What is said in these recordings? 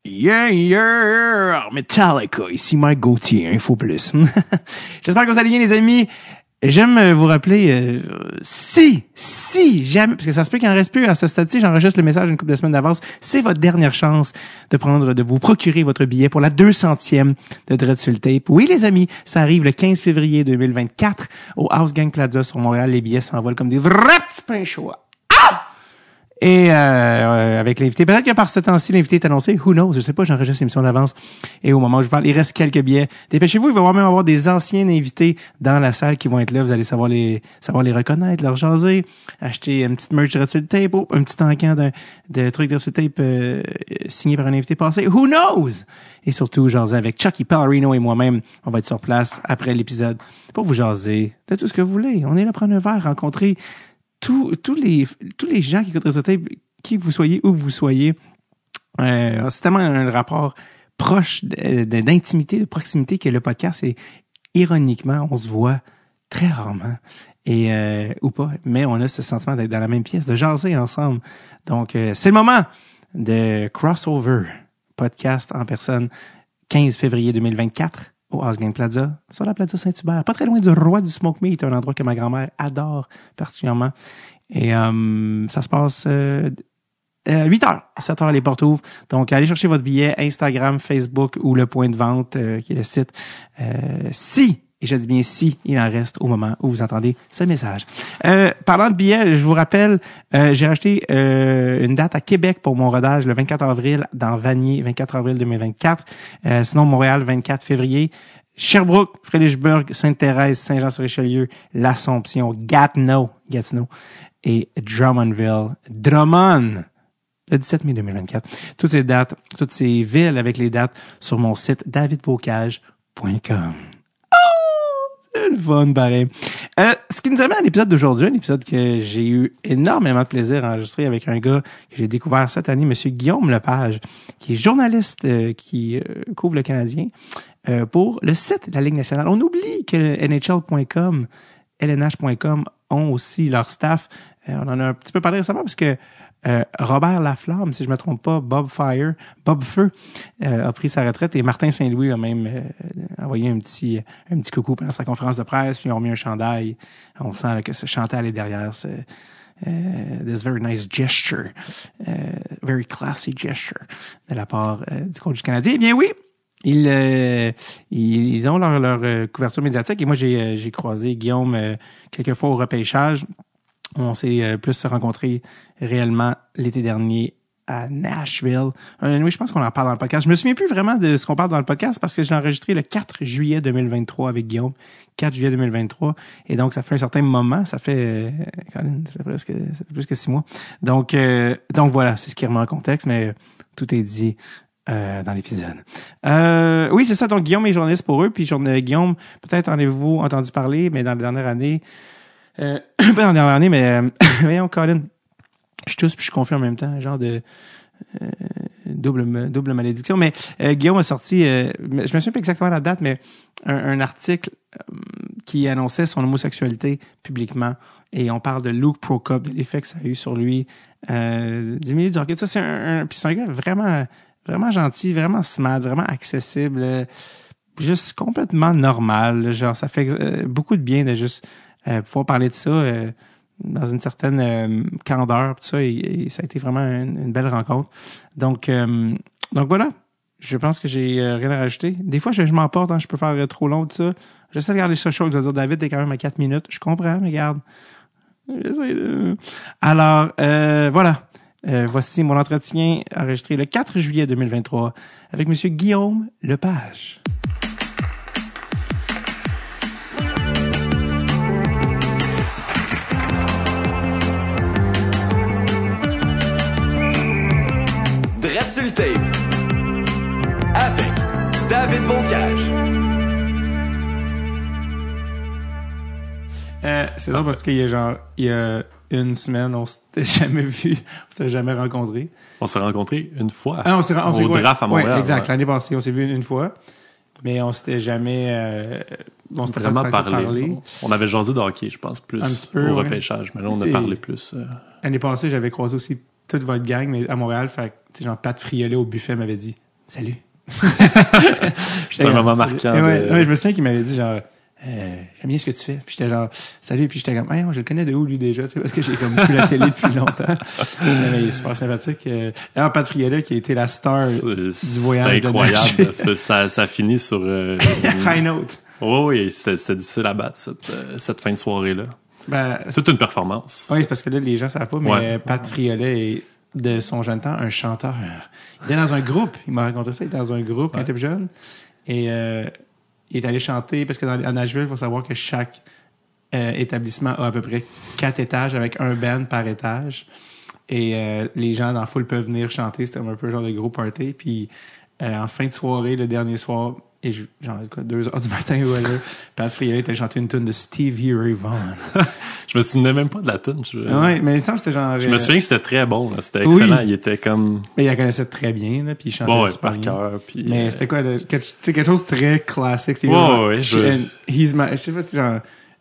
Yeah! Metallica, ici Mike Gauthier, Info Plus. J'espère que vous allez bien, les amis. J'aime vous rappeler, si jamais, parce que ça se peut qu'il en reste plus à ce stade-ci, j'enregistre le message une couple de semaines d'avance, c'est votre dernière chance de vous procurer votre billet pour la 200e de Dread sur le Tape. Oui, les amis, ça arrive le 15 février 2024 au House Gang Plaza sur Montréal. Les billets s'envolent comme des vrais petits pains chauds. Ah! Et avec l'invité, peut-être que par ce temps-ci, l'invité est annoncé. Who knows? Je sais pas, j'enregistre l'émission d'avance. Et au moment où je parle, il reste quelques billets. Dépêchez-vous, il va même avoir des anciens invités dans la salle qui vont être là. Vous allez savoir les reconnaître, leur jaser, acheter une petite merch de sur le tape, un petit encan de trucs de sur le tape signé par un invité passé. Who knows? Et surtout, jaser avec Chucky Pallarino et moi-même. On va être sur place après l'épisode pour vous jaser de tout ce que vous voulez. On est là prendre un verre, rencontrer tous les gens qui écoutent ce tape, qui vous soyez, où vous soyez, c'est tellement un rapport proche d'intimité, de proximité que le podcast, et ironiquement, on se voit très rarement, et ou pas, mais on a ce sentiment d'être dans la même pièce, de jaser ensemble. Donc, c'est le moment de Crossover, podcast en personne, 15 février 2024. Au House Gang Plaza, sur la Plaza Saint-Hubert, pas très loin du Roi du Smoke Meat, un endroit que ma grand-mère adore particulièrement. Et ça se passe 8h, 7h, les portes ouvrent. Donc, allez chercher votre billet, Instagram, Facebook ou le point de vente, qui est le site. Et je dis bien si, il en reste au moment où vous entendez ce message. Parlant de billets, je vous rappelle, j'ai acheté une date à Québec pour mon rodage le 24 avril dans Vanier, 24 avril 2024. Sinon, Montréal, 24 février. Sherbrooke, Frédérichburg, Sainte-Thérèse, Saint-Jean-sur-Richelieu, L'Assomption, Gatineau et Drummondville. Drummond! Le 17 mai 2024. Toutes ces dates, toutes ces villes avec les dates sur mon site davidbocage.com. C'est le fun, pareil. Ce qui nous amène à l'épisode d'aujourd'hui, un épisode que j'ai eu énormément de plaisir à enregistrer avec un gars que j'ai découvert cette année, Monsieur Guillaume Lepage, qui est journaliste qui couvre le Canadien pour le site de la Ligue nationale. On oublie que NHL.com, LNH.com ont aussi leur staff. On en a un petit peu parlé récemment parce que Robert Laflamme, si je me trompe pas, Bob Feu, a pris sa retraite et Martin Saint-Louis a même envoyé un petit coucou pendant sa conférence de presse, puis ils ont mis un chandail. On sent là, que ce chandail est derrière. This very nice gesture, very classy gesture de la part du coach du Canadien. Eh bien oui, ils ont leur couverture médiatique et moi j'ai croisé Guillaume quelques fois au repêchage. On s'est plus rencontrés réellement l'été dernier à Nashville. Oui, je pense qu'on en parle dans le podcast. Je me souviens plus vraiment de ce qu'on parle dans le podcast parce que je l'ai enregistré le 4 juillet 2023 avec Guillaume. 4 juillet 2023. Et donc, ça fait un certain moment. Ça fait plus que 6 mois. Donc voilà, c'est ce qui remet en contexte, mais tout est dit dans l'épisode. Oui, c'est ça. Donc, Guillaume est journaliste pour eux. Puis Guillaume, peut-être en avez-vous entendu parler, mais dans la dernière année, pas dans la dernière année, mais voyons, Colin, je tousse puis je confie en même temps, genre de double malédiction. Mais Guillaume a sorti, je me souviens pas exactement la date, mais un article qui annonçait son homosexualité publiquement. Et on parle de Luke Prokop, de l'effet que ça a eu sur lui, du milieu du hockey. Ça, c'est puis c'est un gars vraiment, vraiment gentil, vraiment smart, vraiment accessible, juste complètement normal. Genre, ça fait beaucoup de bien de juste pouvoir parler de ça dans une certaine candeur, tout ça, et ça a été vraiment une belle rencontre. Donc voilà, je pense que j'ai rien à rajouter. Des fois, je m'emporte, je peux faire trop long, tout ça. J'essaie de regarder ça chaud, je vais dire, David, t'es quand même à 4 minutes. Je comprends, mais regarde. Alors, voilà. Voici mon entretien enregistré le 4 juillet 2023 avec Monsieur Guillaume Lepage. Dread sur le tape avec David Bocage. C'est drôle parce qu'il y a une semaine, on s'était jamais vu, on s'était jamais rencontrés. On s'est rencontrés une fois. On s'est au draft à Montréal. Oui, exact. Ouais. L'année passée, on s'est vu une fois, mais on s'était jamais on s'était vraiment parlé. On avait jasé de hockey, je pense, plus peu, au repêchage, mais là, on a parlé plus. L'année passée, j'avais croisé aussi toute votre gang, mais à Montréal, fait que genre Pat Friolet au buffet m'avait dit salut. C'était un moment marquant. Ouais, je me souviens qu'il m'avait dit genre, j'aime bien ce que tu fais. Puis j'étais genre, salut. Puis j'étais comme, hey, moi je le connais de où lui déjà, tu sais, parce que j'ai comme plus la télé depuis longtemps. Mais il est super sympathique. D'ailleurs, Pat Friolet qui a été la star du voyage. C'était incroyable. ça finit sur high note. Oui, c'est difficile à battre cette fin de soirée-là. Toute une performance. Oui, c'est parce que là, les gens savent pas, mais Pat Friolet est, de son jeune temps, un chanteur. Il était dans un groupe. Il m'a raconté ça. Il était dans un groupe quand il était plus jeune. Et il est allé chanter, parce que à Nashville, il faut savoir que chaque établissement a à peu près 4 étages avec un band par étage. Et les gens dans la foule peuvent venir chanter. C'était un peu genre de gros party. Puis en fin de soirée, le dernier soir, et genre 2h du matin, voilà, Pat Friolet était chanté une tune de Stevie Ray Vaughan. Je me souvenais même pas de la tune. Ouais, mais il semble que c'était genre. Je me souviens que c'était très bon, là. C'était excellent. Oui. Il était comme. Mais il la connaissait très bien, là, puis il chantait super par cœur. Puis. Mais c'était quoi, quelque chose de très classique. Stevie He's my, je sais pas si genre.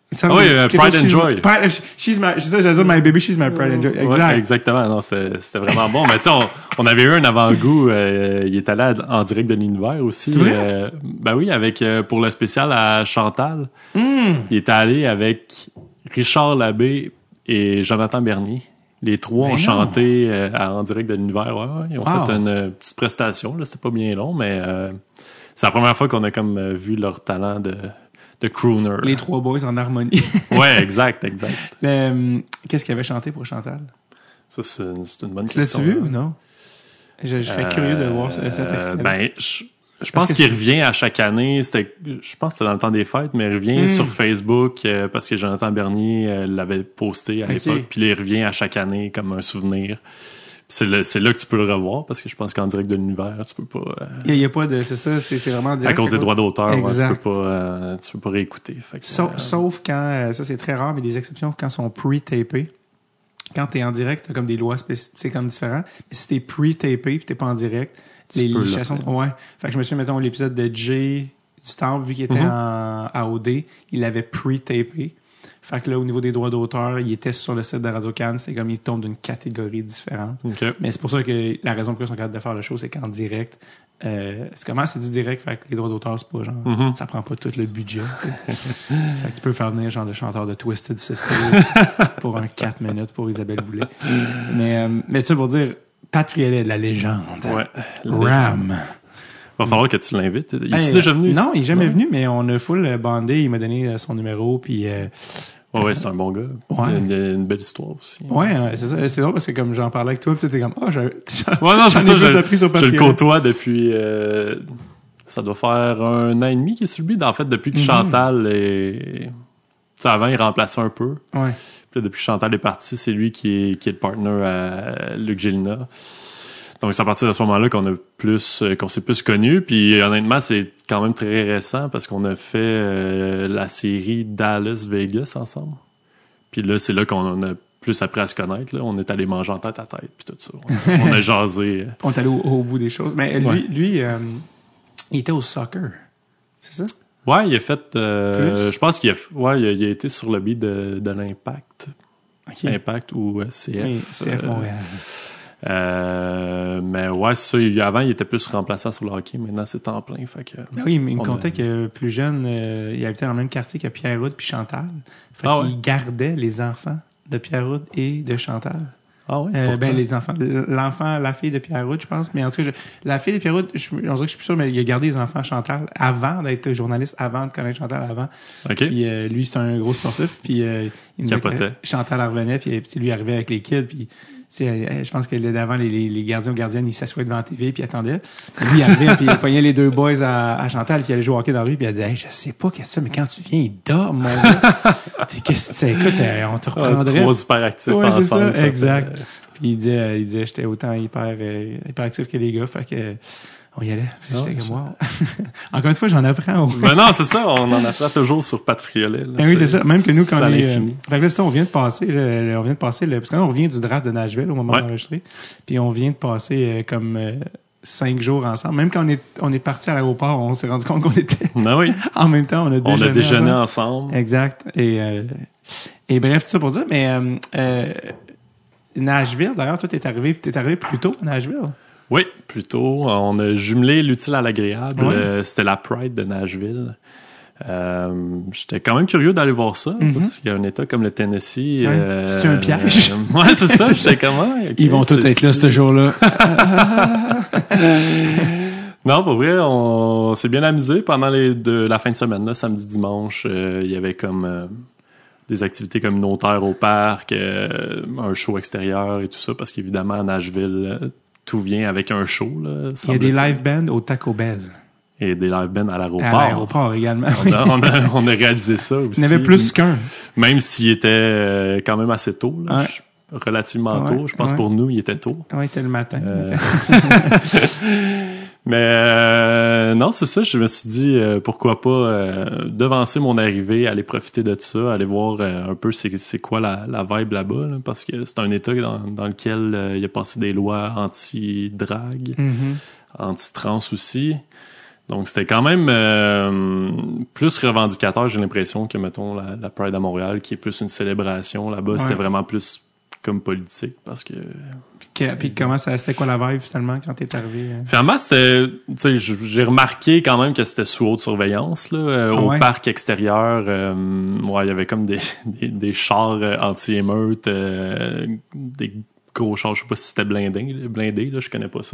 Pride and Joy. C'est ça, j'allais dire My Baby, She's My Pride and Joy. Exact. Ouais, exactement. Non, c'était vraiment bon. Mais tu sais, on avait eu un avant-goût. Il est allé en direct de l'univers aussi. C'est vrai? Ben oui, avec pour le spécial à Chantal. Il est allé avec Richard Labbé et Jonathan Bernier. Les trois ont chanté en direct de l'univers. Ouais, ils ont fait une petite prestation. Là, c'était pas bien long, mais c'est la première fois qu'on a comme vu leur talent de crooner. Les trois boys en harmonie. Ouais, exact. Qu'est-ce qu'il avait chanté pour Chantal? Ça, c'est une bonne question. L'as-tu vu ou non? Je serais curieux de voir cet extrait. Ben, je pense qu'il revient à chaque année. Je pense que c'était dans le temps des fêtes, mais il revient sur Facebook parce que Jonathan Bernier l'avait posté à l'époque. Puis il revient à chaque année comme un souvenir. C'est là que tu peux le revoir parce que je pense qu'en direct de l'univers, tu peux pas. Il y a pas de. C'est ça, c'est vraiment direct. À cause des droits d'auteur, tu peux pas réécouter. Fait que, sauf quand. Ça, c'est très rare, mais des exceptions quand ils sont pre-tapés. Quand t'es en direct, t'as comme des lois spécifiques comme différents. Mais si t'es pre-tapé pis t'es pas en direct, les chansons. Ouais. Fait que je me souviens, mettons, l'épisode de Jay du Temple, vu qu'il était à OD, il l'avait pre-tapé. Fait que là, au niveau des droits d'auteur, il était sur le site de Radio-Can. C'est comme il tombe d'une catégorie différente. Okay. Mais c'est pour ça que la raison pour laquelle ils sont capables de faire le show, c'est qu'en direct, c'est comment c'est du direct, fait que les droits d'auteur, c'est pas genre, ça prend pas tout le budget. Fait que tu peux faire venir genre le chanteur de Twisted Sister pour un 4 minutes pour Isabelle Boulay. Mais tu sais, pour dire, Pat Friolet, de la légende. Ouais. Ram. Va falloir que tu l'invites. Il est déjà venu ici? Non, il est jamais venu, mais on a full bandé. Il m'a donné son numéro, puis... ouais, c'est un bon gars. Ouais. Il a une belle histoire aussi. Ouais, c'est ça. C'est drôle parce que comme j'en parlais avec toi, puis t'es comme, c'est ça, je le côtoie depuis... ça doit faire 1 an et demi qu'il est sur le beat. En fait, depuis que Chantal est... Tu sais, avant, il remplaçait un peu. Ouais. Puis là, depuis que Chantal est parti, c'est lui qui est le partner à Luc Gélina. Donc, c'est à partir de ce moment-là qu'on s'est plus connus. Puis, honnêtement, c'est quand même très récent parce qu'on a fait la série Dallas-Vegas ensemble. Puis là, c'est là qu'on a plus appris à se connaître. Là. On est allé manger en tête à tête, puis tout ça. On a jasé. On est allé au bout des choses. Mais lui, il était au soccer. C'est ça? Ouais, il a fait... je pense qu'il a été sur le beat de l'Impact. Okay. Impact ou CF. Oui, CF Montréal. Mais ouais, c'est ça. Avant, il était plus remplaçant sur le hockey. Maintenant, c'est temps plein. Fait que, ben oui, mais il me contait que plus jeune, il habitait dans le même quartier que Pierre-Route puis Chantal. Fait qu'il gardait les enfants de Pierre-Route et de Chantal. Ah ouais? Les enfants. La fille de Pierre-Route, je pense. Mais en tout cas, la fille de Pierre-Route, on dirait que je suis plus sûr, mais il a gardé les enfants Chantal avant d'être journaliste, avant de connaître Chantal avant. Okay. Puis lui, c'est un gros sportif. Puis il me disait que Chantal revenait, puis lui arrivait avec les kids, puis je pense que d'avant, les gardiens ou gardiennes, ils s'assoyaient devant la TV puis ils attendaient. Puis lui, il arrivait puis il pognait les 2 boys à Chantal qui allaient jouer au hockey dans la rue puis il a dit « Hey, je sais pas qu'est-ce que c'est, mais quand tu viens, il dort, mon gars. Qu'est-ce que c'est? Écoute, on te reprendrait. » 3 hyperactifs ensemble. C'est ça, exact. Puis il disait j'étais autant hyperactif que les gars, fait que on y allait. J'étais comme wow. Encore une fois, j'en apprends. Ben non, c'est ça, on en apprend toujours sur Pat Friolet. Oui, c'est ça. Même que nous, quand on est... Fait que là, c'est ça, on vient de passer parce que là, on revient du draft de Nashville au moment d'enregistrer. Puis on vient de passer comme 5 jours ensemble. Même quand on est parti à l'aéroport, on s'est rendu compte qu'on était en même temps, on a déjeuné ensemble. Exact. Et bref, tout ça pour dire, mais Nashville, d'ailleurs, toi, t'es arrivé plus tôt à Nashville. Oui, plutôt. On a jumelé l'utile à l'agréable. Ouais. C'était la Pride de Nashville. J'étais quand même curieux d'aller voir ça, parce qu'il y a un État comme le Tennessee. Ouais. C'est un piège. Ouais, c'est ça. J'étais comment? Okay, Ils vont tous être là ce jour-là. Non, pour vrai, on s'est bien amusé pendant la fin de semaine, là, samedi, dimanche. Il y avait comme des activités communautaires au parc, un show extérieur et tout ça, parce qu'évidemment, à Nashville, tout vient avec un show. Là, il y a des live bands au Taco Bell. Et des live bands à l'aéroport. À l'aéroport également. On a réalisé ça aussi. Il y en avait plus qu'un. Même s'il était quand même assez tôt. Là, ouais. Relativement tôt. Je pense pour nous, il était tôt. Oui, c'était le matin. Mais non, c'est ça. Je me suis dit, pourquoi pas devancer mon arrivée, aller profiter de ça, aller voir un peu c'est quoi la vibe là-bas. Là, parce que c'est un État dans lequel il y a passé des lois anti-drague, anti-trans aussi. Donc, c'était quand même plus revendicateur, j'ai l'impression, que, mettons, la Pride à Montréal, qui est plus une célébration. Là-bas, c'était vraiment plus comme politique, parce que... Puis comment c'était quoi la vibe, finalement, quand t'es arrivé? Finalement, c'était... Tu sais, j'ai remarqué quand même que c'était sous haute surveillance, là. Au parc extérieur, il y avait comme des chars anti-émeutes, des gros chars, je sais pas si c'était blindé, là, je connais pas ça.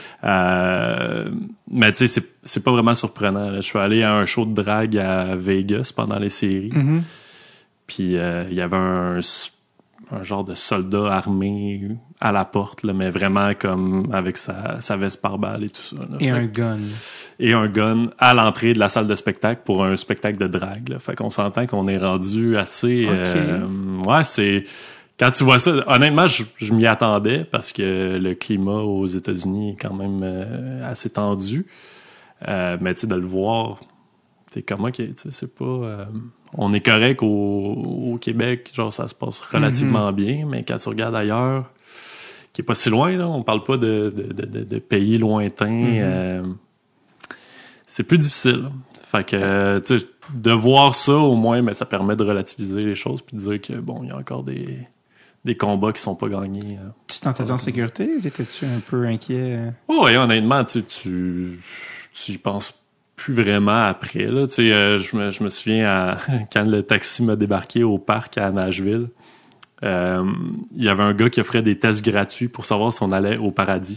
Mais tu sais, c'est pas vraiment surprenant, là. Je suis allé à un show de drague à Vegas pendant les séries. Puis il y avait un genre de soldat armé à la porte, là, mais vraiment comme avec sa veste pare-balles et tout ça. Là. Et un gun à l'entrée de la salle de spectacle pour un spectacle de drague. Là. Fait qu'on s'entend qu'on est rendu assez... c'est... Quand tu vois ça, honnêtement, je m'y attendais parce que le climat aux États-Unis est quand même assez tendu. Mais tu sais, de le voir, t'es comme, OK, tu sais, c'est pas... on est correct au Québec, genre ça se passe relativement bien, mais quand tu regardes ailleurs, qui est pas si loin, là, on parle pas de pays lointains, c'est plus difficile. Fait que, tu sais, de voir ça au moins, mais ça permet de relativiser les choses puis de dire que, bon, il y a encore des combats qui sont pas gagnés. Tu t'en en sécurité ou t'étais-tu un peu inquiet? Oui, honnêtement, tu y penses plus vraiment après. Là. Tu sais, je me souviens quand le taxi m'a débarqué au parc à Nashville, il y avait un gars qui offrait des tests gratuits pour savoir si on allait au paradis.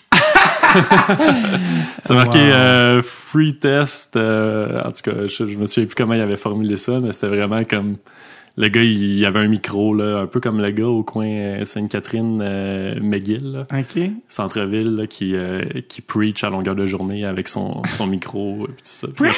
C'est marqué free test. En tout cas, je me souviens plus comment il avait formulé ça, mais c'était vraiment comme... Le gars, il avait un micro, là, un peu comme le gars au coin Sainte-Catherine, McGill, là, centre-ville, là, qui preach à longueur de journée avec son micro et tout ça. Puis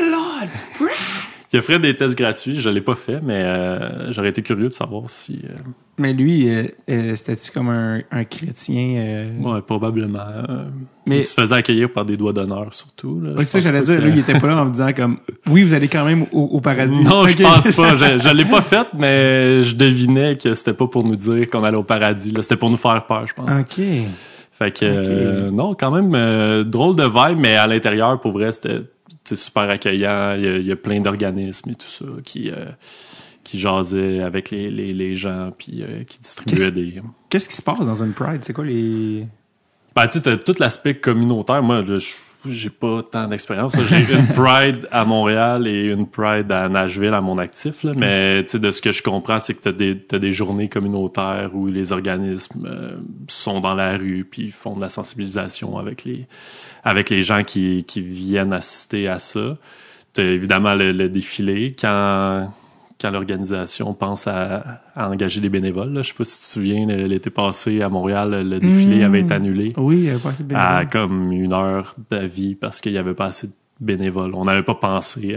il offrait des tests gratuits. Je l'ai pas fait, mais j'aurais été curieux de savoir si... Mais lui, c'était-tu comme un chrétien? Ouais, probablement. Mais... Il se faisait accueillir par des doigts d'honneur, surtout. Là. Oui, c'est ça que j'allais dire. Lui, il était pas là en me disant comme, oui, vous allez quand même au paradis. Non, je pense pas. Je l'ai pas fait, mais je devinais que c'était pas pour nous dire qu'on allait au paradis. Là. C'était pour nous faire peur, je pense. OK. Fait que, non, quand même, drôle de vibe, mais à l'intérieur, pour vrai, c'était super accueillant. Il y a plein d'organismes et tout ça qui jasaient avec les gens puis qui distribuaient des... Qu'est-ce qui se passe dans une Pride? C'est quoi les... Ben, tu sais, t'as tout l'aspect communautaire. Moi, j'ai pas tant d'expérience. J'ai une Pride à Montréal et une Pride à Nashville à mon actif, là. Mais, tu sais, de ce que je comprends, c'est que t'as des journées communautaires où les organismes sont dans la rue puis font de la sensibilisation avec les gens qui viennent assister à ça. T'as évidemment le défilé quand l'organisation pense à engager des bénévoles. Là. Je sais pas si tu te souviens, l'été passé à Montréal, le défilé avait été annulé. Oui, il n'y avait pas assez de bénévoles. À comme 1 heure d'avis parce qu'il n'y avait pas assez de bénévoles. On n'avait pas pensé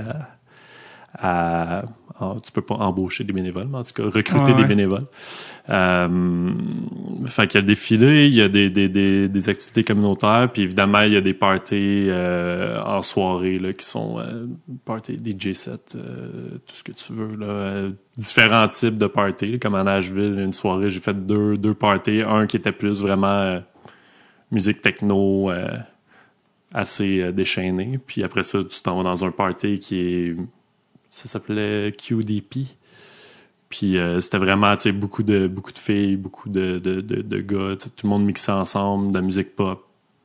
tu peux pas embaucher des bénévoles, mais en tout cas, recruter des bénévoles. Fait qu'il y a le défilé, il y a des activités communautaires, puis évidemment, il y a des parties en soirée là, qui sont parties DJ set, tout ce que tu veux. Là, différents types de parties. Là, comme à Nashville, une soirée, j'ai fait deux parties. Un qui était plus vraiment musique techno assez déchaînée. Puis après ça, tu t'en vas dans un party ça s'appelait QDP. Puis c'était vraiment, tu sais, beaucoup de filles, beaucoup de gars, tout le monde mixé ensemble, de la musique pop,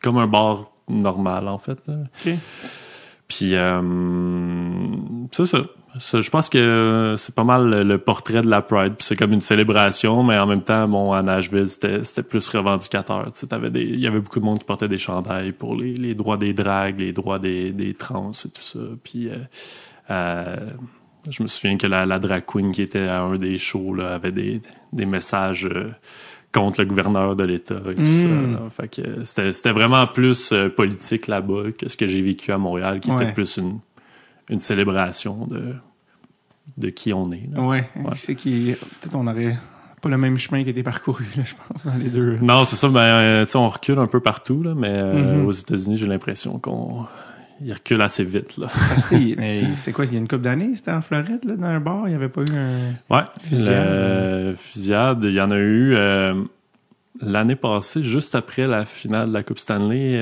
comme un bar normal, en fait. Là. OK. Puis, c'est ça. Je pense que c'est pas mal le portrait de la Pride. Puis c'est comme une célébration, mais en même temps, bon, à Nashville, c'était plus revendicateur. Tu sais, il y avait beaucoup de monde qui portait des chandails pour les droits des drags, les droits des trans et tout ça. Puis, je me souviens que la drag queen qui était à un des shows là, avait des messages contre le gouverneur de l'État et tout ça. Là. Fait que c'était vraiment plus politique là-bas que ce que j'ai vécu à Montréal, qui était plus une célébration de qui on est. Là. Ouais. C'est peut-être on aurait pas le même chemin qui a été parcouru, là, je pense, dans les deux. Non, c'est ça. Ben, on recule un peu partout, là, mais aux États-Unis, j'ai l'impression qu'il recule assez vite. Là. Mais c'est quoi, il y a une couple d'années, c'était en Floride, là, dans un bar, il n'y avait pas eu un fusillade? Fusillade, il y en a eu l'année passée, juste après la finale de la Coupe Stanley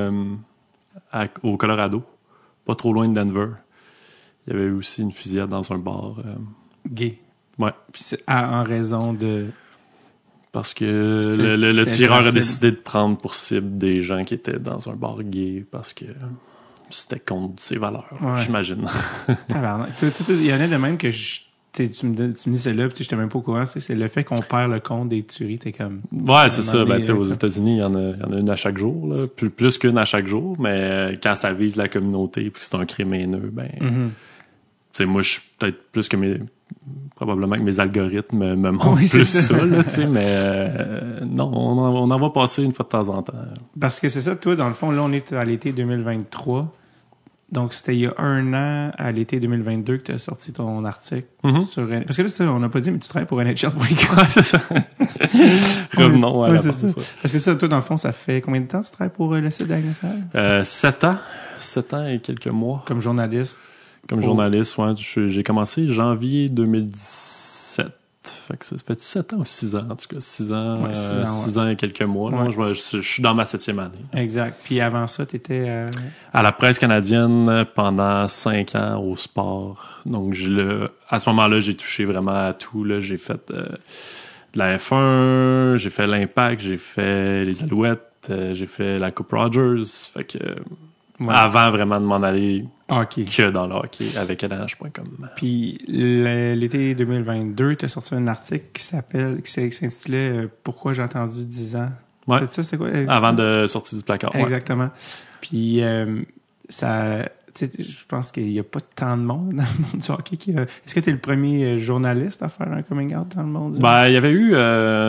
au Colorado, pas trop loin de Denver. Il y avait eu aussi une fusillade dans un bar. Gay. Ouais. Puis c'est en raison de... Parce que le tireur a décidé de prendre pour cible des gens qui étaient dans un bar gay parce que c'était contre ses valeurs, j'imagine. Il y en a de même que tu me dis celle-là, puis je n'étais même pas au courant. C'est le fait qu'on perd le compte des tueries, t'es comme... Ouais, c'est ça. Ben, aux États-Unis, il y en a une à chaque jour, là. Plus qu'une à chaque jour, mais quand ça vise la communauté puis que c'est un crime haineux, ben... Moi, je suis peut-être plus que probablement que mes algorithmes me montrent plus ça, là, mais non, on en va passer une fois de temps en temps. Parce que c'est ça, toi, dans le fond, là, on est à l'été 2023. Donc, c'était il y a 1 an, à l'été 2022, que tu as sorti ton article sur... Parce que là, ça, on n'a pas dit, mais tu travailles pour NHL.com. C'est ça. Revenons à la c'est ça. Parce que ça, toi, dans le fond, ça fait combien de temps que tu travailles pour le site d'Agnesal? 7 ans. 7 ans et quelques mois. Comme journaliste? Journaliste, ouais. J'ai commencé janvier 2017. Fait que ça fait 7 ans ou 6 ans, en tout cas. 6 ans, 6 ans et quelques mois. Là. Moi, je suis dans ma 7e année. Exact. Puis avant ça, tu étais... À la presse canadienne pendant 5 ans au sport. Donc, à ce moment-là, j'ai touché vraiment à tout. Là. J'ai fait de la F1, j'ai fait l'Impact, j'ai fait les Alouettes, j'ai fait la Coupe Rogers. Fait que... Avant vraiment de m'en aller que dans le hockey avec LNH.com. Puis l'été 2022, tu as sorti un article qui s'intitulait Pourquoi j'ai attendu 10 ans. Ouais. C'est ça, c'était quoi? Avant de sortir du placard. Exactement. Puis ça... je pense qu'il n'y a pas tant de monde dans le monde du hockey. Est-ce que tu es le premier journaliste à faire un coming out dans le monde? Ben, il y avait eu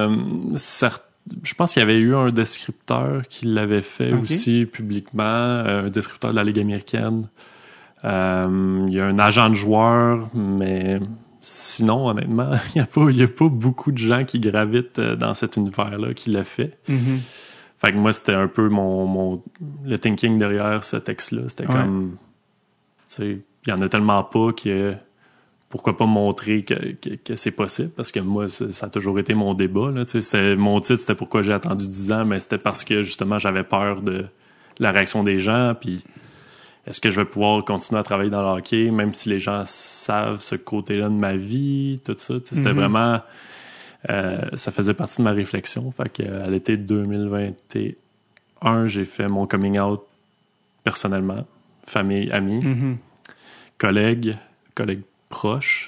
je pense qu'il y avait eu un descripteur qui l'avait fait aussi publiquement, un descripteur de la Ligue américaine. Il y a un agent de joueur, mais sinon, honnêtement, il y a pas beaucoup de gens qui gravitent dans cet univers-là qui l'a fait. Fait que moi, c'était un peu le thinking derrière ce texte-là. C'était comme, tu sais, il y en a tellement pas que pourquoi pas montrer que c'est possible, parce que moi, ça a toujours été mon débat. Là, mon titre, c'était pourquoi j'ai attendu 10 ans, mais c'était parce que, justement, j'avais peur de la réaction des gens, puis est-ce que je vais pouvoir continuer à travailler dans le hockey, même si les gens savent ce côté-là de ma vie, tout ça. C'était vraiment... ça faisait partie de ma réflexion. Fait qu'à l'été 2021, j'ai fait mon coming out personnellement. Famille, amis, collègues proches.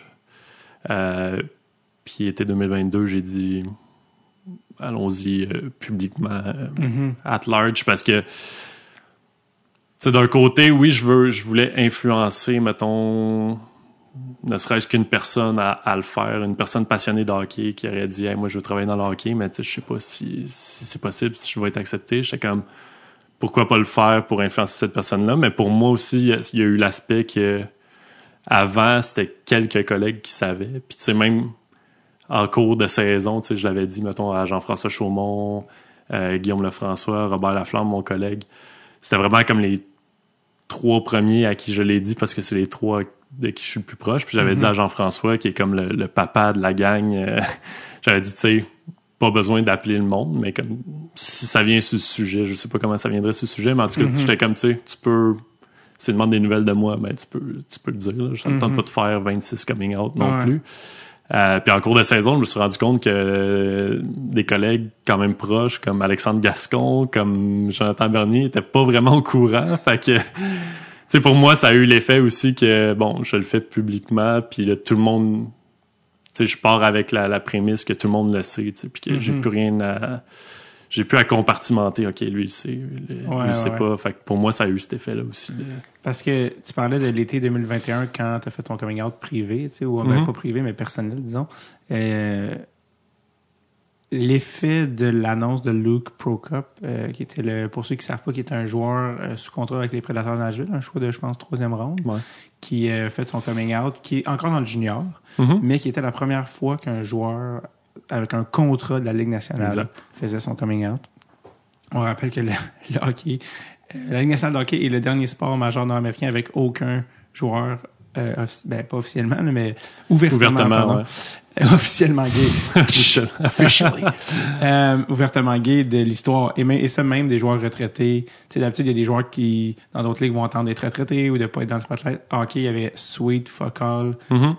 Puis été 2022, j'ai dit allons-y publiquement, at large, parce que d'un côté, oui, je voulais influencer, mettons, ne serait-ce qu'une personne à le faire, une personne passionnée de hockey qui aurait dit hey, moi je veux travailler dans le hockey, mais je sais pas si c'est possible, si je vais être accepté. J'étais comme pourquoi pas le faire pour influencer cette personne-là, mais pour moi aussi, il y a eu l'aspect que avant, c'était quelques collègues qui savaient. Puis, tu sais, même en cours de saison, tu sais, je l'avais dit, mettons, à Jean-François Chaumont, Guillaume Lefrançois, Robert Laflamme, mon collègue. C'était vraiment comme les 3 premiers à qui je l'ai dit parce que c'est les 3 de qui je suis le plus proche. Puis, j'avais dit à Jean-François, qui est comme le papa de la gang, j'avais dit, tu sais, pas besoin d'appeler le monde, mais comme si ça vient sur le sujet, je sais pas comment ça viendrait sur le sujet, mais en tout cas, j'étais comme, tu sais, tu peux... S'il demande des nouvelles de moi, ben tu peux le dire. Là. Je ne tente pas de faire 26 coming out non plus. Puis en cours de saison, je me suis rendu compte que des collègues quand même proches, comme Alexandre Gascon, comme Jonathan Bernier, étaient pas vraiment au courant. Fait que, tu sais, pour moi, ça a eu l'effet aussi que, bon, je le fais publiquement, puis là, tout le monde, tu sais, je pars avec la prémisse que tout le monde le sait, tu sais, puis que j'ai plus à compartimenter. OK, lui, il sait. Lui, il sait pas. Fait que pour moi, ça a eu cet effet-là aussi. Parce que tu parlais de l'été 2021 quand tu as fait ton coming out privé, tu sais, ou ben, pas privé, mais personnel, disons. L'effet de l'annonce de Luke Prokop, qui était pour ceux qui ne savent pas, qui est un joueur sous contrat avec les Prédateurs de Nashville, un choix de, je pense, 3e ronde, qui fait son coming out, qui est encore dans le junior, mais qui était la première fois qu'un joueur avec un contrat de la Ligue nationale faisait son coming out. On rappelle que le hockey, la Ligue nationale de hockey est le dernier sport majeur nord-américain avec aucun joueur, pas officiellement, mais ouvertement officiellement gay. Officially. Ouvertement gay de l'histoire. Et ça même des joueurs retraités. Tu sais, d'habitude, il y a des joueurs qui, dans d'autres ligues, vont entendre d'être retraités ou de pas être dans le spotlight. Hockey, il y avait sweet, fuck all,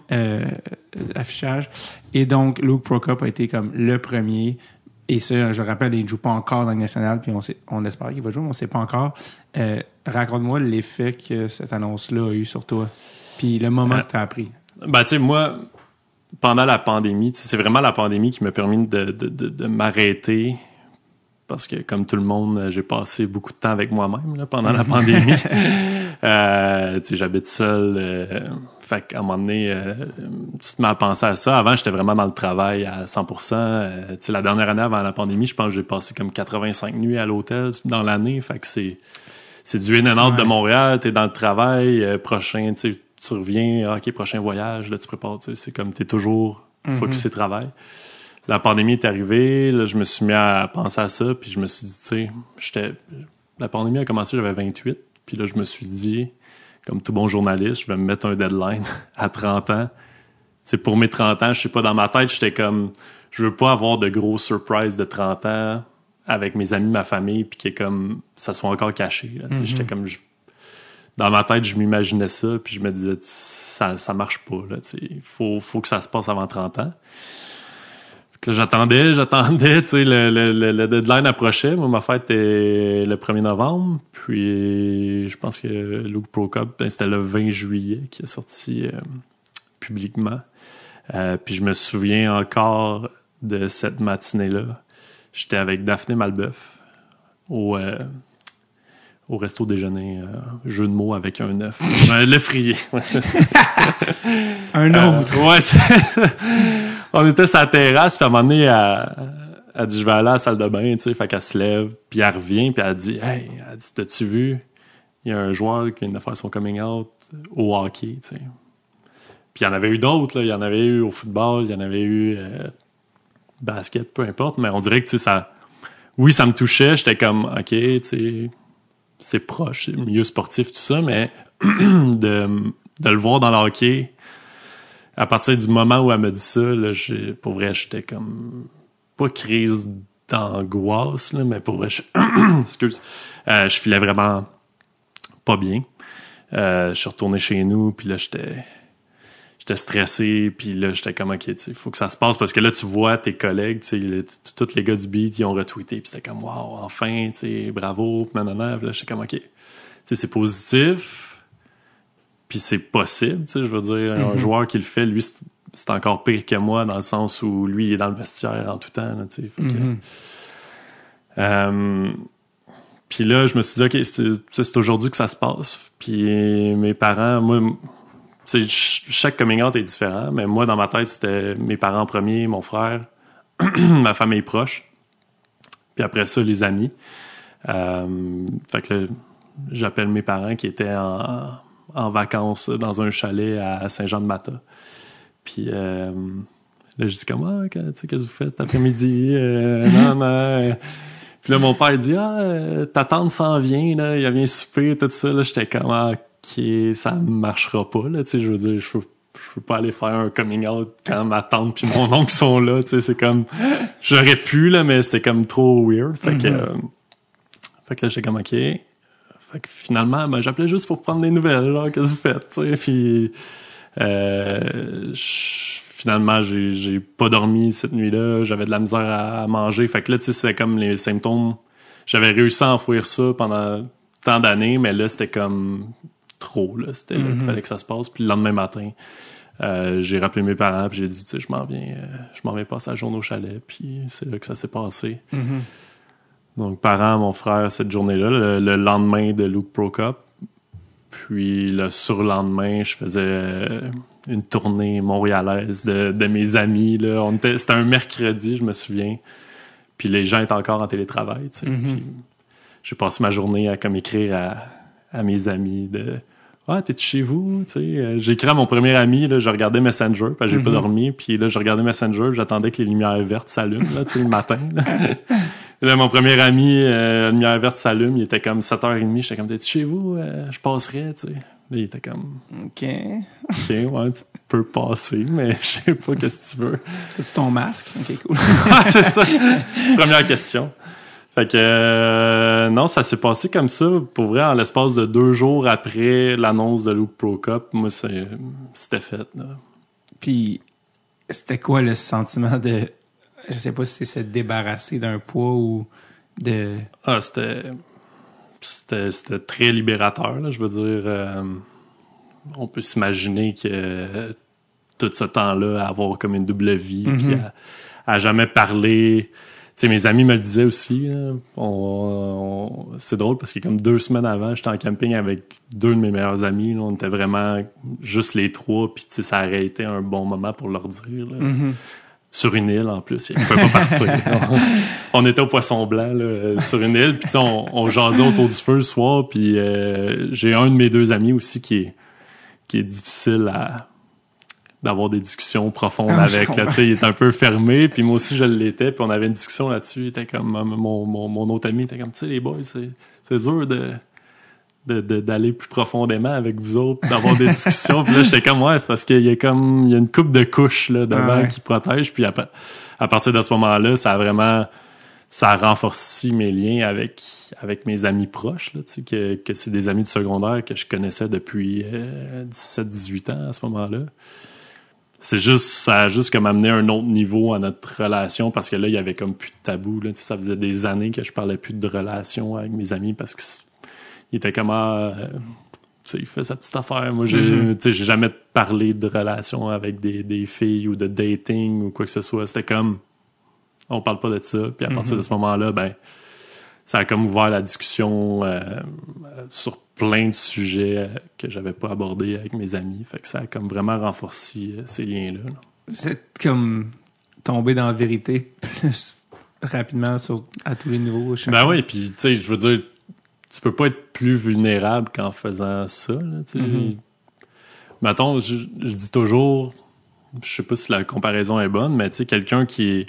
affichage. Et donc, Luke Prokop a été comme le premier. Et ça, je le rappelle, il ne joue pas encore dans le national, puis on espère qu'il va jouer, mais on ne sait pas encore. Raconte-moi l'effet que cette annonce-là a eu sur toi, puis le moment que tu as appris. Ben, tu sais, moi, pendant la pandémie, c'est vraiment la pandémie qui m'a permis de m'arrêter, parce que, comme tout le monde, j'ai passé beaucoup de temps avec moi-même là, pendant la pandémie. Tu sais, j'habite seul. Fait qu'à un moment donné, tu te mets à penser à ça. Avant, j'étais vraiment dans le travail à 100%. Tu sais, la dernière année avant la pandémie, je pense que j'ai passé comme 85 nuits à l'hôtel dans l'année. Fait que c'est du in and out de Montréal. T'es dans le travail. Prochain, tu sais, tu reviens. OK, prochain voyage. Là, tu prépares. Tu sais, c'est comme t'es toujours focusé travail. La pandémie est arrivée. Là, je me suis mis à penser à ça. Puis je me suis dit, tu sais, la pandémie a commencé, j'avais 28. Puis là, je me suis dit, comme tout bon journaliste, je vais me mettre un deadline à 30 ans. T'sais, pour mes 30 ans, je sais pas, dans ma tête, j'étais comme, je veux pas avoir de gros surprises de 30 ans avec mes amis, ma famille, puis que comme ça soit encore caché. Là, j'étais comme, dans ma tête, je m'imaginais ça, puis je me disais, ça marche pas. Là, il faut que ça se passe avant 30 ans. Que j'attendais, tu sais, le deadline approchait. Moi, ma fête était le 1er novembre, puis je pense que Luke Prokop, c'était le 20 juillet qui est sorti publiquement. Puis je me souviens encore de cette matinée-là. J'étais avec Daphné Malbeuf au resto déjeuner, jeu de mots avec un œuf. Le frier. Un autre. On était sur la terrasse, puis à un moment donné, elle dit, je vais aller à la salle de bain, tu sais, fait qu'elle se lève, puis elle revient, puis elle dit, hey, t'as-tu vu, il y a un joueur qui vient de faire son coming out au hockey, tu sais. Puis il y en avait eu d'autres, là, il y en avait eu au football, il y en avait eu basket, peu importe, mais on dirait que, tu sais, ça me touchait, j'étais comme, OK, tu sais, c'est proche, c'est le milieu sportif, tout ça, mais de le voir dans le hockey, à partir du moment où elle m'a dit ça, là, pour vrai, j'étais comme, pas crise d'angoisse, là, mais pour vrai, je filais vraiment pas bien. Je suis retourné chez nous, puis là, j'étais stressé, puis là, j'étais comme, OK, tu sais, faut que ça se passe, parce que là, tu vois tes collègues, tu sais, tous les gars du beat, ils ont retweeté, puis c'était comme, wow, enfin, tu sais, bravo, nanana, puis là, j'étais comme, OK, tu sais, c'est positif, puis c'est possible, tu sais, je veux dire, un joueur qui le fait, lui, c'est encore pire que moi, dans le sens où lui, il est dans le vestiaire en tout temps, là, tu sais, fait que... Puis là, je me suis dit, OK, c'est aujourd'hui que ça se passe, puis mes parents, moi... T'sais, chaque coming out est différent, mais moi, dans ma tête, c'était mes parents en premier, mon frère, ma famille proche, puis après ça, les amis. Fait que là, j'appelle mes parents qui étaient en vacances dans un chalet à Saint-Jean-de-Mata. Puis là, je dis comment, qu'est-ce que vous faites après-midi? Non. Puis là, mon père dit, ta tante s'en vient, là, il vient souper, tout ça. Là, j'étais comme, OK, ça marchera pas, là, tu sais, je veux dire, je peux pas aller faire un coming out quand ma tante puis mon oncle sont là, tu sais, c'est comme, j'aurais pu, là, mais c'est comme trop weird, fait que là, j'étais comme, OK, fait que finalement, ben, j'appelais juste pour prendre des nouvelles, genre, qu'est-ce que vous faites, tu sais, puis finalement, j'ai pas dormi cette nuit-là, j'avais de la misère à manger. Fait que là, tu sais, c'était comme les symptômes. J'avais réussi à enfouir ça pendant tant d'années, mais là, c'était comme trop, là. C'était là qu'il fallait que ça se passe. Puis le lendemain matin, j'ai rappelé mes parents, puis j'ai dit, tu sais, je m'en viens passer la journée au chalet, puis c'est là que ça s'est passé. Donc, parents, mon frère, cette journée-là, le lendemain de Luke Pro Cup. Puis le surlendemain, je faisais une tournée montréalaise de mes amis. Là. C'était un mercredi, je me souviens. Puis les gens étaient encore en télétravail. Tu sais. Puis j'ai passé ma journée à comme écrire à mes amis de « Ah, t'es-tu chez vous? » Tu sais, j'ai écrit à mon premier ami, là, je regardais Messenger, parce que j'ai pas dormi. Puis là, je regardais Messenger, j'attendais que les lumières vertes s'allument là, tu sais, le matin. Là, mon premier ami, la lumière verte s'allume, il était comme 7h30, j'étais comme, t'es-tu chez vous? Je passerais, tu sais. Là, il était comme, OK, ouais, tu peux passer, mais je sais pas qu'est-ce que tu veux. t'as-tu ton masque? OK, cool. C'est ça. Première question. Fait que, non, ça s'est passé comme ça. Pour vrai, en l'espace de 2 jours après l'annonce de Luke Pro Cup, moi, c'était fait, là. Puis, c'était quoi le sentiment de... Je sais pas si c'est se débarrasser d'un poids ou de... Ah, c'était très libérateur, là, je veux dire. On peut s'imaginer que tout ce temps-là, à avoir comme une double vie, puis à jamais parler... Tu sais, mes amis me le disaient aussi. Là. C'est drôle parce que comme 2 semaines avant, j'étais en camping avec 2 de mes meilleurs amis. Là. On était vraiment juste les 3, puis tu sais, ça aurait été un bon moment pour leur dire. Là. Sur une île, en plus. Ils ne pouvaient pas partir. On était au Poisson Blanc, là, sur une île. Puis, on jasait autour du feu le soir. Puis, j'ai un de mes 2 amis aussi qui est difficile d'avoir des discussions profondes avec. Là, il est un peu fermé. Puis, moi aussi, je l'étais. Puis, on avait une discussion là-dessus. Il était comme... Mon autre ami était comme, tu sais, les boys, c'est dur d'aller plus profondément avec vous autres, d'avoir des discussions. Puis là, j'étais comme, ouais, c'est parce qu'il y a une coupe de couches là, devant qui protège. Puis à partir de ce moment-là, ça a renforcé mes liens avec mes amis proches, là, tu sais, que c'est des amis de secondaire que je connaissais depuis 17-18 ans à ce moment-là. Ça a juste comme amené un autre niveau à notre relation parce que là, il y avait comme plus de tabou. Là, tu sais, ça faisait des années que je parlais plus de relation avec mes amis parce que il était comme tu sais, il fait sa petite affaire. Moi, j'ai jamais parlé de relation avec des filles ou de dating ou quoi que ce soit. C'était comme, on parle pas de ça. Puis à partir de ce moment-là, ben, ça a comme ouvert la discussion sur plein de sujets que j'avais pas abordés avec mes amis. Fait que ça a comme vraiment renforcé ces liens-là. Là. Vous êtes comme tombé dans la vérité plus rapidement à tous les niveaux. Ben oui, puis tu sais, je veux dire, tu peux pas être plus vulnérable qu'en faisant ça. Là, mettons, je dis toujours, je sais pas si la comparaison est bonne, mais tu sais, quelqu'un qui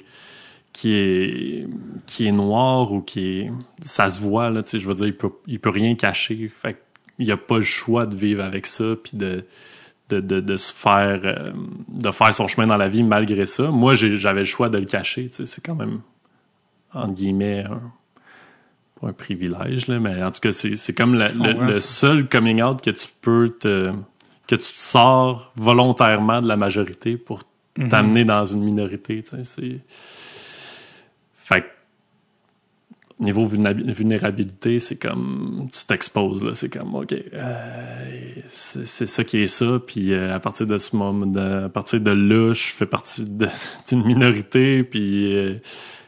est noir ou ça se voit, là, tu sais, je veux dire, il peut rien cacher. Fait qu'il a pas le choix de vivre avec ça puis de se faire de faire son chemin dans la vie malgré ça. Moi, j'avais le choix de le cacher, tu sais, c'est quand même entre guillemets pas un privilège, là, mais en tout cas, c'est comme le seul coming out que que tu te sors volontairement de la majorité pour t'amener dans une minorité, tu sais, fait que, niveau vulnérabilité, c'est comme, tu t'exposes, là, c'est comme, OK, c'est ça qui est ça, puis à partir de ce moment, à partir de là, je fais partie d'une minorité, puis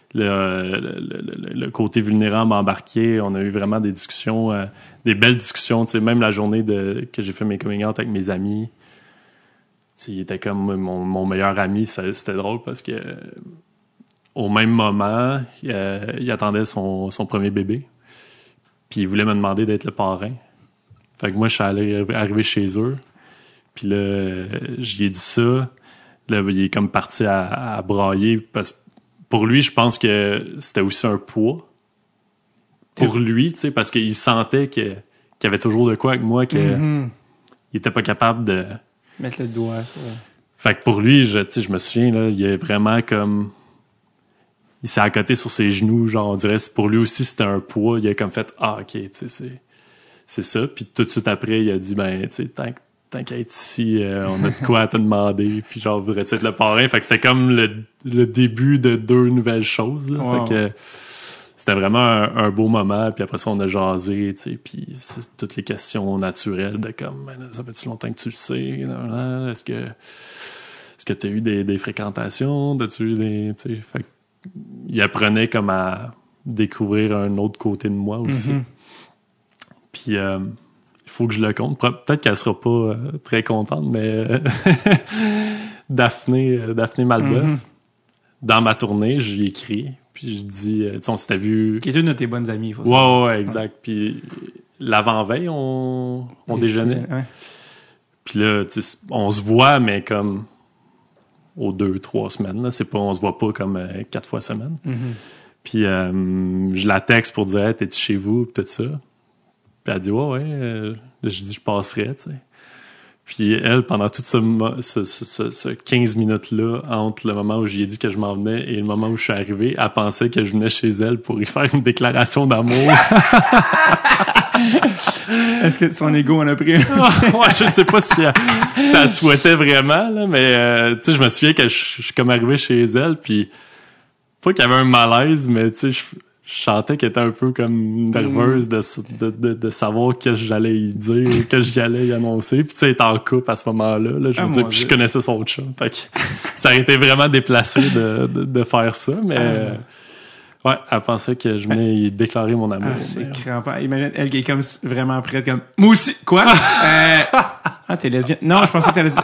le côté vulnérable embarqué, on a eu vraiment des discussions, des belles discussions, tu sais, même la journée que j'ai fait mes coming out avec mes amis, tu sais, il était comme mon meilleur ami, c'était drôle parce que au même moment, il attendait son premier bébé, puis il voulait me demander d'être le parrain. Fait que moi, je suis arrivé chez eux, puis là, j'y ai dit ça, là, il est comme parti à brailler parce que pour lui, je pense que c'était aussi un poids. Pour lui, tu sais, parce qu'il sentait qu'il y avait toujours de quoi avec moi, qu'il était pas capable de mettre le doigt. Ça. Fait que pour lui, je me souviens, là, il est vraiment comme... Il s'est accoté sur ses genoux, genre, on dirait, pour lui aussi, c'était un poids. Il a comme fait, OK, tu sais, c'est ça. Puis tout de suite après, il a dit, ben, tu sais, tant qu'à être ici, on a de quoi à te demander, puis genre, voudrais-tu être le parrain? Fait que c'était comme le début de 2 nouvelles choses, là. Wow. Fait que c'était vraiment un beau moment, puis après ça, on a jasé, tu sais, puis c'est toutes les questions naturelles de comme, ça fait-tu longtemps que tu le sais? Est-ce que tu as eu des fréquentations? As-tu eu des, tu sais, fait il apprenait comme à découvrir un autre côté de moi aussi. Mm-hmm. Puis il faut que je le compte. Peut-être qu'elle sera pas très contente, mais Daphné Malbeuf, dans ma tournée, j'y écris. Puis je dis, tu sais, on s'était vu... Qui est une de tes bonnes amies, il faut savoir. Ouais, exact. Puis l'avant-veille, on déjeunait. Ouais. Puis là, tu sais, on se voit, mais comme aux 2-3 semaines. Là. C'est pas, on se voit pas comme 4 fois semaine. Mm-hmm. Puis je la texte pour dire hey, « T'es-tu chez vous? » Puis tout ça. Puis elle dit « Ouais. » Je dis « Je passerai. » tu sais. Puis elle, pendant tout ce 15 minutes-là, entre le moment où j'y ai dit que je m'en venais et le moment où je suis arrivé, elle pensait que je venais chez elle pour y faire une déclaration d'amour. Est-ce que son ego en a pris un? Ouais, je sais pas si elle souhaitait vraiment, là, mais tu sais, je me souviens que je suis comme arrivé chez elle, puis pas qu'il y avait un malaise, mais tu sais, je sentais qu'elle était un peu comme nerveuse de savoir que j'allais y dire, que j'allais y annoncer. Puis tu sais, elle était en couple à ce moment-là, là, je veux dire, puis je connaissais son chum. Fait que ça a été vraiment déplacé de faire ça, mais ouais, elle pensait que je venais y déclarer mon amour. Ah, c'est crampant. Imagine, elle qui est comme vraiment prête, comme moi aussi. Quoi? Ah, t'es lesbienne. Non, je pensais que t'allais dire.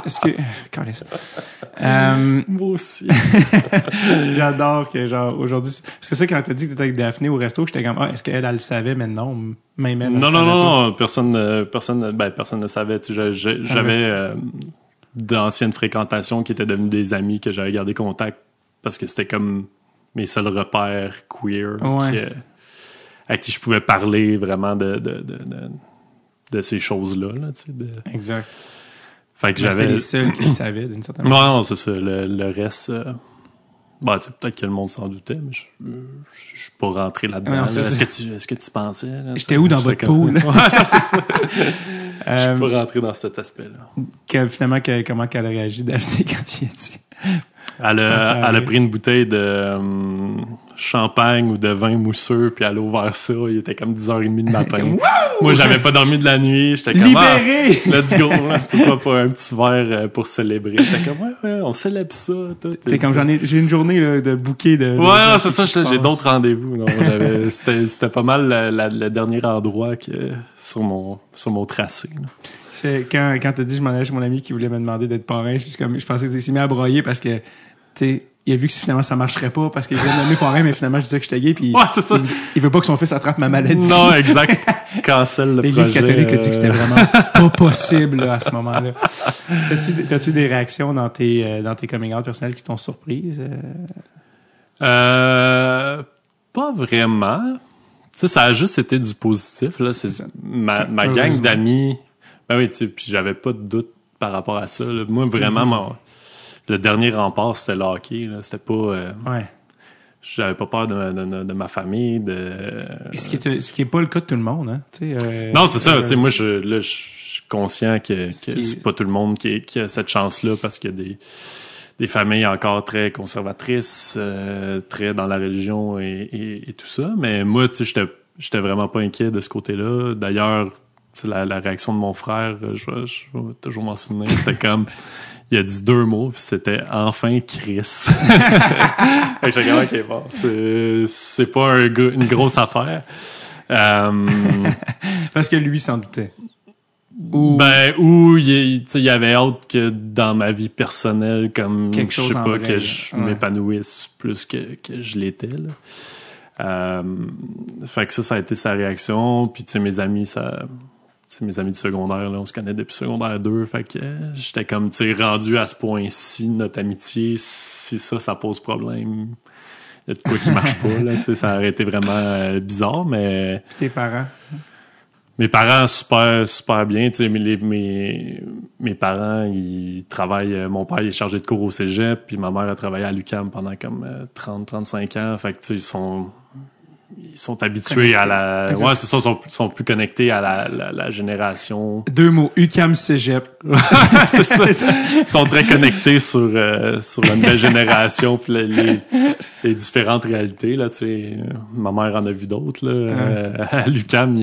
Moi aussi. J'adore que, genre, aujourd'hui. Parce que ça, quand t'as dit que t'étais avec Daphné au resto, j'étais comme, est-ce qu'elle le savait, mais non, même elle. Non, personne ne savait. Tu sais, j'avais d'anciennes fréquentations qui étaient devenues des amis que j'avais gardé contact parce que c'était comme mes seuls repères queer à qui je pouvais parler vraiment de ces choses-là. Là, tu sais, Exact. Fait que C'était les seuls qui le savaient d'une certaine manière. Non, c'est ça. Le reste... Bah, tu sais, peut-être que le monde s'en doutait, mais je suis pas rentré là-dedans. Non, là. c'est Est-ce que tu pensais? Là, j'étais où dans votre pool? Ouais, c'est ça. Je suis pas rentré dans cet aspect-là. Finalement, comment qu'elle a réagi, Daphné, quand il a dit? Elle a pris une bouteille de champagne ou de vin mousseux, puis elle a ouvert ça. Il était comme 10h30 du matin. Moi, j'avais pas dormi de la nuit. J'étais comme, libéré! Let's go! Pourquoi pas un petit verre pour célébrer? J'étais comme, ouais, on célèbre ça. T'es comme, j'ai une journée là, de bouquet de... Ouais, c'est ça, j'ai d'autres rendez-vous. Non, c'était pas mal le dernier endroit sur mon tracé. Là. Quand t'as dit je m'en allais chez mon ami qui voulait me demander d'être parrain, je pensais que s'est mis à broyer parce que, tu sais, il a vu que finalement ça marcherait pas parce qu'il voulait me nommer parrain, mais finalement je disais que j'étais gay, puis ouais, c'est ça. Il veut pas que son fils attrape ma maladie. Non, exact. Cancel le projet. L'Église catholique a dit que c'était vraiment pas possible là, à ce moment-là. T'as-tu des réactions dans tes coming out personnels qui t'ont surprise? Pas vraiment. Tu sais, ça a juste été du positif. Là. C'est ma gang d'amis. Ben oui, tu sais, puis j'avais pas de doute par rapport à ça. Là. Moi, vraiment, le dernier rempart, c'était le hockey. Là. C'était pas... J'avais pas peur de ma famille. Ce qui est pas le cas de tout le monde. Hein? Non, c'est ça. Moi, je suis conscient que c'est pas tout le monde qui a cette chance-là parce qu'il y a des familles encore très conservatrices, très dans la religion et tout ça. Mais moi, tu sais, j'étais vraiment pas inquiet de ce côté-là. D'ailleurs, la réaction de mon frère, je vais toujours m'en souvenir, c'était comme, il a dit 2 mots, puis c'était « enfin Chris ». Fait que j'ai dit « OK, bon, c'est pas une grosse affaire ». Parce que lui s'en doutait. Il avait hâte que dans ma vie personnelle, comme quelque chose, je sais pas, vrai, que je m'épanouisse plus que je l'étais. Là. Fait que ça a été sa réaction. Puis tu sais, mes amis du secondaire, là, on se connaît depuis secondaire 2. Fait que j'étais comme, tu sais, rendu à ce point-ci, notre amitié, si ça pose problème, il y a de quoi qui marche pas. Là, tu sais, ça aurait été vraiment bizarre, mais... Puis tes parents? Mes parents, super, super bien. Tu sais, mes parents, ils travaillent... Mon père, il est chargé de cours au cégep, puis ma mère a travaillé à l'UQAM pendant comme 30-35 ans. Fait que, tu sais, ils sont habitués Connectés. à la... Ouais, Ouais, c'est ça, sont plus connectés à la génération. 2 mots, UQAM Cégep. C'est ça. Ils sont très connectés sur la nouvelle génération puis les différentes réalités, là, tu sais. Ma mère en a vu d'autres, là. À l'UQAM,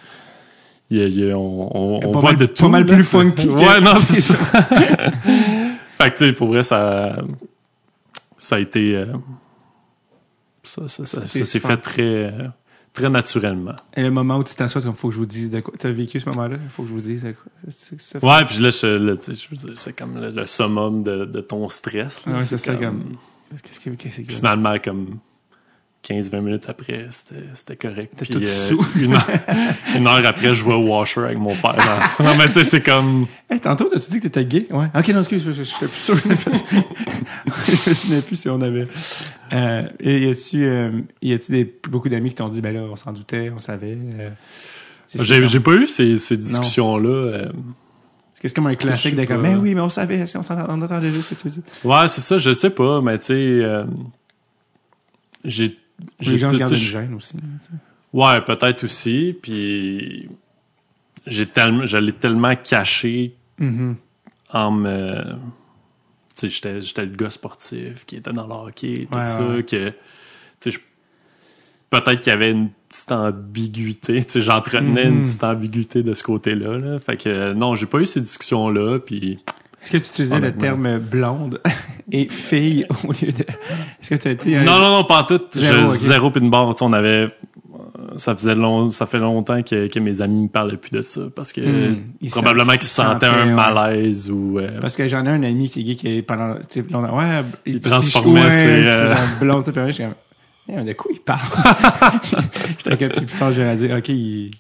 on voit de tout. Pas mal là, plus c'est- funky. Ouais, non, c'est ça. Fait que, tu sais, pour vrai, ça a été... ça s'est super. fait très naturellement. Et le moment où tu t'assois, comme faut que je vous dise de quoi. T'as vécu ce moment-là? Faut que je vous dise de quoi. C'est que ça fait- Ouais, puis là, tu sais, je veux dire, c'est comme le summum de ton stress. Là. Ouais, c'est ça, comme. Qu'est-ce que. Finalement, comme 15-20 minutes après, c'était correct. T'es Puis tout sous. une heure après, je vais au washer avec mon père. Non, mais tu sais, c'est comme... Hey, tantôt, t'as-tu dit que t'étais gay? Ouais. Ok, non, excuse, je suis plus sûr. Je me souviens plus si on avait. Et y a-tu beaucoup d'amis qui t'ont dit, ben là, on s'en doutait, on savait. J'ai pas eu ces discussions-là. C'est comme un classique Je sais de comme, pas. mais oui, mais on savait, si on entendait juste ce que tu veux dire. Ouais, c'est ça, je sais pas, mais tu sais... Les gens tu gardent sais, une gêne aussi. Tu sais. Ouais, peut-être aussi. Puis je l'ai tellement caché Mm-hmm. en me... Tu sais, j'étais le gars sportif qui était dans le hockey et tout Ouais, ça, ouais. que... Tu sais, peut-être qu'il y avait une petite ambiguïté. Tu sais, j'entretenais une petite ambiguïté de ce côté-là. Là. Fait que non, j'ai pas eu ces discussions-là. Puis... Est-ce que tu utilisais le Honnêtement. terme blonde et fille au lieu de... Est-ce que tu as été... Non, pas en tout. Zéro, ok. Zéro pis une barre. Tu sais, on avait... Ça fait longtemps que mes amis me parlaient plus de ça parce que Ils probablement qu'ils sentaient un ouais. malaise ou Parce que j'en ai un ami qui est gay qui est pendant... Tu sais, longtemps, ouais, Il transformait ses, c'est genre blond, tu sais, puis je suis comme... Eh, de quoi il parle? J'étais comme... Puis plus tard, j'aurais dit, OK,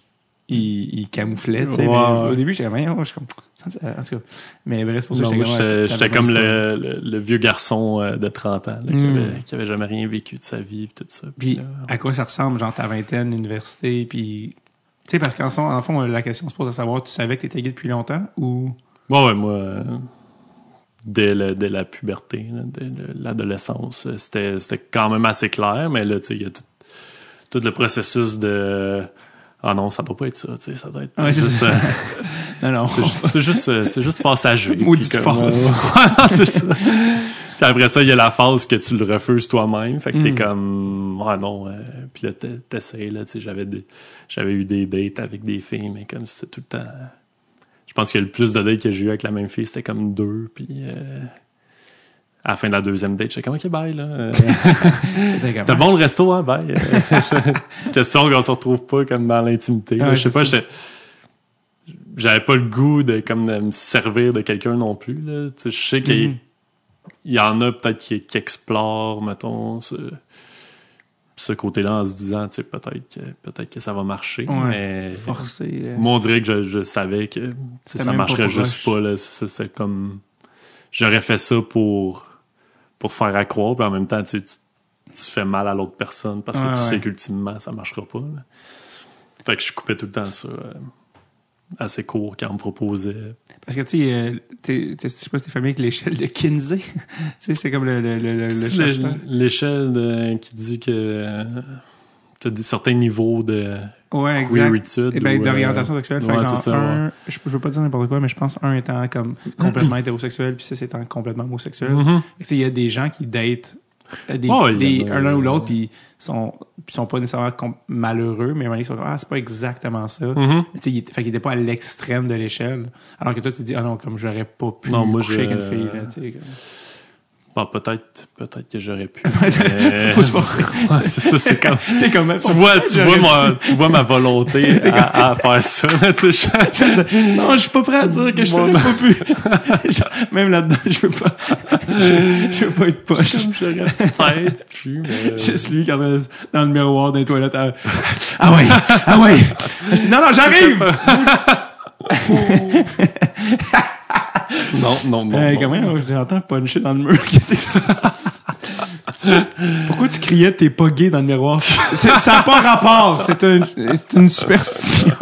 il camouflait, tu sais. Ouais. Mais au début, j'étais comme, je suis comme... En tout cas. Mais bref, c'est pour ça que non, moi, j'étais j'étais comme le vieux garçon de 30 ans là, qui avait jamais rien vécu de sa vie et tout ça. Puis là, à quoi ça ressemble, genre ta vingtaine, l'université, puis... Tu sais, parce qu'en fond, la question se pose à savoir, tu savais que t'étais gay depuis longtemps ou... ouais, moi, dès la puberté, là, dès l'adolescence, c'était quand même assez clair, mais là, tu sais, il y a tout le processus de... Ah non, ça doit pas être ça, tu sais, ça doit être Ouais, c'est juste... ça. Non. c'est juste passager. Maudite Puis comme, phase. ouais, c'est ça. Puis après ça, il y a la phase que tu le refuses toi-même. Fait que t'es comme, ah non. Puis là, t'essayes, là, tu sais, j'avais eu des dates avec des filles, mais comme c'était tout le temps... Je pense que le plus de dates que j'ai eu avec la même fille, c'était comme 2. Puis à la fin de la deuxième date, j'étais comme, OK, bye, là. C'était bon le resto, hein, bye. Question qu'on se retrouve pas comme dans l'intimité. Ouais, je sais pas, ça. j'avais pas le goût de me servir de quelqu'un non plus, là. Tu sais, je sais qu'il y en a peut-être qui explorent, mettons, ce côté-là en se disant, tu sais, peut-être que ça va marcher, Ouais, mais forcé. moi, on dirait que je savais que C'était ça même marcherait pas juste proche. pas, là. C'est comme... J'aurais fait ça pour faire à croire, puis en même temps, tu sais, tu fais mal à l'autre personne parce que tu sais qu'ultimement, ça marchera pas, là. Fait que je coupais tout le temps ça assez court quand on me proposait. Parce que, tu sais, je sais pas si t'es familier avec l'échelle de Kinsey. Tu sais, c'est comme le C'est chercheur. l'échelle qui dit que t'as certains niveaux de Ouais, exact. queeritude. Et ben, ou, d'orientation sexuelle. Fait ouais, que genre, c'est ça, ouais. je veux pas dire n'importe quoi, mais je pense un étant comme complètement hétérosexuel, puis 6 étant complètement homosexuel. Mhm. Tu sais, il y a des gens qui datent Oh, il y en a, l'un ou l'autre, puis sont pas nécessairement malheureux, mais à un moment donné, ils sont comme, c'est pas exactement ça. Mhm. Tu sais, fait qu'il était pas à l'extrême de l'échelle. Alors que toi, tu te dis, non, comme j'aurais pas pu Non, moi, coucher avec une fille, là, tu sais. Bon, peut-être que j'aurais pu. Faut se forcer. Ouais, c'est ça, c'est comme... T'es comme même. tu vois ma volonté à faire ça. Là, tu sais, Non, je suis pas prêt à dire que je ferais pas plus. Genre, même là-dedans, je veux pas être poche. j'aurais peut-être pu, mais... Juste lui qui est en train de- dans le miroir des toilettes. Ah ouais. Non, j'arrive! Non. Comment j'entends puncher dans le mur? Qu'est-ce que c'est ça? Pourquoi tu criais t'es pas gay dans le miroir? Ça n'a pas rapport. C'est une superstition.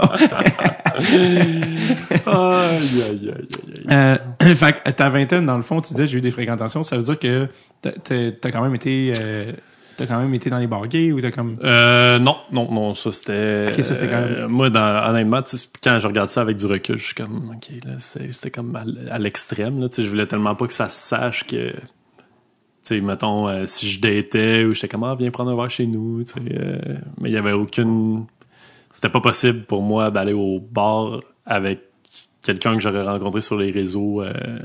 Aïe. Fait que ta vingtaine, dans le fond, tu disais j'ai eu des fréquentations. Ça veut dire que t'as quand même été... T'as quand même été dans les bars gays ou t'as comme... Non, ça c'était... Ok, ça c'était quand même... moi, honnêtement, tu sais, quand je regarde ça avec du recul, je suis comme, ok, là, c'était comme à l'extrême, là, tu sais, je voulais tellement pas que ça se sache que... Tu sais, mettons, si je datais ou j'étais comme, viens prendre un verre chez nous, tu sais, mais il y avait aucune... C'était pas possible pour moi d'aller au bar avec quelqu'un que j'aurais rencontré sur les réseaux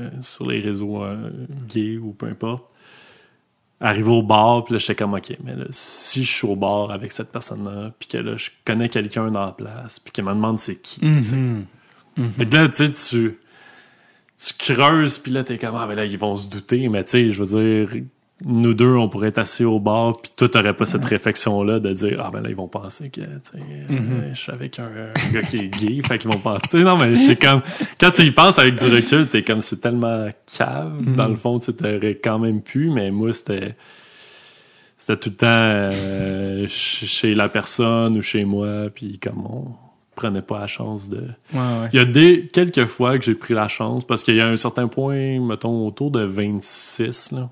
gays ou peu importe. Arrivé au bar, puis là, j'étais comme, OK, mais là, si je suis au bar avec cette personne-là, puis que là, je connais quelqu'un dans la place, puis qu'elle me demande c'est qui, tu sais. Fait que là, tu sais, tu creuses, puis là, t'es comme, ben là, ils vont se douter, mais tu sais, je veux dire, nous deux, on pourrait être assis au bar, puis toi, t'aurais pas cette réflexion-là de dire, ben là, ils vont penser que, tu sais, je suis avec un gars qui est gay, fait qu'ils vont penser, non, mais c'est comme, quand tu y penses avec du recul, t'es comme, c'est tellement cave, dans le fond, tu sais, t'aurais quand même pu, mais moi, c'était tout le temps chez la personne ou chez moi, puis comme on prenait pas la chance de... Ouais. Il y a quelques fois que j'ai pris la chance, parce qu'il y a un certain point, mettons, autour de 26, là,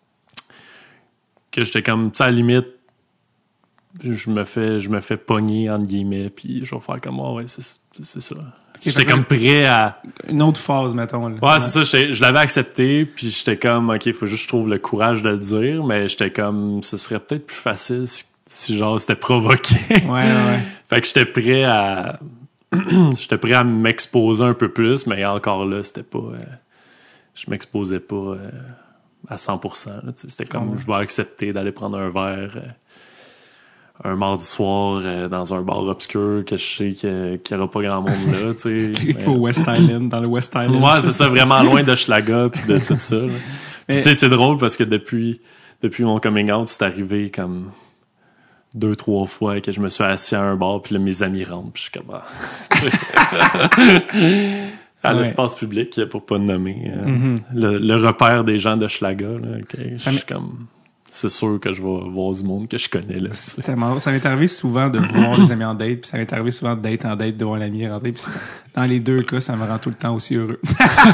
que j'étais comme, tu sais, à la limite, je me fais pogner, entre guillemets, puis je vais faire comme, ouais, c'est ça. Okay, j'étais comme prêt à... Une autre phase, mettons. Là. Ouais, c'est ça, je l'avais accepté, puis j'étais comme, OK, faut juste que je trouve le courage de le dire, mais j'étais comme, ce serait peut-être plus facile si genre, c'était provoqué. Ouais. Fait que j'étais prêt à m'exposer un peu plus, mais encore là, c'était pas... je m'exposais pas... à 100%. Là, c'était comme, je vais accepter d'aller prendre un verre un mardi soir dans un bar obscur que je sais qu'il n'y aura pas grand monde là. Il faut West Island, dans le West Island. Ouais, c'est ça, vraiment loin de Schlaga puis de tout ça. Puis tu sais, c'est drôle parce que depuis mon coming out, c'est arrivé comme 2-3 fois que je me suis assis à un bar puis là, mes amis rentrent puis je suis comme... À l'espace public, pour pas nommer le repère des gens de Schlaga, là, je suis comme, c'est sûr que je vais voir du monde que je connais là. C'était marrant. Ça m'est arrivé souvent de voir des amis en date, puis ça m'est arrivé souvent de date en date de voir un ami rentrer, puis dans les deux cas, ça me rend tout le temps aussi heureux.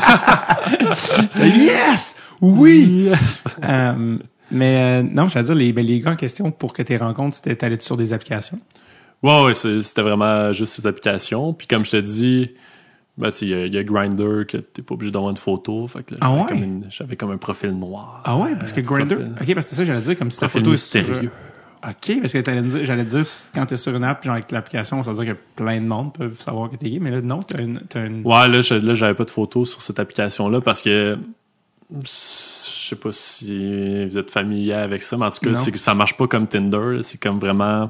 Yes! Oui! Mais non, je veux dire, les gars en question, pour que tes rencontres, t'allais sur des applications? Ouais, c'était vraiment juste ces applications. Puis comme je te dis, ben, tu sais, il y a Grindr que t'es pas obligé d'avoir une photo. Fait que là, j'avais comme un profil noir. Ah ouais, parce que Grindr. Ok, parce que ça, j'allais dire, comme si ta photo est mystérieux. Ok, parce que j'allais dire, quand t'es sur une app, genre avec l'application, ça veut dire que plein de monde peuvent savoir que t'es gay, mais là, non, t'as une... Ouais, là, j'avais pas de photo sur cette application-là parce que, je sais pas si vous êtes familier avec ça, mais en tout cas, c'est que ça marche pas comme Tinder, là, c'est comme vraiment,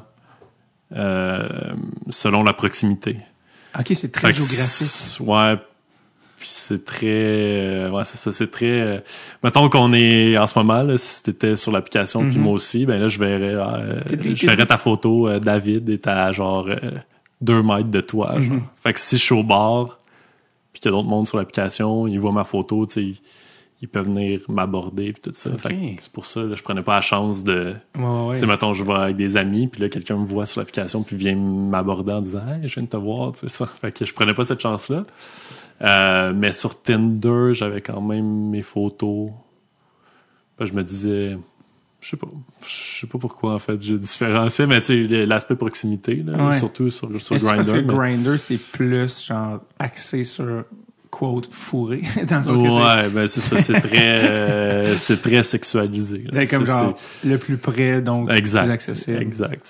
selon la proximité. Ok, c'est très géographique. Ouais, puis c'est très... ouais, c'est ça, c'est très... mettons qu'on est en ce moment, là, si t'étais sur l'application, puis moi aussi, ben là, je verrais ta photo, David, est à genre 2 mètres de toi. Genre. Fait que si je suis au bar, puis qu'il y a d'autres monde sur l'application, ils voient ma photo, tu sais, ils peuvent venir m'aborder puis tout ça. Okay. Fait que c'est pour ça là, je prenais pas la chance de... Ouais. Tu sais, mettons, je vais avec des amis, puis là, quelqu'un me voit sur l'application, puis vient m'aborder en disant « Hey, je viens de te voir », tu sais ça. Fait que je prenais pas cette chance-là. Mais sur Tinder, j'avais quand même mes photos. Fait que je me disais... Je sais pas pourquoi, en fait, j'ai différencié, mais tu sais, l'aspect proximité, là, surtout sur Grindr. Parce que Grindr, c'est plus, genre, axé sur... quote fourré dans le sens que ben c'est ça, c'est très sexualisé là. Comme ça, genre le plus près, donc exact, plus accessible. Exact,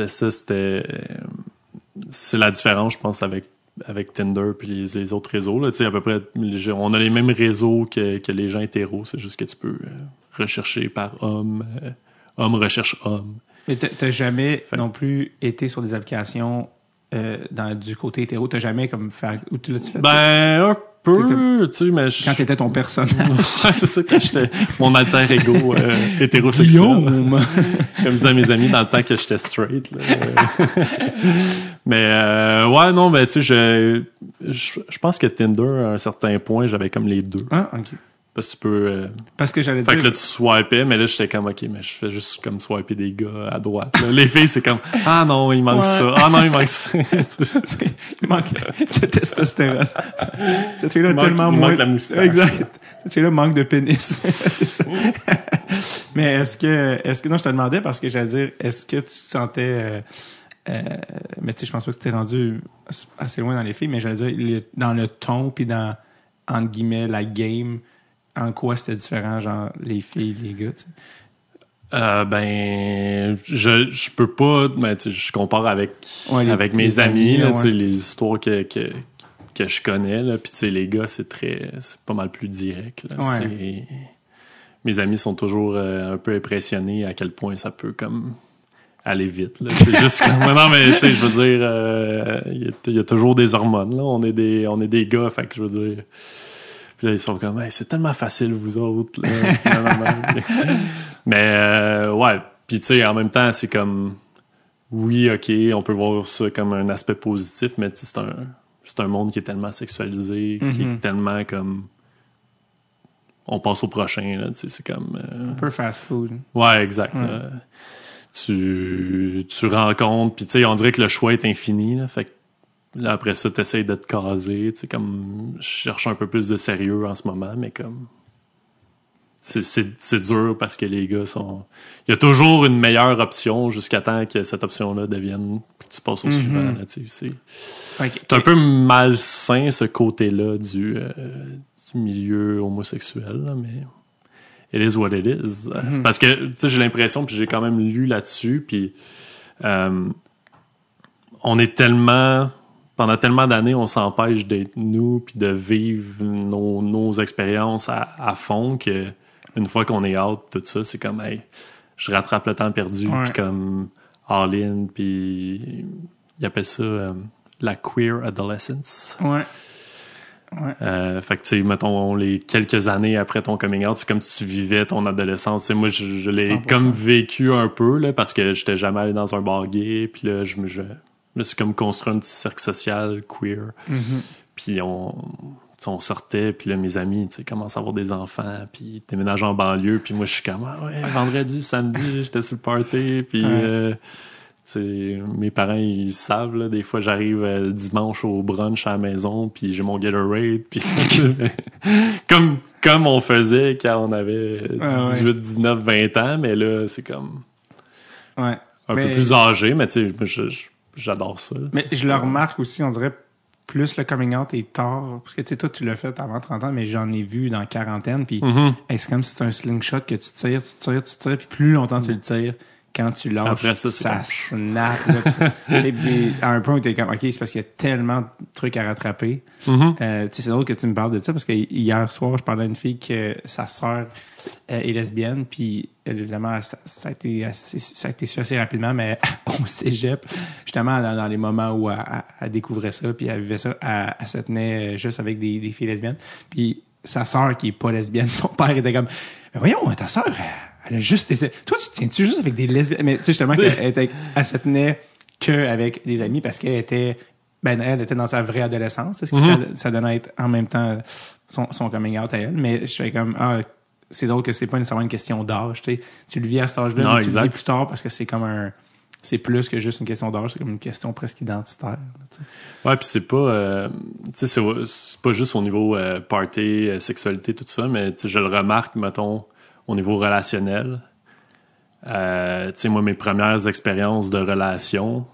c'est la différence, je pense, avec Tinder puis les autres réseaux là, tu sais, à peu près on a les mêmes réseaux que les gens hétéros, c'est juste que tu peux rechercher par homme recherche homme. Mais t'as jamais non plus été sur des applications du côté hétéro, t'as jamais comme fait ou tu l'as-tu fait? Ben un peu, tu sais, mais quand t'étais ton personnage. C'est ça, quand j'étais mon alter ego hétérosexuel. Comme disaient mes amis dans le temps que j'étais straight. Là. Mais ouais, non, ben tu sais, je pense que Tinder, à un certain point, j'avais comme les deux. Ah, ok. Parce que tu peux... Parce que j'allais Fait dire... que là, tu swipais, mais là, j'étais comme, OK, mais je fais juste comme swiper des gars à droite. Là. Les filles, c'est comme, ah non, il manque ça. Ah non, il manque ça. Il manque de testostérone. Cette fille-là a tellement il moins... manque la moustache. Exact. Cette fille-là manque de pénis. C'est ça. Mais est-ce que... Non, je te demandais parce que j'allais dire, est-ce que tu te sentais... mais tu sais, je pense pas que tu t'es rendu assez loin dans les filles, mais j'allais dire, dans le ton puis dans, entre guillemets, la game... En quoi c'était différent, genre, les filles, les gars, tu sais? Ben, je peux pas, mais tu sais, je compare avec mes amis, là, ouais. tu sais, les histoires que je connais, là, puis tu sais, les gars, c'est pas mal plus direct, là. Ouais. Mes amis sont toujours un peu impressionnés à quel point ça peut, comme, aller vite, là. C'est juste comme, non, mais tu sais, je veux dire, il y a toujours des hormones, là. On est des gars, fait que je veux dire... Puis là, ils sont comme, hey, c'est tellement facile, vous autres. Là. Mais, ouais. Puis, tu sais, en même temps, c'est comme, oui, OK, on peut voir ça comme un aspect positif, mais tu sais, c'est un monde qui est tellement sexualisé, qui est tellement comme, on passe au prochain, là, tu sais, c'est comme... un peu fast food. Ouais, exact. Tu rencontres, puis tu sais, on dirait que le choix est infini, là, fait que là, après ça, t'essayes de te caser, tu sais, comme, je cherche un peu plus de sérieux en ce moment, mais comme, c'est dur parce que les gars sont... Il y a toujours une meilleure option jusqu'à temps que cette option-là devienne, puis que tu passes au suivant, là, tu sais. C'est un peu malsain, ce côté-là du milieu homosexuel, là, mais it is what it is. Parce que, tu sais, j'ai l'impression, puis j'ai quand même lu là-dessus, puis on est tellement... Pendant tellement d'années, on s'empêche d'être nous puis de vivre nos expériences à fond que une fois qu'on est out, tout ça, c'est comme, hey, je rattrape le temps perdu, puis comme all-in, puis ils appellent ça la queer adolescence. Ouais. Fait que, tu sais, mettons, les quelques années après ton coming out, c'est comme si tu vivais ton adolescence. T'sais, moi, je l'ai 100%. comme vécu un peu, là, parce que j'étais jamais allé dans un bar gay, puis là, je me suis comme construit un petit cercle social queer. Puis on sortait, puis là, mes amis, tu sais, commencent à avoir des enfants, puis ils déménagent en banlieue, puis moi, je suis comme, ah ouais, vendredi, samedi, j'étais sur le party, puis tu sais, mes parents, ils savent, là, des fois, j'arrive le dimanche au brunch à la maison, puis j'ai mon Gatorade, puis comme on faisait quand on avait 18, 19, 20 ans, mais là, c'est comme un peu plus âgé, mais tu sais, j'adore ça. Mais je le remarque aussi, on dirait, plus le coming out est tard. Parce que, tu sais, toi, tu l'as fait avant 30 ans, mais j'en ai vu dans la quarantaine. Puis, c'est comme si c'était un slingshot que tu tires, puis plus longtemps tu le tires, quand tu lâches, après ça snap. Là, à un point où t'es comme, OK, c'est parce qu'il y a tellement de trucs à rattraper. Tu sais, c'est drôle que tu me parles de ça, parce que hier soir, je parlais à une fille que sa sœur est lesbienne, puis évidemment, ça a été su assez rapidement, mais au cégep, justement, dans les moments où elle découvrait ça, puis elle vivait ça, elle se tenait juste avec des filles lesbiennes. Puis sa sœur, qui est pas lesbienne, son père était comme, mais voyons, ta sœur, elle a juste... Toi, tu tiens-tu juste avec des lesbiennes? Mais tu sais, justement, elle se tenait qu'avec des amis parce qu'elle était... Ben, elle était dans sa vraie adolescence. Parce que ça donnait être en même temps son coming out à elle. Mais je fais comme... c'est drôle que c'est pas nécessairement une question d'âge. Tu le vis à cet âge-là, mais tu le vis plus tard parce que c'est comme c'est plus que juste une question d'âge. C'est comme une question presque identitaire. Ouais, puis c'est pas... tu sais, c'est pas juste au niveau party, sexualité, tout ça, mais tu sais, je le remarque, mettons... Au niveau relationnel, tu sais, moi, mes premières expériences de relations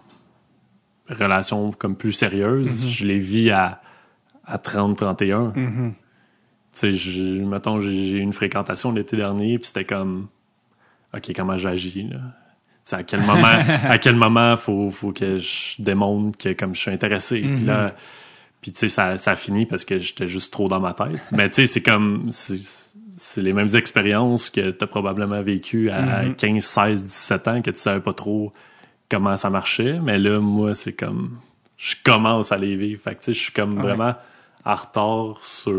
comme plus sérieuses, je les vis à 30-31. Tu sais, mettons, j'ai eu une fréquentation l'été dernier, puis c'était comme, OK, comment j'agis, là? Tu sais, à quel moment faut que je démontre que comme je suis intéressé. Puis là, puis tu sais, ça finit parce que j'étais juste trop dans ma tête. Mais tu sais, c'est comme... C'est les mêmes expériences que tu as probablement vécues à 15, 16, 17 ans, que tu savais pas trop comment ça marchait. Mais là, moi, c'est comme... Je commence à les vivre. Fait que, tu sais, je suis comme vraiment en retard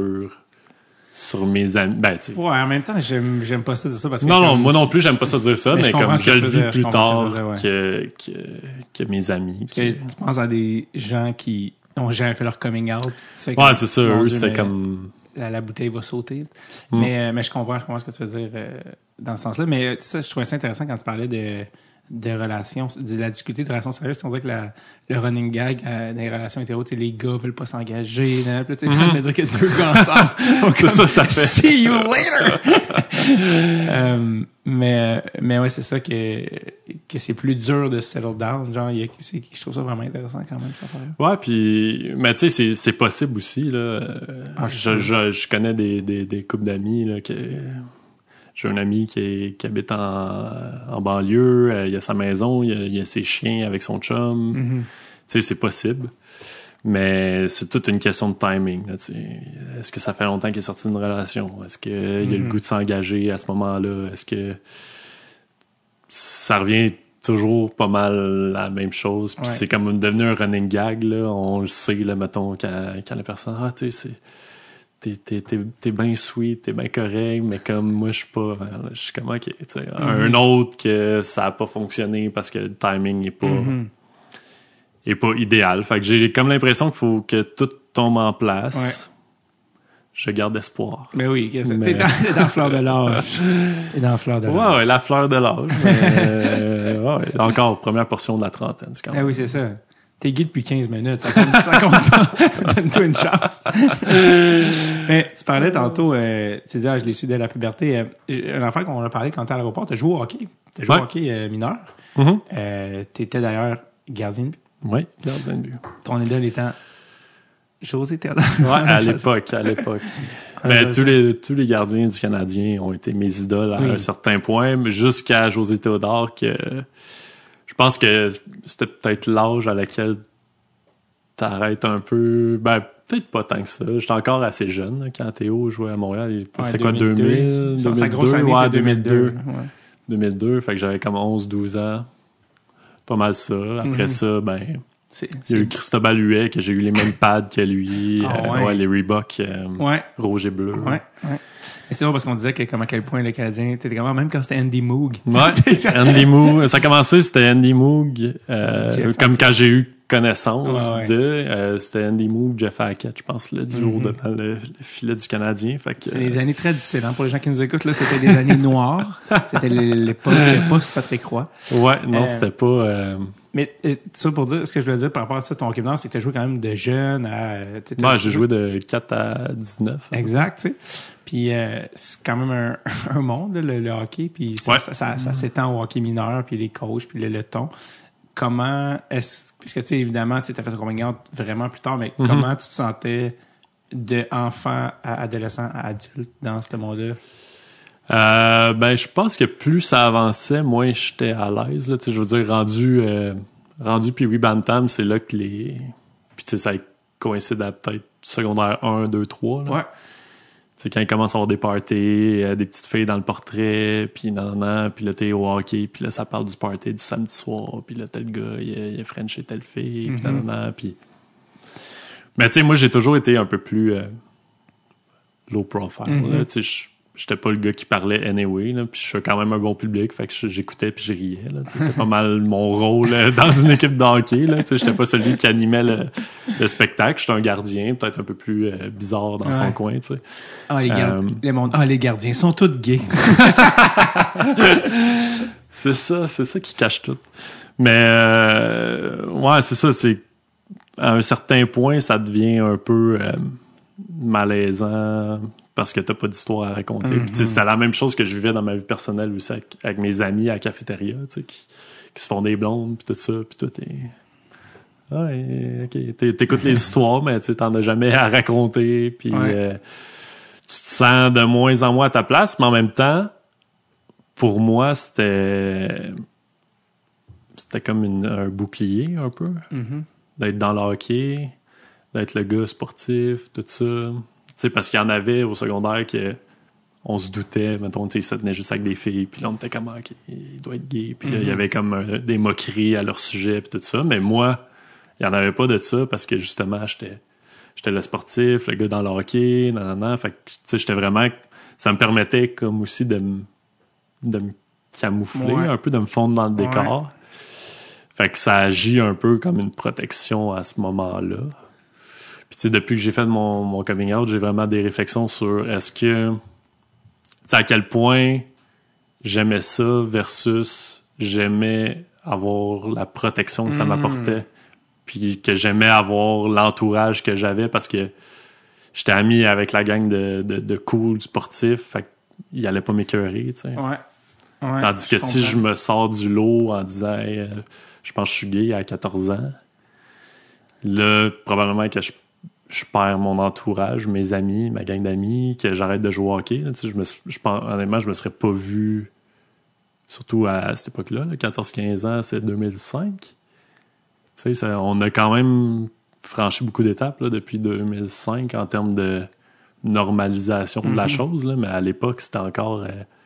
sur mes amis. Ben, tu sais. Ouais, en même temps, j'aime pas ça dire ça parce que... Non, moi non plus, j'aime pas ça dire ça, mais comme je le vis plus tard que mes amis. Tu penses à des gens qui ont jamais fait leur coming out. Ouais, c'est ça. Eux, c'est comme... la bouteille va sauter. Mais je comprends ce que tu veux dire dans ce sens-là. Mais ça, je trouvais ça intéressant quand tu parlais de relations, de la difficulté de relations sérieuses. On dirait que le running gag dans les relations hétéro, les gars veulent pas s'engager. Puis tu sais, me dire que deux gars ensemble sont comme ça fait. See you later! Mais ouais, c'est ça que c'est plus dur de settle down. Genre, je trouve ça vraiment intéressant quand même. Ça ouais, puis mais tu sais, c'est possible aussi là. Je connais des couples d'amis là que j'ai un ami qui habite en banlieue, il a sa maison, il a ses chiens avec son chum. Mm-hmm. Tu sais, c'est possible. Mais c'est toute une question de timing. Là, est-ce que ça fait longtemps qu'il est sorti d'une relation? Est-ce qu'il a le goût de s'engager à ce moment-là? Est-ce que ça revient toujours pas mal la même chose? Puis c'est comme devenu un running gag. Là. On le sait, là, mettons, quand la personne... Ah, tu sais, t'es bien sweet, t'es bien correct, mais comme moi, je suis pas... Je suis comme, OK, tu sais, un autre que ça a pas fonctionné parce que le timing est pas idéal. Fait que j'ai comme l'impression qu'il faut que tout tombe en place. Ouais. Je garde espoir. Ben oui, t'es dans la fleur de l'âge. Ouais, la fleur de l'âge. Mais, ouais, encore, première portion de la trentaine. C'est quand même... oui, c'est ça. T'es gay depuis 15 minutes. Ça compte pas. Donne-toi une chance. Mais tu parlais tantôt, tu disais, je l'ai su dès la puberté. Un enfant qu'on a parlé quand t'es à l'aéroport, t'as joué au hockey. T'as joué au hockey mineur. Mm-hmm. T'étais d'ailleurs gardien de but. Oui, gardien de but. Ton idole étant José Théodore. Ouais, à l'époque. Ben, tous les gardiens du Canadien ont été mes idoles à un certain point, mais jusqu'à José Théodore, que je pense que c'était peut-être l'âge à laquelle t'arrêtes un peu. Ben, peut-être pas tant que ça. J'étais encore assez jeune là, quand Théo jouait à Montréal. C'était quoi, 2000? Sa grosse année, c'est 2002. Ouais. 2002, fait que j'avais comme 11-12 ans. Pas mal ça. Après ça, ben... Il y a eu Cristobal Huet, que j'ai eu les mêmes pads que lui. Les Reebok rouge et bleu. Ouais. Et c'est drôle parce qu'on disait que comme à quel point le Canadien, t'étais quand même quand c'était Andy Moog. Ouais, Andy Moog. Ça a commencé, c'était Andy Moog. Comme quand j'ai eu connaissance c'était Andy Moog, Jeff Hackett, je pense, le duo devant le filet du Canadien. Fait que, c'est des années très différentes. Pour les gens qui nous écoutent, là, c'était des années noires. C'était l'époque post-Patrick Roy. Ouais, non, c'était pas... Mais ça pour dire, ce que je voulais dire par rapport à ça, ton hockey mineur, c'est que tu as joué quand même de jeune à... Ouais, j'ai joué de 4 à 19. Exact, tu sais. Puis c'est quand même un monde, là, le hockey. Puis ça s'étend au hockey mineur, puis les coachs, puis le ton. Comment est-ce... Parce que, tu sais, évidemment, tu as fait ton coming out vraiment plus tard, mais comment tu te sentais de enfant à adolescent à adulte dans ce monde-là? Ben, je pense que plus ça avançait, moins j'étais à l'aise. Là, je veux dire, rendu Pee Wee Bantam, c'est là que les... Puis tu sais, ça coïncide à peut-être secondaire 1, 2, 3. Là. Ouais. Tu sais, quand ils commencent à avoir des parties, des petites filles dans le portrait, puis puis là, t'es au hockey, puis là, ça parle du party du samedi soir, puis là, tel gars, il a frenché telle fille, puis puis... Mais tu sais, moi, j'ai toujours été un peu plus low profile, là, tu sais, j'étais pas le gars qui parlait anyway, là, puis je suis quand même un bon public, fait que j'écoutais puis je riais. Là, c'était pas mal mon rôle dans une équipe de hockey. Là, j'étais pas celui qui animait le spectacle. J'étais un gardien, peut-être un peu plus bizarre dans son coin. T'sais. Les gardiens sont tous gays. C'est ça qui cache tout. Mais c'est ça. C'est à un certain point, ça devient un peu malaisant. Parce que t'as pas d'histoire à raconter. Puis, c'était la même chose que je vivais dans ma vie personnelle aussi avec mes amis à la cafétéria, qui se font des blondes, puis tout ça, puis tout est... Ouais, OK, t'écoutes les histoires, mais tu t'en as jamais à raconter, puis tu te sens de moins en moins à ta place, mais en même temps, pour moi, c'était comme un bouclier, un peu, d'être dans le hockey, d'être le gars sportif, tout ça... Tu sais, parce qu'il y en avait au secondaire que on se doutait, mettons, tu sais, ça tenait juste avec des filles, puis là, on était comme, OK, il doit être gay, puis là, il y avait comme des moqueries à leur sujet, puis tout ça, mais moi, il y en avait pas de ça, parce que justement, j'étais le sportif, le gars dans le hockey, fait que, tu sais, j'étais vraiment, ça me permettait comme aussi de me camoufler, un peu, de me fondre dans le décor, fait que ça agit un peu comme une protection à ce moment-là. Puis tu sais, depuis que j'ai fait mon coming out, j'ai vraiment des réflexions sur est-ce que... Tu sais, à quel point j'aimais ça versus j'aimais avoir la protection que ça m'apportait. Puis que j'aimais avoir l'entourage que j'avais parce que j'étais ami avec la gang de cool sportifs. Fait qu'ils allaient pas m'écœurer, tu sais. Ouais. Tandis que si je me sors du lot en disant hey, je pense que je suis gay à 14 ans, là, probablement que je perds mon entourage, mes amis, ma gang d'amis, que j'arrête de jouer au hockey. Là, je pense, honnêtement, je me serais pas vu, surtout à cette époque-là, 14-15 ans, c'est 2005. On a quand même franchi beaucoup d'étapes là, depuis 2005 en termes de normalisation de la chose, là, mais à l'époque, c'était encore...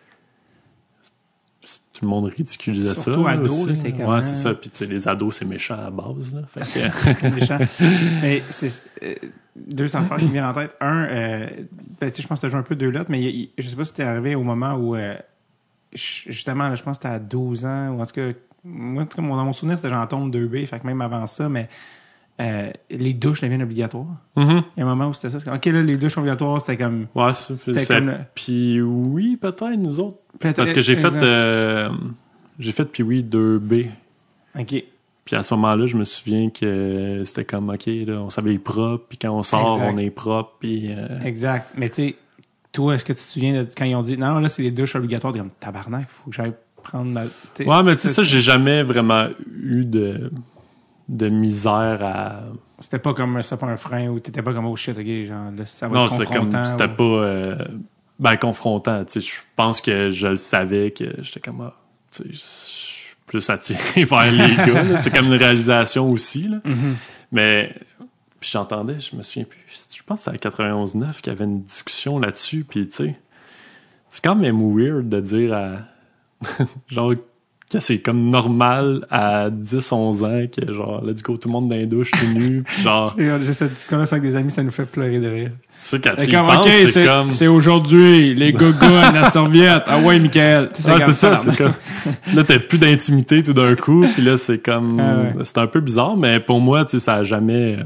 tout le monde ridiculisait surtout ça. Surtout ado, là, t'es quand ouais, c'est ça. Puis les ados, c'est méchant à la base. Là. Fait que... c'est méchant. Mais c'est deux affaires qui me viennent en tête. Un, je pense que tu as joué un peu deux lots, mais je sais pas si t'es arrivé au moment où justement, là, je pense que t'as 12 ans, ou en tout cas, moi, dans mon souvenir, c'était genre tombe 2B, fait que même avant ça, mais les douches deviennent obligatoires. Mm-hmm. Il y a un moment où c'était ça. OK, là, les douches obligatoires, c'était comme... Ouais, c'était comme... Puis oui, peut-être, nous autres. Parce que j'ai fait puis oui 2B. OK. Puis à ce moment-là, je me souviens que c'était comme, OK, là, on s'habille propre, puis quand on sort, on est propre, puis... Exact. Mais tu sais, toi, est-ce que tu te souviens de quand ils ont dit, non, là, c'est les douches obligatoires, t'es comme, tabarnak, faut que j'aille prendre ma... Ouais, mais tu sais, ça, j'ai jamais vraiment eu de misère à... C'était pas comme ça, pas un frein, ou t'étais pas comme, oh shit, OK, genre, là, ça va non, être confrontant. Non, c'était pas... confrontant, tu sais, je pense que je le savais, que j'étais comme, tu sais, je suis plus attiré vers les gars, là. C'est comme une réalisation aussi, là. Mm-hmm. Mais, puis j'entendais, je me souviens plus, je pense que c'était à 91.9 qu'il y avait une discussion là-dessus, puis tu sais, c'est quand même weird de dire à... genre, que c'est comme normal à 10-11 ans que genre, let's go, tout le monde dans les douches, tout nu, pis genre... J'ai cette discussion-là avec des amis, ça nous fait pleurer de rire. Tu sais, quand tu y penses, c'est comme... C'est aujourd'hui, les gogos la serviette. Ah ouais, Michael. C'est ça, c'est comme... Là, t'as plus d'intimité tout d'un coup, puis là, c'est comme... C'est un peu bizarre, mais pour moi, tu sais, ça a jamais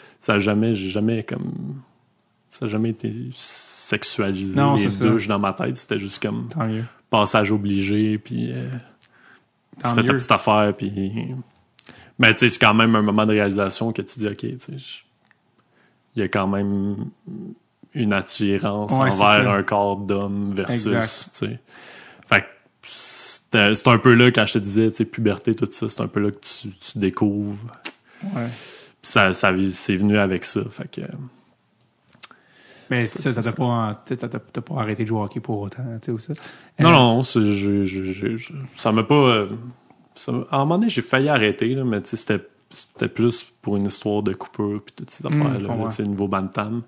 été sexualisé, non, les douches dans ma tête. C'était juste comme... Tant mieux. Passage obligé, puis... tu fais ta petite affaire, puis... Mais tu sais, c'est quand même un moment de réalisation que tu dis, OK, tu sais, il y a quand même une attirance envers un corps d'homme versus, tu sais. Fait que c'est un peu là, quand je te disais, tu sais, puberté, tout ça, c'est un peu là que tu découvres. Ouais. Puis ça c'est venu avec ça, fait que... Mais ça t'a pas arrêté de jouer au hockey pour autant, tu sais, ou ça? Non, ça m'a pas... à un moment donné, j'ai failli arrêter, là, mais tu sais, c'était plus pour une histoire de coupure puis toutes ces affaires-là, tu sais, niveau bantam.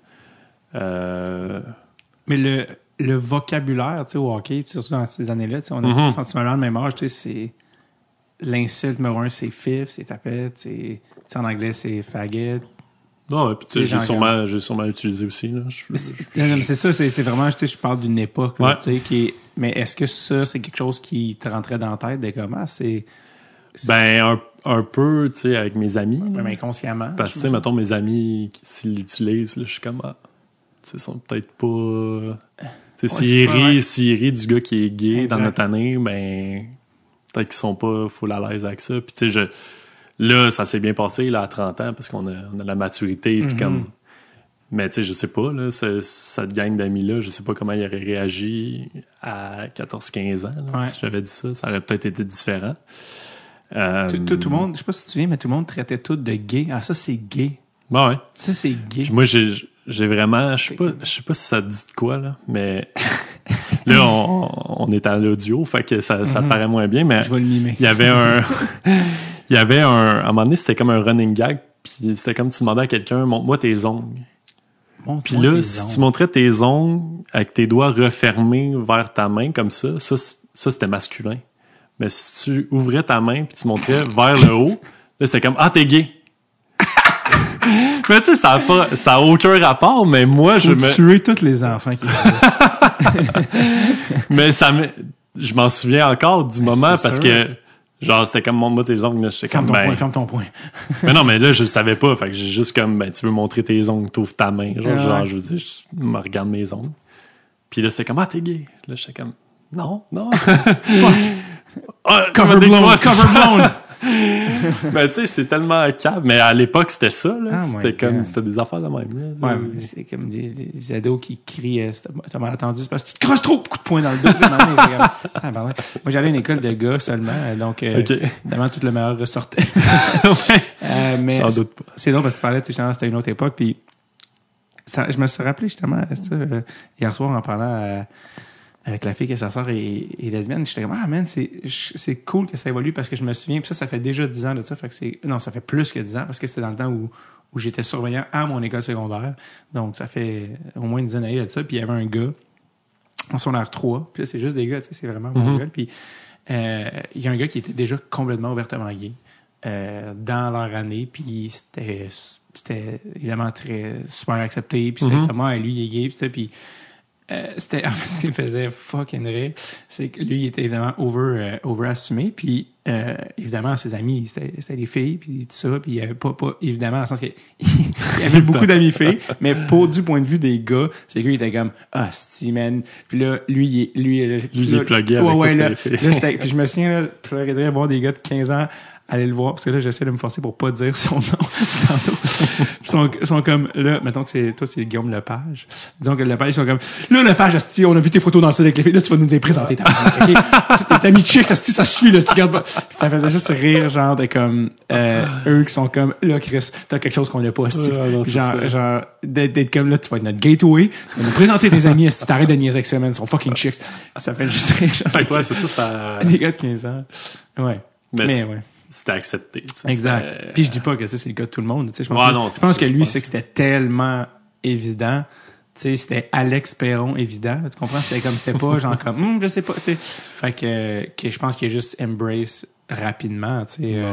Mais le vocabulaire, tu sais, au hockey, surtout dans ces années-là, tu sais, on a sensiblement le même âge, tu sais, c'est... L'insulte numéro 1, c'est fif, c'est tapette, c'est... Tu sais, en anglais, c'est faggot. Non, puis tu sais, j'ai sûrement utilisé aussi, là. C'est ça, c'est vraiment, je parle d'une époque, là, ouais. Tu sais, qui est... Mais est-ce que ça, c'est quelque chose qui te rentrait dans la tête de comment c'est... Ben, un peu, tu sais, avec mes amis. Même inconsciemment. Parce que, tu sais, mettons, mes amis, s'ils l'utilisent, là, je suis comme, tu sais, sont peut-être pas... Tu sais, s'ils rient du gars qui est gay dans notre année, ben, peut-être qu'ils sont pas full à l'aise avec ça. Puis, tu sais, là, ça s'est bien passé, là, à 30 ans, parce qu'on a la maturité, puis comme... Mais tu sais, je sais pas, là, cette gang d'amis-là, je sais pas comment ils auraient réagi à 14-15 ans. Là, si j'avais dit ça, ça aurait peut-être été différent. Tout le monde, je sais pas si tu viens, mais tout le monde traitait tout de gay. Ah, ça, c'est gay. Ben ouais. Ça, c'est gay. Puis moi, j'ai vraiment... Je sais pas si ça te dit de quoi, là, mais... là, on est à l'audio, fait que ça paraît moins bien, mais... Je vais le mimer. Il y avait un... À un moment donné, c'était comme un running gag, puis c'était comme tu demandais à quelqu'un, montre-moi tes ongles. Puis là, si tu montrais tes ongles avec tes doigts refermés vers ta main comme ça c'était masculin. Mais si tu ouvrais ta main puis tu montrais vers le haut, là, c'est comme « Ah, t'es gay! » Mais tu sais, ça a aucun rapport, mais moi, Faut tuer tous les enfants qui existent. Mais je m'en souviens encore du moment parce que Genre, c'était comme montre-moi tes ongles, là. J'étais Ferme comme, ton ben... point. Mais non, mais là, je le savais pas. Fait que j'ai juste comme, ben, tu veux montrer tes ongles, t'ouvres ta main. Genre, je veux dire, je me regarde mes ongles. Puis là, c'est comme, ah, t'es gay. Là, j'étais comme, non. Cover blown. Ben, tu sais, c'est tellement cave. Mais à l'époque, c'était ça, là. Oh c'était comme, c'était des affaires de même, là. Ouais, mais c'est comme des ados qui crient, t'as mal entendu, c'est parce que tu te crosses trop, coup de poing dans le dos. Moi, j'allais à une école de gars seulement, donc, évidemment, tout le meilleur ressortait. Mais j'en doute pas. c'est drôle parce que tu parlais, tu sais, c'était une autre époque, puis je me suis rappelé justement ça, hier soir en parlant avec la fille que sa sœur est lesbienne. J'étais comme, ah man, c'est cool que ça évolue parce que je me souviens, puis ça fait déjà 10 ans de ça, fait que non, ça fait plus que 10 ans parce que c'était dans le temps où j'étais surveillant à mon école secondaire. Donc, ça fait au moins une dizaine d'années de ça. Puis il y avait un gars en secondaire 3. Puis là, c'est juste des gars, tu sais, c'est vraiment mon gars. Puis il y a un gars qui était déjà complètement ouvertement gay dans leur année. Puis c'était évidemment super accepté. Puis c'était comme, ah, lui, il est gay. Puis ça, puis c'était en fait ce qui me faisait fucking rire, c'est que lui il était évidemment over assumé, puis évidemment ses amis c'était des filles puis tout ça, puis il y avait pas évidemment dans le sens que il y avait beaucoup d'amis filles, mais pas du point de vue des gars, c'est qu'il était comme sti man, puis là lui il est plugué avec toutes les filles. Là, puis je me souviens là, je regarderais voir des gars de 15 ans aller le voir, parce que là, j'essaie de me forcer pour pas dire son nom tantôt. Ils sont comme, là, mettons que c'est Guillaume Lepage. Disons que Lepage, ils sont comme, là, Lepage, asti, on a vu tes photos dans le site avec les filles, là, tu vas nous les présenter, OK? Tes amis chicks, asti, ça suit, là, tu regardes pas. Puis ça faisait juste rire, genre, de comme, eux qui sont comme, là, Chris, t'as quelque chose qu'on n'a pas, asti. Genre, d'être comme, là, tu vas être notre gateway, tu vas nous présenter tes amis, asti, t'arrêtes de niaiser avec ça, man, ils sont fucking chicks. Ça fait juste rire, genre. Fait que ouais, c'est ça. Les gars de 15 ans. Ouais. Mais ouais. C'était accepté. Exact. Puis je dis pas que ça, c'est le cas de tout le monde. Je pense que lui, c'est que c'était tellement évident. Tu sais, c'était Alex Perron évident. Tu comprends? C'était pas genre comme, je sais pas, tu sais. Fait que je pense qu'il a juste embrace rapidement, tu sais.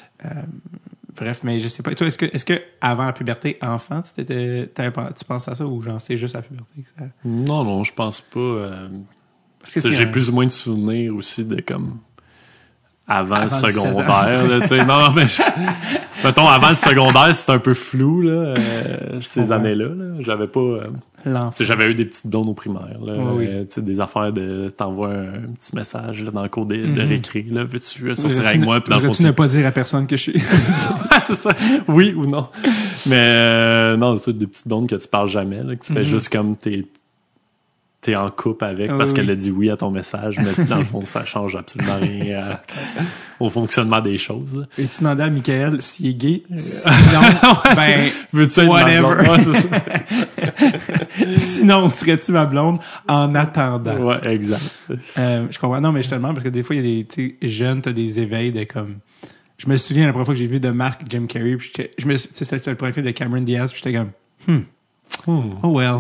Bref, mais je sais pas. Toi, est-ce que avant la puberté, enfant, tu penses à ça ou genre c'est juste la puberté que ça... Non, je pense pas. Parce que j'ai plus ou moins de souvenirs aussi de comme... Avant le secondaire, là, tu sais. Non, mais mettons, avant le secondaire, c'était un peu flou, là, ces années-là, là. J'avais pas, j'avais eu des petites blondes au primaire, là. Tu sais, des affaires de, t'envoies un petit message, là, dans le cours de récré, là. Veux-tu sortir avec moi? Puis dans le fond, tu ne pas dire à personne que je suis. c'est ça. Oui ou non. Mais, non, c'est des petites blondes que tu parles jamais, là, que tu fais juste comme t'es en couple avec parce qu'elle a dit oui à ton message, mais dans le fond, ça change absolument rien au fonctionnement des choses. Et tu demandais à Michael s'il est gay. Sinon, veux-tu être whatever. ma blonde? Ouais, sinon, serais-tu ma blonde en attendant? Ouais, exact. Je comprends. Non, mais justement, parce que des fois, il y a des jeunes, t'as des éveils de comme... Je me souviens la première fois que j'ai vu de Mark Jim Carrey, puis c'était le premier film de Cameron Diaz, puis j'étais comme, oh well.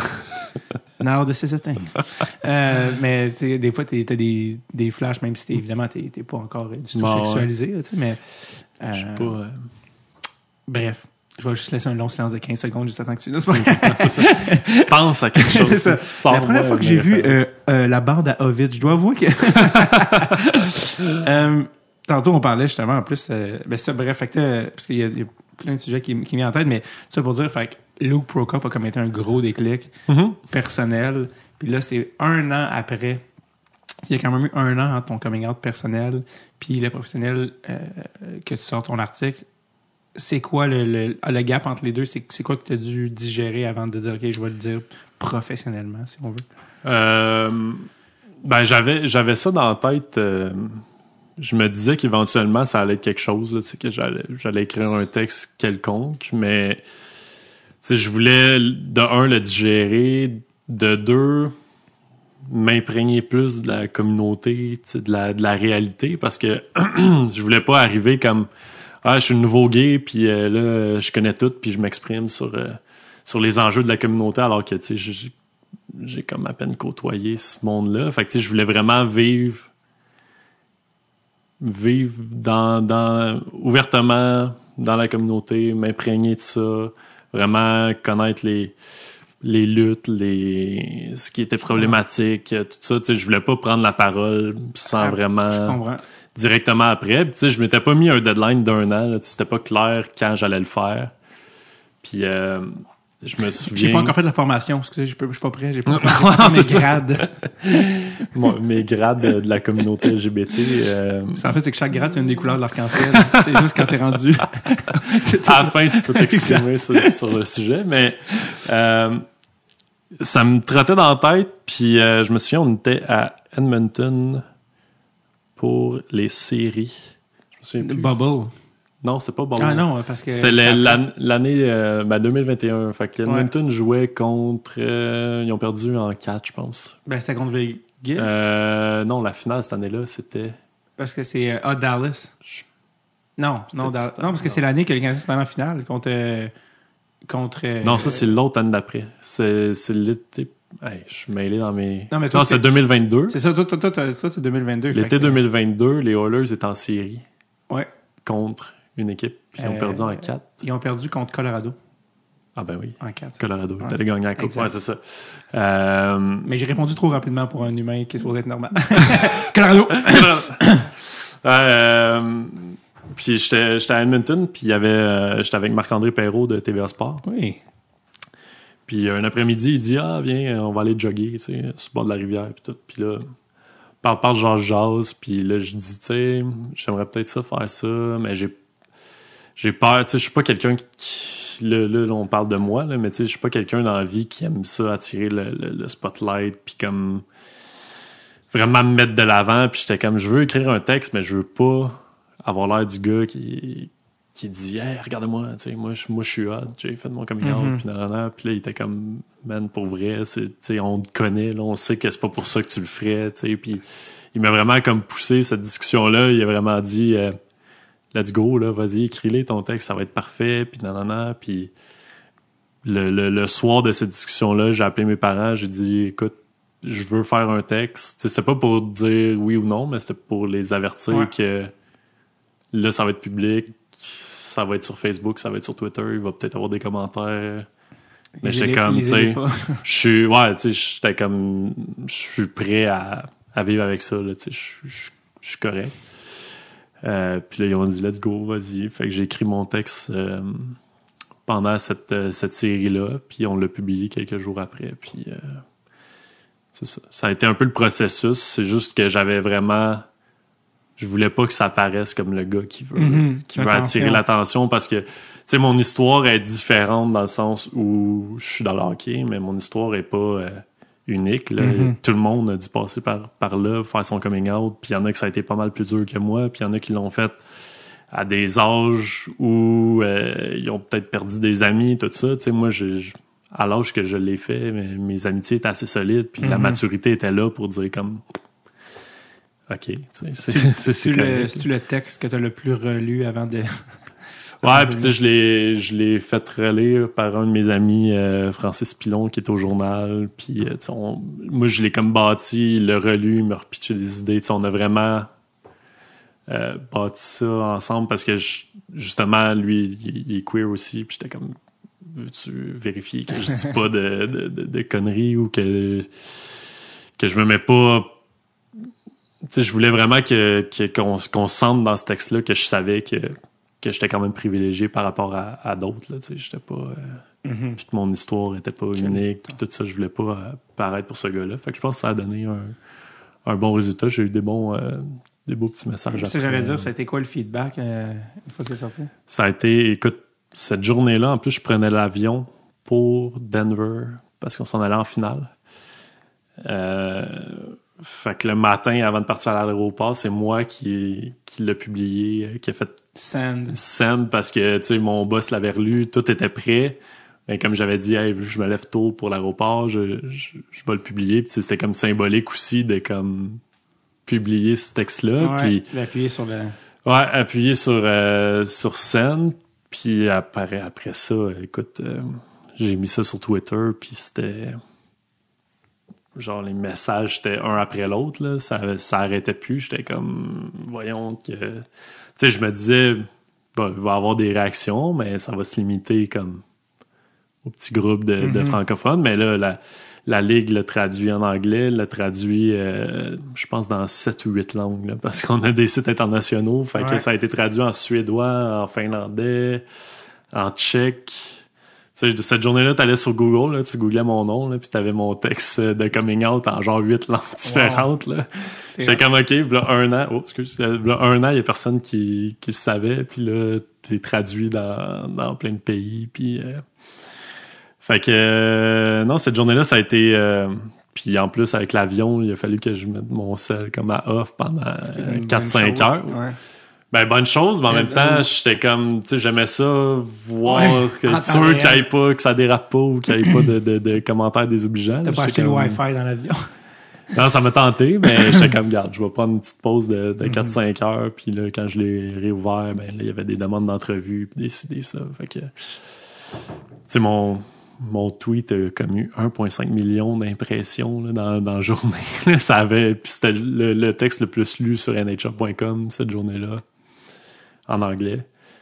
Now this is a thing. Mais des fois, t'as des flashs, même si évidemment, t'es pas encore du tout sexualisé. Là, mais je sais pas. Bref, je vais juste laisser un long silence de 15 secondes juste attends que tu... C'est ça. Pense à quelque chose. La première fois que j'ai vu la bande à Ovid, je dois avouer que... tantôt, on parlait justement, en plus... bref, fait que parce qu'il y a plein de sujets qui me viennent en tête, mais ça pour dire, fait que Luke Prokop a comme été un gros déclic personnel. Puis là, c'est 1 an après. Il y a quand même eu 1 an entre ton coming out personnel puis le professionnel que tu sors ton article. C'est quoi le gap entre les deux? C'est quoi que tu as dû digérer avant de dire, OK, je vais le dire professionnellement, si on veut? J'avais ça dans la tête. Je me disais qu'éventuellement, ça allait être quelque chose, là, que j'allais écrire un texte quelconque, mais je voulais, de 1, le digérer, de 2, m'imprégner plus de la communauté, de la réalité, parce que je voulais pas arriver comme je suis le nouveau gay, puis là, je connais tout, puis je m'exprime sur les enjeux de la communauté, alors que j'ai comme à peine côtoyé ce monde-là. Fait que je voulais vraiment vivre ouvertement dans la communauté, m'imprégner de ça, vraiment connaître les luttes, ce qui était problématique, tout ça. Je voulais pas prendre la parole sans vraiment directement après. Puis, tu sais, je m'étais pas mis un deadline d'1 an. Là, c'était pas clair quand j'allais le faire. Puis, je me souviens... J'ai pas encore fait de la formation. Excusez, je suis pas prêt. J'ai pas encore mes grades. Mes grades de la communauté LGBT. En fait, c'est que chaque grade, c'est une des couleurs de l'arc-en-ciel. C'est juste quand t'es rendu. À la fin, tu peux t'exprimer sur le sujet. Mais ça me trottait dans la tête. Puis, je me souviens, on était à Edmonton pour les séries. Je me souviens plus. Bubble. Non, c'était pas Bubble. Ah non, parce que... C'est l'année 2021. Fait que Edmonton jouait contre... ils ont perdu en 4, je pense. Ben, c'était contre Vegas. Non, la finale cette année-là, c'était... Parce que c'est Dallas. Non, parce que c'est l'année que les Canadiens sont allés en finale contre non, ça, c'est l'autre année d'après. C'est l'été... Hey, je suis mêlé dans mes... Non, mais toi, c'est 2022. C'est ça, toi, c'est 2022. L'été 2022, les Oilers étaient en série. Ouais. Contre une équipe, puis ils ont perdu en 4. Ils ont perdu contre Colorado. Ah ben oui. En 4. Colorado. Ils allaient gagner la coupe. Ouais, c'est ça. Mais j'ai répondu trop rapidement pour un humain qui est supposé être normal. Colorado! Puis j'étais à Edmonton, puis j'étais avec Marc-André Perrault de TVA Sport. Oui. Puis un après-midi, il dit « Ah, viens, on va aller jogger, tu sais, sur le bord de la rivière, puis tout. » Puis là, parle jase, puis là, je dis « Tu sais, j'aimerais peut-être ça, faire ça, mais j'ai peur, tu sais, je suis pas quelqu'un qui... Là, on parle de moi, là, mais tu sais, je suis pas quelqu'un dans la vie qui aime ça, attirer le spotlight, puis comme... Vraiment me mettre de l'avant, puis j'étais comme, je veux écrire un texte, mais je veux pas avoir l'air du gars qui dit « Hey, regarde-moi, tu sais, moi je suis hot, j'ai fait mon coming out, puis nanana. » Puis là, il était comme « Man, pour vrai, tu sais, on te connaît, là, on sait que c'est pas pour ça que tu le ferais, tu sais. » Puis il m'a vraiment comme poussé cette discussion-là, il a vraiment dit let's go, là, vas-y, écris-les ton texte, ça va être parfait, puis nanana. » Puis le soir de cette discussion-là, j'ai appelé mes parents, j'ai dit « Écoute, je veux faire un texte. » T'sais, c'est pas pour dire oui ou non, mais c'était pour les avertir que là, ça va être public, ça va être sur Facebook, ça va être sur Twitter, il va peut-être avoir des commentaires. Mais j'étais comme, tu sais, j'étais comme, je suis prêt à vivre avec ça, là, tu sais, je suis correct. Puis là, ils ont dit, let's go, vas-y. Fait que j'ai écrit mon texte pendant cette série-là, puis on l'a publié quelques jours après, puis c'est ça. Ça a été un peu le processus, c'est juste que j'avais vraiment... Je voulais pas que ça paraisse comme le gars qui veut attirer l'attention parce que, tu sais, mon histoire est différente dans le sens où je suis dans le hockey, mais mon histoire est pas unique, là. Tout le monde a dû passer par là, faire son coming out, puis il y en a que ça a été pas mal plus dur que moi, puis il y en a qui l'ont fait à des âges où ils ont peut-être perdu des amis, tout ça. Tu sais, moi, à l'âge que je l'ai fait, mes amitiés étaient assez solides, puis la maturité était là pour dire comme... OK, c'est le texte que tu as le plus relu avant de... Ouais, puis tu sais, je l'ai fait relire par un de mes amis, Francis Pilon, qui est au journal, puis moi, je l'ai comme bâti, il l'a relu, il m'a repitché des idées, tu sais, on a vraiment bâti ça ensemble, parce que justement, lui, il est queer aussi, puis j'étais comme, veux-tu vérifier que je dis pas de conneries, ou que je me mets pas... Tu sais, je voulais vraiment qu'on sente dans ce texte-là que je savais que j'étais quand même privilégié par rapport à d'autres, là, tu sais, j'étais pas... Puis que mon histoire était pas unique, puis tout ça, je voulais pas paraître pour ce gars-là. Fait que je pense que ça a donné un bon résultat. J'ai eu des beaux petits messages après. Ça, j'allais dire, ça a été quoi le feedback une fois que c'est sorti? Ça a été, écoute, cette journée-là, en plus, je prenais l'avion pour Denver, parce qu'on s'en allait en finale. Fait que le matin, avant de partir à l'aéroport, c'est moi qui l'a publié, qui a fait send parce que, tu sais, mon boss l'avait relu, tout était prêt. Mais comme j'avais dit, hey, je me lève tôt pour l'aéroport, je vais le publier. Puis c'était comme symbolique aussi de comme publier ce texte-là. Ouais, puis appuyer sur le... Ouais, appuyer sur send. Puis après ça, écoute, j'ai mis ça sur Twitter, puis c'était... Genre, les messages, c'était un après l'autre, là. Ça arrêtait plus. J'étais comme, voyons que... Tu sais, je me disais, bon, il va y avoir des réactions, mais ça va se limiter comme au petit groupe de francophones. Mais là, la Ligue l'a traduit en anglais, l'a traduit, je pense, dans 7 ou 8 langues, là, parce qu'on a des sites internationaux. Fait que ça a été traduit en suédois, en finlandais, en tchèque. Tu sais, cette journée-là, t'allais sur Google, là, tu googlais mon nom, là, puis t'avais mon texte de coming out en genre 8 langues différentes, là. J'étais comme, OK, là, un an, il y a personne qui le savait, puis là, t'es traduit dans plein de pays, puis... Fait que, non, cette journée-là, ça a été... puis en plus, avec l'avion, il a fallu que je mette mon sel comme à off pendant 4-5 heures. Ouais. Ben, bonne chose, mais en même temps, j'étais comme, tu sais, j'aimais ça, voir être sûr qu'il n'y ait pas, que ça dérape pas ou qu'il n'y ait pas de commentaires désobligeants. T'as pas acheté le Wi-Fi dans l'avion? Non, ça m'a tenté, mais j'étais comme, regarde, je vais prendre une petite pause de 4-5 heures, puis là, quand je l'ai réouvert, ben là, il y avait des demandes d'entrevue, puis décider ça. Fait que, tu sais, mon tweet a comme eu 1,5 million d'impressions là, dans la journée. Ça avait, puis c'était le texte le plus lu sur NHL.com cette journée-là, en anglais.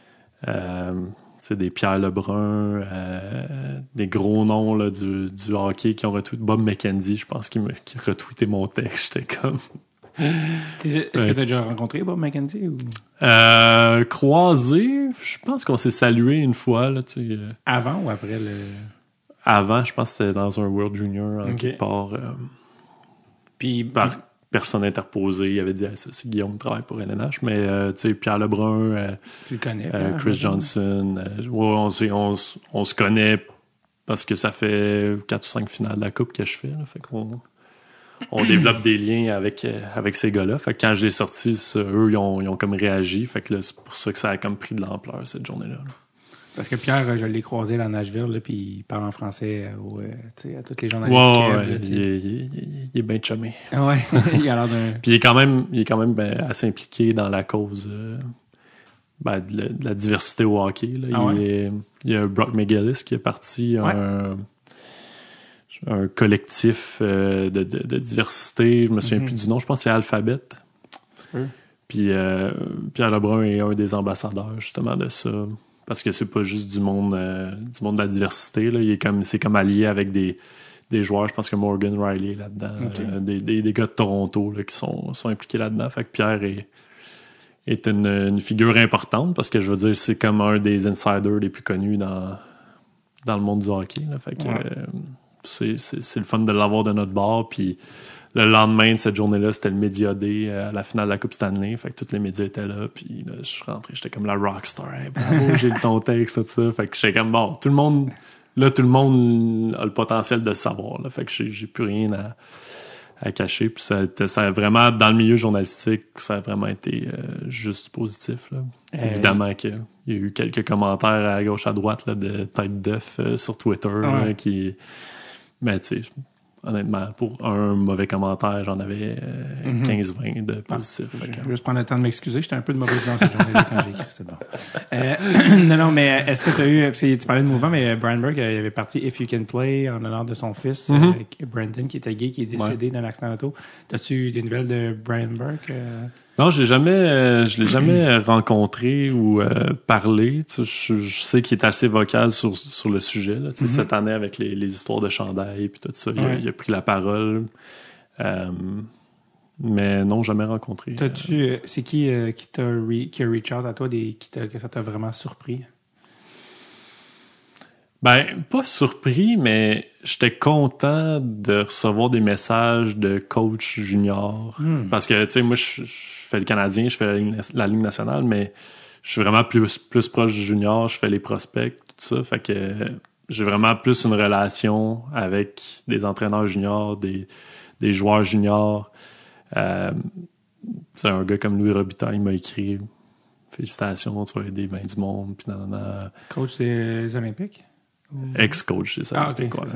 Des Pierre Lebrun, des gros noms là, du hockey qui ont retweeté. Bob McKenzie, je pense, qui retweeté mon texte. J'étais comme... Est-ce que tu as déjà rencontré Bob McKenzie? Ou... croisé, je pense qu'on s'est salué une fois. Là, avant ou après le... Avant, je pense que c'était dans un World Junior en quelque part. Puis par personne interposée, il avait dit c'est Guillaume qui travaille pour LNH, mais tu sais, Pierre Lebrun, tu le connais, Chris Johnson, on se connaît parce que ça fait 4 ou 5 finales de la Coupe que je fais. Là, fait qu'on développe des liens avec ces gars-là. Fait que quand je l'ai sorti, eux, ils ont comme réagi. Fait que là, c'est pour ça que ça a comme pris de l'ampleur cette journée-là. Là. Parce que Pierre, je l'ai croisé dans Nashville, là, puis il parle en français à tous les journalistes. Il est bien chumé. Ouais, il a l'air d'un... Puis il est quand même assez impliqué dans la cause de la diversité au hockey. Là. Il y a Brock McGillis qui est parti un collectif de diversité. Je me souviens plus du nom. Je pense que c'est Alphabet. C'est peu. Puis Pierre Lebrun est un des ambassadeurs justement de ça. Parce que c'est pas juste du monde de la diversité. Là. C'est comme allié avec des joueurs. Je pense que Morgan Riley est là-dedans. Okay. Des gars de Toronto là, qui sont impliqués là-dedans. Fait que Pierre est une figure importante parce que je veux dire, c'est comme un des insiders les plus connus dans le monde du hockey. Là. Fait que c'est le fun de l'avoir de notre bord. Puis le lendemain de cette journée-là, c'était le Media Day à la finale de la Coupe Stanley. Fait que tous les médias étaient là. Puis là, je suis rentré, j'étais comme la rockstar. Hey, bravo, j'ai ton texte, tout ça. Fait que j'étais comme, bon, tout le monde a le potentiel de le savoir. Là. Fait que j'ai plus rien à cacher. Puis ça a vraiment, dans le milieu journalistique, ça a vraiment été juste positif. Là. Évidemment qu'il y a eu quelques commentaires à gauche, à droite là, de tête d'œuf sur Twitter là, qui... Mais tu sais... Honnêtement, pour un mauvais commentaire, j'en avais 15-20 de positifs. Je vais juste prendre le temps de m'excuser. J'étais un peu de mauvaise langue cette journée-là quand j'ai écrit. C'était bon. Non, mais est-ce que tu as eu... Parce que tu parlais de mouvement, mais Brian Burke avait parti If You Can Play en l'honneur de son fils, Brandon, qui était gay, qui est décédé d'un accident d'auto. As-tu eu des nouvelles de Brian Burke? Non, je l'ai jamais rencontré ou parlé. Je sais qu'il est assez vocal sur le sujet. Là. Cette année, avec les histoires de chandail et tout ça, il a pris la parole. Mais non, jamais rencontré. C'est qui a reach out à toi, que ça t'a vraiment surpris? Ben, pas surpris, mais j'étais content de recevoir des messages de coach junior. Parce que, tu sais, moi, je fais le Canadien, je fais la Ligue nationale, mais je suis vraiment plus proche du junior, je fais les prospects, tout ça. Fait que j'ai vraiment plus une relation avec des entraîneurs juniors, des joueurs juniors. C'est un gars comme Louis Robitaille, il m'a écrit « Félicitations, tu vas aider bien du monde. » Puis Coach des Olympiques? Ex-coach, c'est ça. Okay, quoi.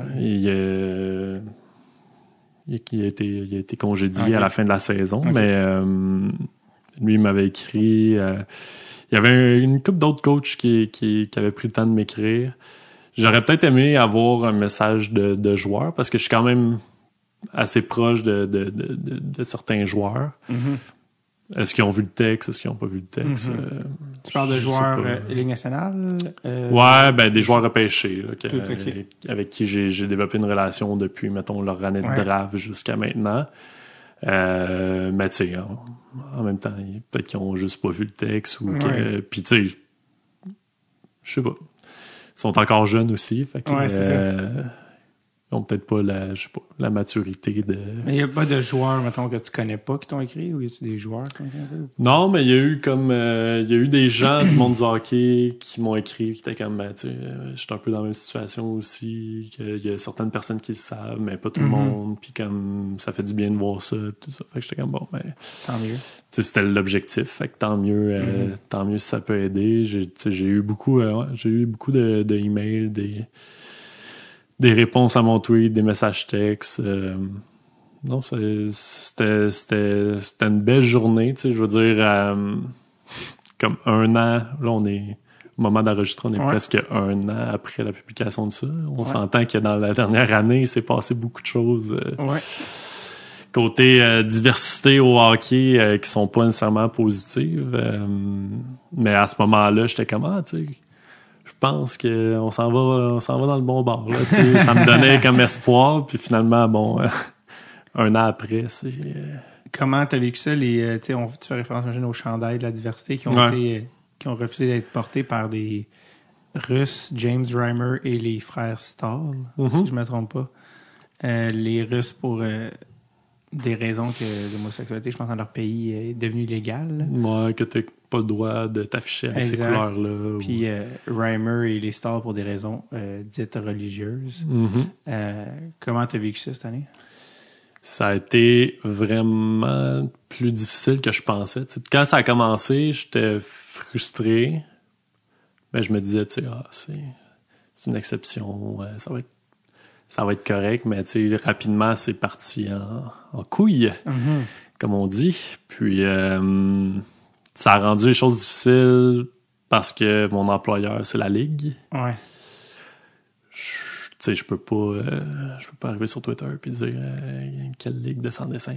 C'est ça. Il a été congédié à la fin de la saison, mais lui, il m'avait écrit. Il y avait une couple d'autres coachs qui avaient pris le temps de m'écrire. J'aurais peut-être aimé avoir un message de joueur parce que je suis quand même assez proche de certains joueurs. Est-ce qu'ils ont vu le texte? Est-ce qu'ils n'ont pas vu le texte? Tu parles de je sais joueurs pas. Ligue nationale? Ouais, ben des joueurs repêchés là, Ok. avec qui j'ai développé une relation depuis, mettons, leur année de draft jusqu'à maintenant. Mais tu sais, en même temps, peut-être qu'ils ont juste pas vu le texte ou que. Puis tu sais, je sais pas. Ils sont encore jeunes aussi. Fait que, c'est ça. ils ont peut-être pas la maturité de. Mais il n'y a pas de joueurs, mettons, que tu connais pas qui t'ont écrit, ou y a-tu des joueurs qui t'ont écrit? Non, mais il y a eu des gens du monde du hockey qui m'ont écrit, qui étaient comme, ben, tu sais, je suis un peu dans la même situation aussi, qu'il y a certaines personnes qui le savent, mais pas tout le monde, puis comme, ça fait du bien de voir ça, tout ça. Fait que j'étais comme, bon, ben. Tant mieux. Tu sais, c'était l'objectif, fait que tant mieux si ça peut aider. J'ai eu beaucoup de emails, des réponses à mon tweet, des messages textes. Non, c'était une belle journée, tu sais, je veux dire, comme 1 an, là, on est, au moment d'enregistrer, on est presque 1 an après la publication de ça. On s'entend que dans la dernière année, il s'est passé beaucoup de choses. Côté diversité au hockey qui sont pas nécessairement positives. Mais à ce moment-là, j'étais comme, tu sais, je pense qu'on s'en va dans le bon bord. Là, ça me donnait comme espoir. Puis finalement, bon, 1 an après, c'est... Comment t'as vécu ça? Tu fais référence, j'imagine, aux chandails de la diversité qui ont refusé d'être portés par des Russes, James Reimer et les frères Stahl, si je me trompe pas. Les Russes pour des raisons que l'homosexualité, je pense, dans leur pays est devenue illégale. Ouais, que t'as pas le droit de t'afficher avec ces couleurs-là. Puis Reimer et les Stars pour des raisons dites religieuses. Comment t'as vécu ça cette année? Ça a été vraiment plus difficile que je pensais. T'sais, quand ça a commencé, j'étais frustré. Mais je me disais, c'est une exception. Ça va être correct. Mais rapidement, c'est parti en couille, comme on dit. Puis... ça a rendu les choses difficiles parce que mon employeur, c'est la Ligue. Ouais. Je peux pas arriver sur Twitter puis dire quelle Ligue de sans dessin.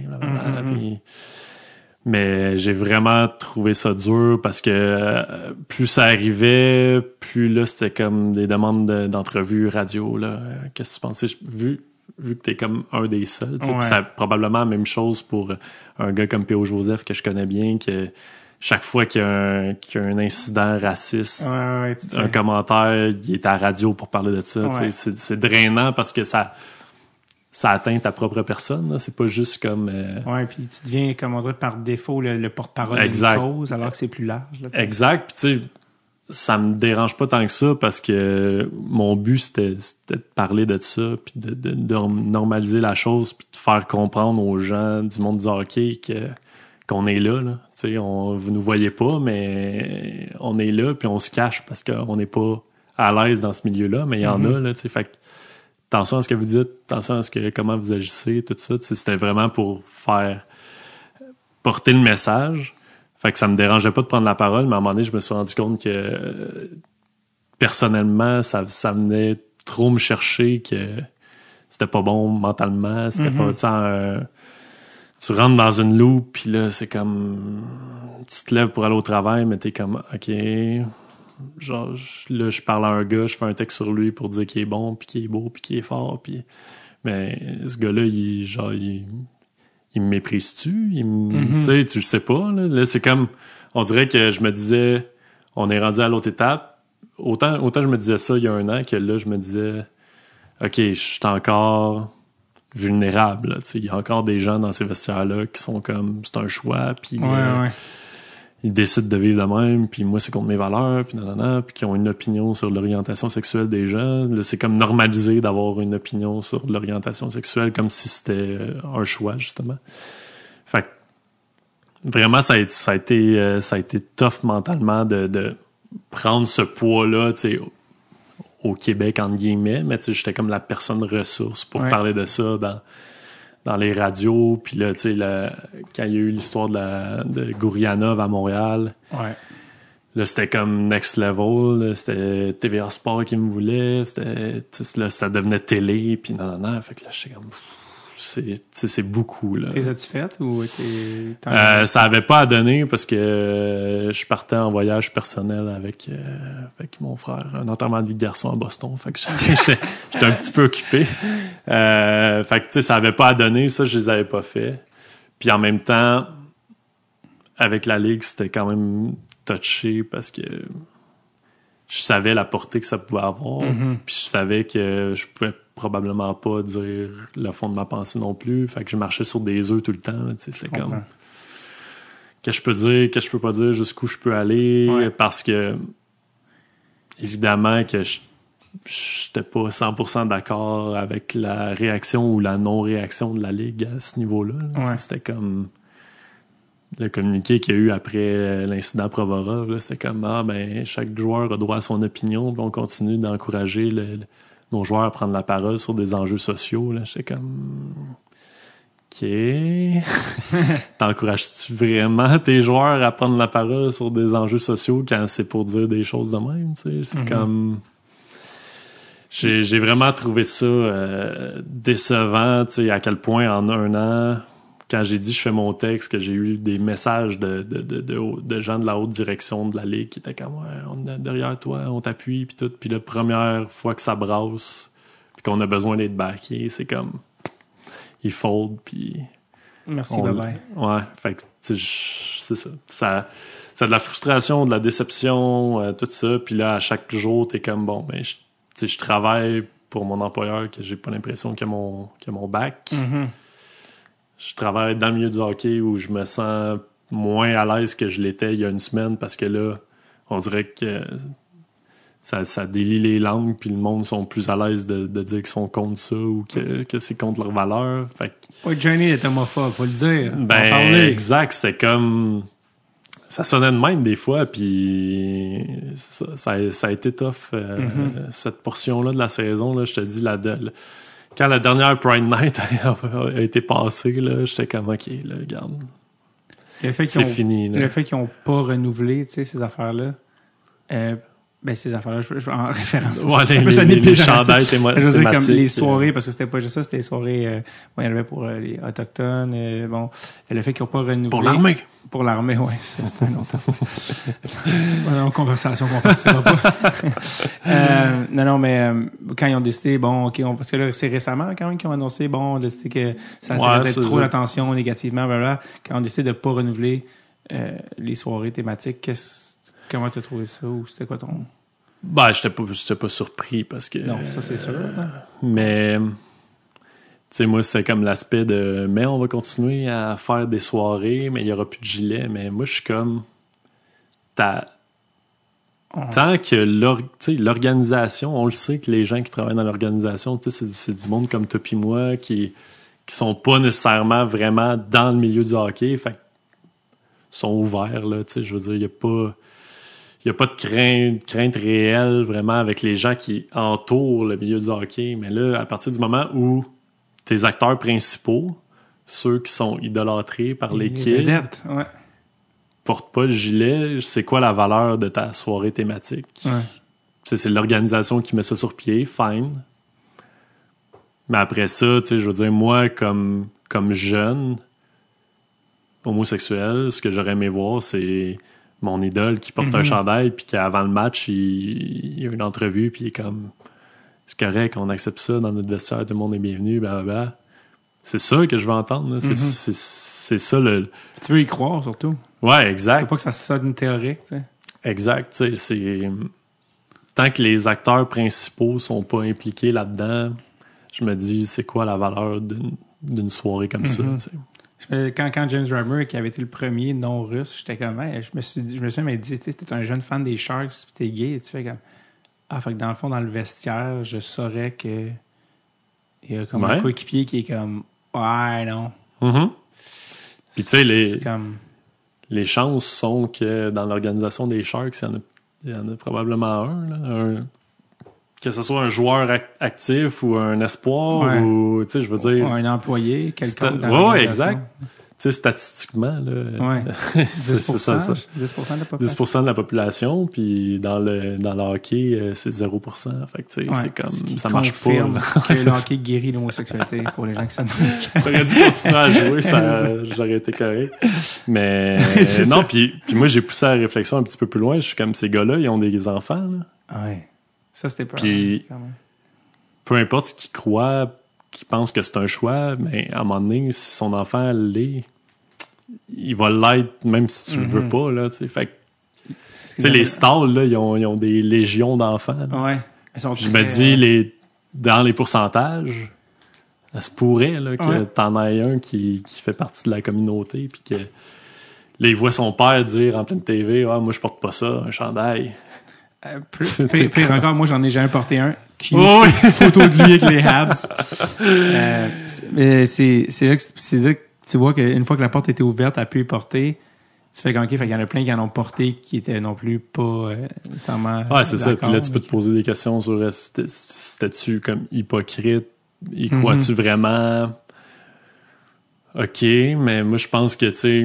Mais j'ai vraiment trouvé ça dur parce que plus ça arrivait, plus là, c'était comme des demandes d'entrevues radio. Là. Qu'est-ce que tu pensais? Vu que t'es comme un des seuls. C'est probablement la même chose pour un gars comme P.O. Joseph que je connais bien, que chaque fois qu'il y a un incident raciste, un commentaire, il est à la radio pour parler de ça. C'est drainant parce que ça atteint ta propre personne. Là. C'est pas juste comme... puis tu deviens, comme on dirait, par défaut, le porte-parole d'une cause, alors que c'est plus large. Là, exact. Puis tu sais, ça me dérange pas tant que ça parce que mon but, c'était de parler de ça, puis de normaliser la chose, puis de faire comprendre aux gens du monde du hockey qu'on est là. Vous nous voyez pas, mais on est là, puis on se cache parce qu'on n'est pas à l'aise dans ce milieu-là, mais il y en a. Là, fait que, attention à ce que vous dites, attention à comment vous agissez, tout ça. C'était vraiment pour faire porter le message. Fait que ça me dérangeait pas de prendre la parole, mais à un moment donné, je me suis rendu compte que personnellement, ça venait trop me chercher, que c'était pas bon mentalement, c'était pas, tu rentres dans une loupe, puis là, c'est comme... Tu te lèves pour aller au travail, mais t'es comme, OK... Genre, là, je parle à un gars, je fais un texte sur lui pour dire qu'il est bon, puis qu'il est beau, puis qu'il est fort, puis... Mais ce gars-là, il me méprise-tu? Tu sais, tu le sais pas, là. Là, c'est comme... On dirait que je me disais, on est rendu à l'autre étape. Autant je me disais ça il y a 1 an, que là, je me disais, OK, je suis encore... vulnérable. Il y a encore des gens dans ces vestiaires-là qui sont comme, c'est un choix, puis ils décident de vivre de même, puis moi, c'est contre mes valeurs, puis puis qui ont une opinion sur l'orientation sexuelle des gens. Là, c'est comme normalisé d'avoir une opinion sur l'orientation sexuelle, comme si c'était un choix, justement. Fait que, vraiment, ça a été tough mentalement de prendre ce poids-là, tu sais, au Québec, entre guillemets, mais tu sais, j'étais comme la personne ressource pour parler de ça dans les radios. Puis là, tu sais, quand il y a eu l'histoire de Gourianov à Montréal, là, c'était comme next level. Là, c'était TVA Sport qui me voulait. Là, ça devenait télé. Puis non. Fait que là, j'étais comme... c'est beaucoup, là. T'es as-tu fait ou Ça avait pas à donner parce que je partais en voyage personnel avec mon frère, un enterrement de vie de garçon à Boston. Fait que j'étais un petit peu occupé. Fait que, tu sais, ça avait pas à donner. Ça, je les avais pas fait. Puis en même temps, avec la Ligue, c'était quand même touché parce que je savais la portée que ça pouvait avoir. Puis je savais que je pouvais probablement pas dire le fond de ma pensée non plus. Fait que je marchais sur des œufs tout le temps. Tu sais, c'était comme... Qu'est-ce que je peux dire, qu'est-ce que je peux pas dire, jusqu'où je peux aller. Parce que, évidemment, que j'étais pas 100% d'accord avec la réaction ou la non-réaction de la Ligue à ce niveau-là. Là. C'était comme... Le communiqué qu'il y a eu après l'incident Provorov, là, c'est comme chaque joueur a droit à son opinion, puis on continue d'encourager nos joueurs à prendre la parole sur des enjeux sociaux. Là. J'étais comme OK. T'encourages-tu vraiment tes joueurs à prendre la parole sur des enjeux sociaux quand c'est pour dire des choses de même? T'sais? C'est comme. J'ai vraiment trouvé ça décevant, à quel point en un an. Quand j'ai dit je fais mon texte, que j'ai eu des messages de gens de la haute direction de la Ligue qui étaient comme on est derrière toi, on t'appuie puis tout. Puis la première fois que ça brasse puis qu'on a besoin d'être backé, c'est comme il fold puis merci bye bye. Ouais, fait que c'est ça. C'est de la frustration, de la déception, tout ça. Puis là à chaque jour t'es comme je travaille pour mon employeur que j'ai pas l'impression qu'il y a mon bac. Je travaille dans le milieu du hockey où je me sens moins à l'aise que je l'étais il y a une semaine parce que là, on dirait que ça délie les langues puis le monde sont plus à l'aise de dire qu'ils sont contre ça ou que c'est contre leurs valeurs. Fait que... Pas Johnny est homophobe, faut le dire. Exact, c'était comme... Ça sonnait de même des fois puis ça a été tough. Cette portion-là de la saison, là, je te dis, quand la dernière Pride Night a été passée, là, j'étais comme OK, là, regarde. C'est fini. Là. Le fait qu'ils n'ont pas renouvelé ces affaires-là, ces affaires-là, je en référence. Les chandails thématiques. Je veux dire, comme les soirées, parce que c'était pas juste ça, c'était les soirées, il y en avait pour les Autochtones, le fait qu'ils n'ont pas renouvelé. Pour l'armée. Pour l'armée, oui, c'était un autre. Une conversation qu'on partira pas. Non, mais quand ils ont décidé, parce que là, c'est récemment quand même qu'ils ont annoncé, on a décidé que ça attirait peut-être trop l'attention négativement, blablabla. Quand on a décidé de pas renouveler les soirées thématiques, comment t'as trouvé ça ou c'était quoi ton... j'étais pas surpris parce que... Non, ça c'est sûr. Mais... Tu sais, moi, c'était comme l'aspect de... Mais on va continuer à faire des soirées, mais il n'y aura plus de gilets. Mais moi, je suis comme... Tant que l'organisation... On le sait que les gens qui travaillent dans l'organisation, tu sais, c'est du monde comme toi pis moi qui sont pas nécessairement vraiment dans le milieu du hockey. Fait sont ouverts, là. Tu sais, je veux dire, il y a pas de crainte réelle vraiment avec les gens qui entourent le milieu du hockey. Mais là, à partir du moment où tes acteurs principaux, ceux qui sont idolâtrés par l'équipe, portent pas le gilet, c'est quoi la valeur de ta soirée thématique? C'est l'organisation qui met ça sur pied, fine. Mais après ça, je veux dire, moi, comme jeune homosexuel, ce que j'aurais aimé voir, c'est mon idole qui porte un chandail puis qu'avant le match, il y a une entrevue puis il est comme... C'est correct, on accepte ça dans notre vestiaire, tout le monde est bienvenu, blablabla. C'est ça que je veux entendre. Là. C'est ça le... Tu veux y croire, surtout. Ouais, exact. Tu veux pas que ça sonne théorique, tu sais. Exact, tu sais, c'est... Tant que les acteurs principaux sont pas impliqués là-dedans, je me dis, c'est quoi la valeur d'une soirée comme ça, tu sais. Quand James Reimer, qui avait été le premier non-russe, j'étais comme... je me suis dit, tu sais, t'es un jeune fan des Sharks, pis t'es gay, tu fais comme... fait que dans le fond, dans le vestiaire, je saurais que il y a comme un coéquipier qui est comme ouais, non. Puis tu sais, les chances sont que dans l'organisation des Sharks, il y en a probablement que ce soit un joueur actif ou un espoir ou tu sais, je veux dire. Ou un employé, quelqu'un dans l'organisation. Ouais, exact. Tu sais, statistiquement, là, Ouais. 10%, c'est ça. 10% de la population. 10% de la population, puis dans le hockey, c'est 0%. Fait que, tu sais, Ouais, c'est comme, ce qui ça marche pas. confirme là. que le hockey guérit l'homosexualité pour les gens qui s'en demandent. J'aurais dû continuer à jouer, j'aurais été correct. Mais C'est non, ça. puis moi, j'ai poussé la réflexion un petit peu plus loin. Je suis comme, ces gars-là, ils ont des enfants, là. Ouais. Ça, c'était pas Puis- quand même. Peu importe ce qu'ils croient, qu'ils pensent que c'est un choix, mais à un moment donné, si son enfant l'est, il va l'être même si tu le veux pas, là, tu sais. Fait que, Est-ce tu sais, les stars, là, ils ont des légions d'enfants. là. Ouais. Elles sont Je très, me dis, dans les pourcentages, ça se pourrait là, que Ouais. t'en aies un qui fait partie de la communauté, puis que là, il voit son père dire en pleine TV, ah, moi, je porte pas ça, un chandail. Pire encore, moi, j'en ai jamais porté un. Oh, oui. Photo de lui avec les Habs. Mais c'est là que tu vois qu'une fois que la porte était ouverte, elle a pu y porter. Tu fais OK, fait qu'il y en a plein qui en ont porté qui étaient non plus pas nécessairement. Ouais, c'est ça. d'accord, Puis là, tu peux mais te poser des questions sur c'était-tu comme hypocrite? Y crois-tu vraiment? OK, mais moi, je pense que, tu sais,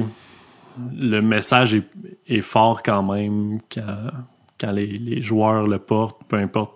le message est fort quand même quand les joueurs le portent, peu importe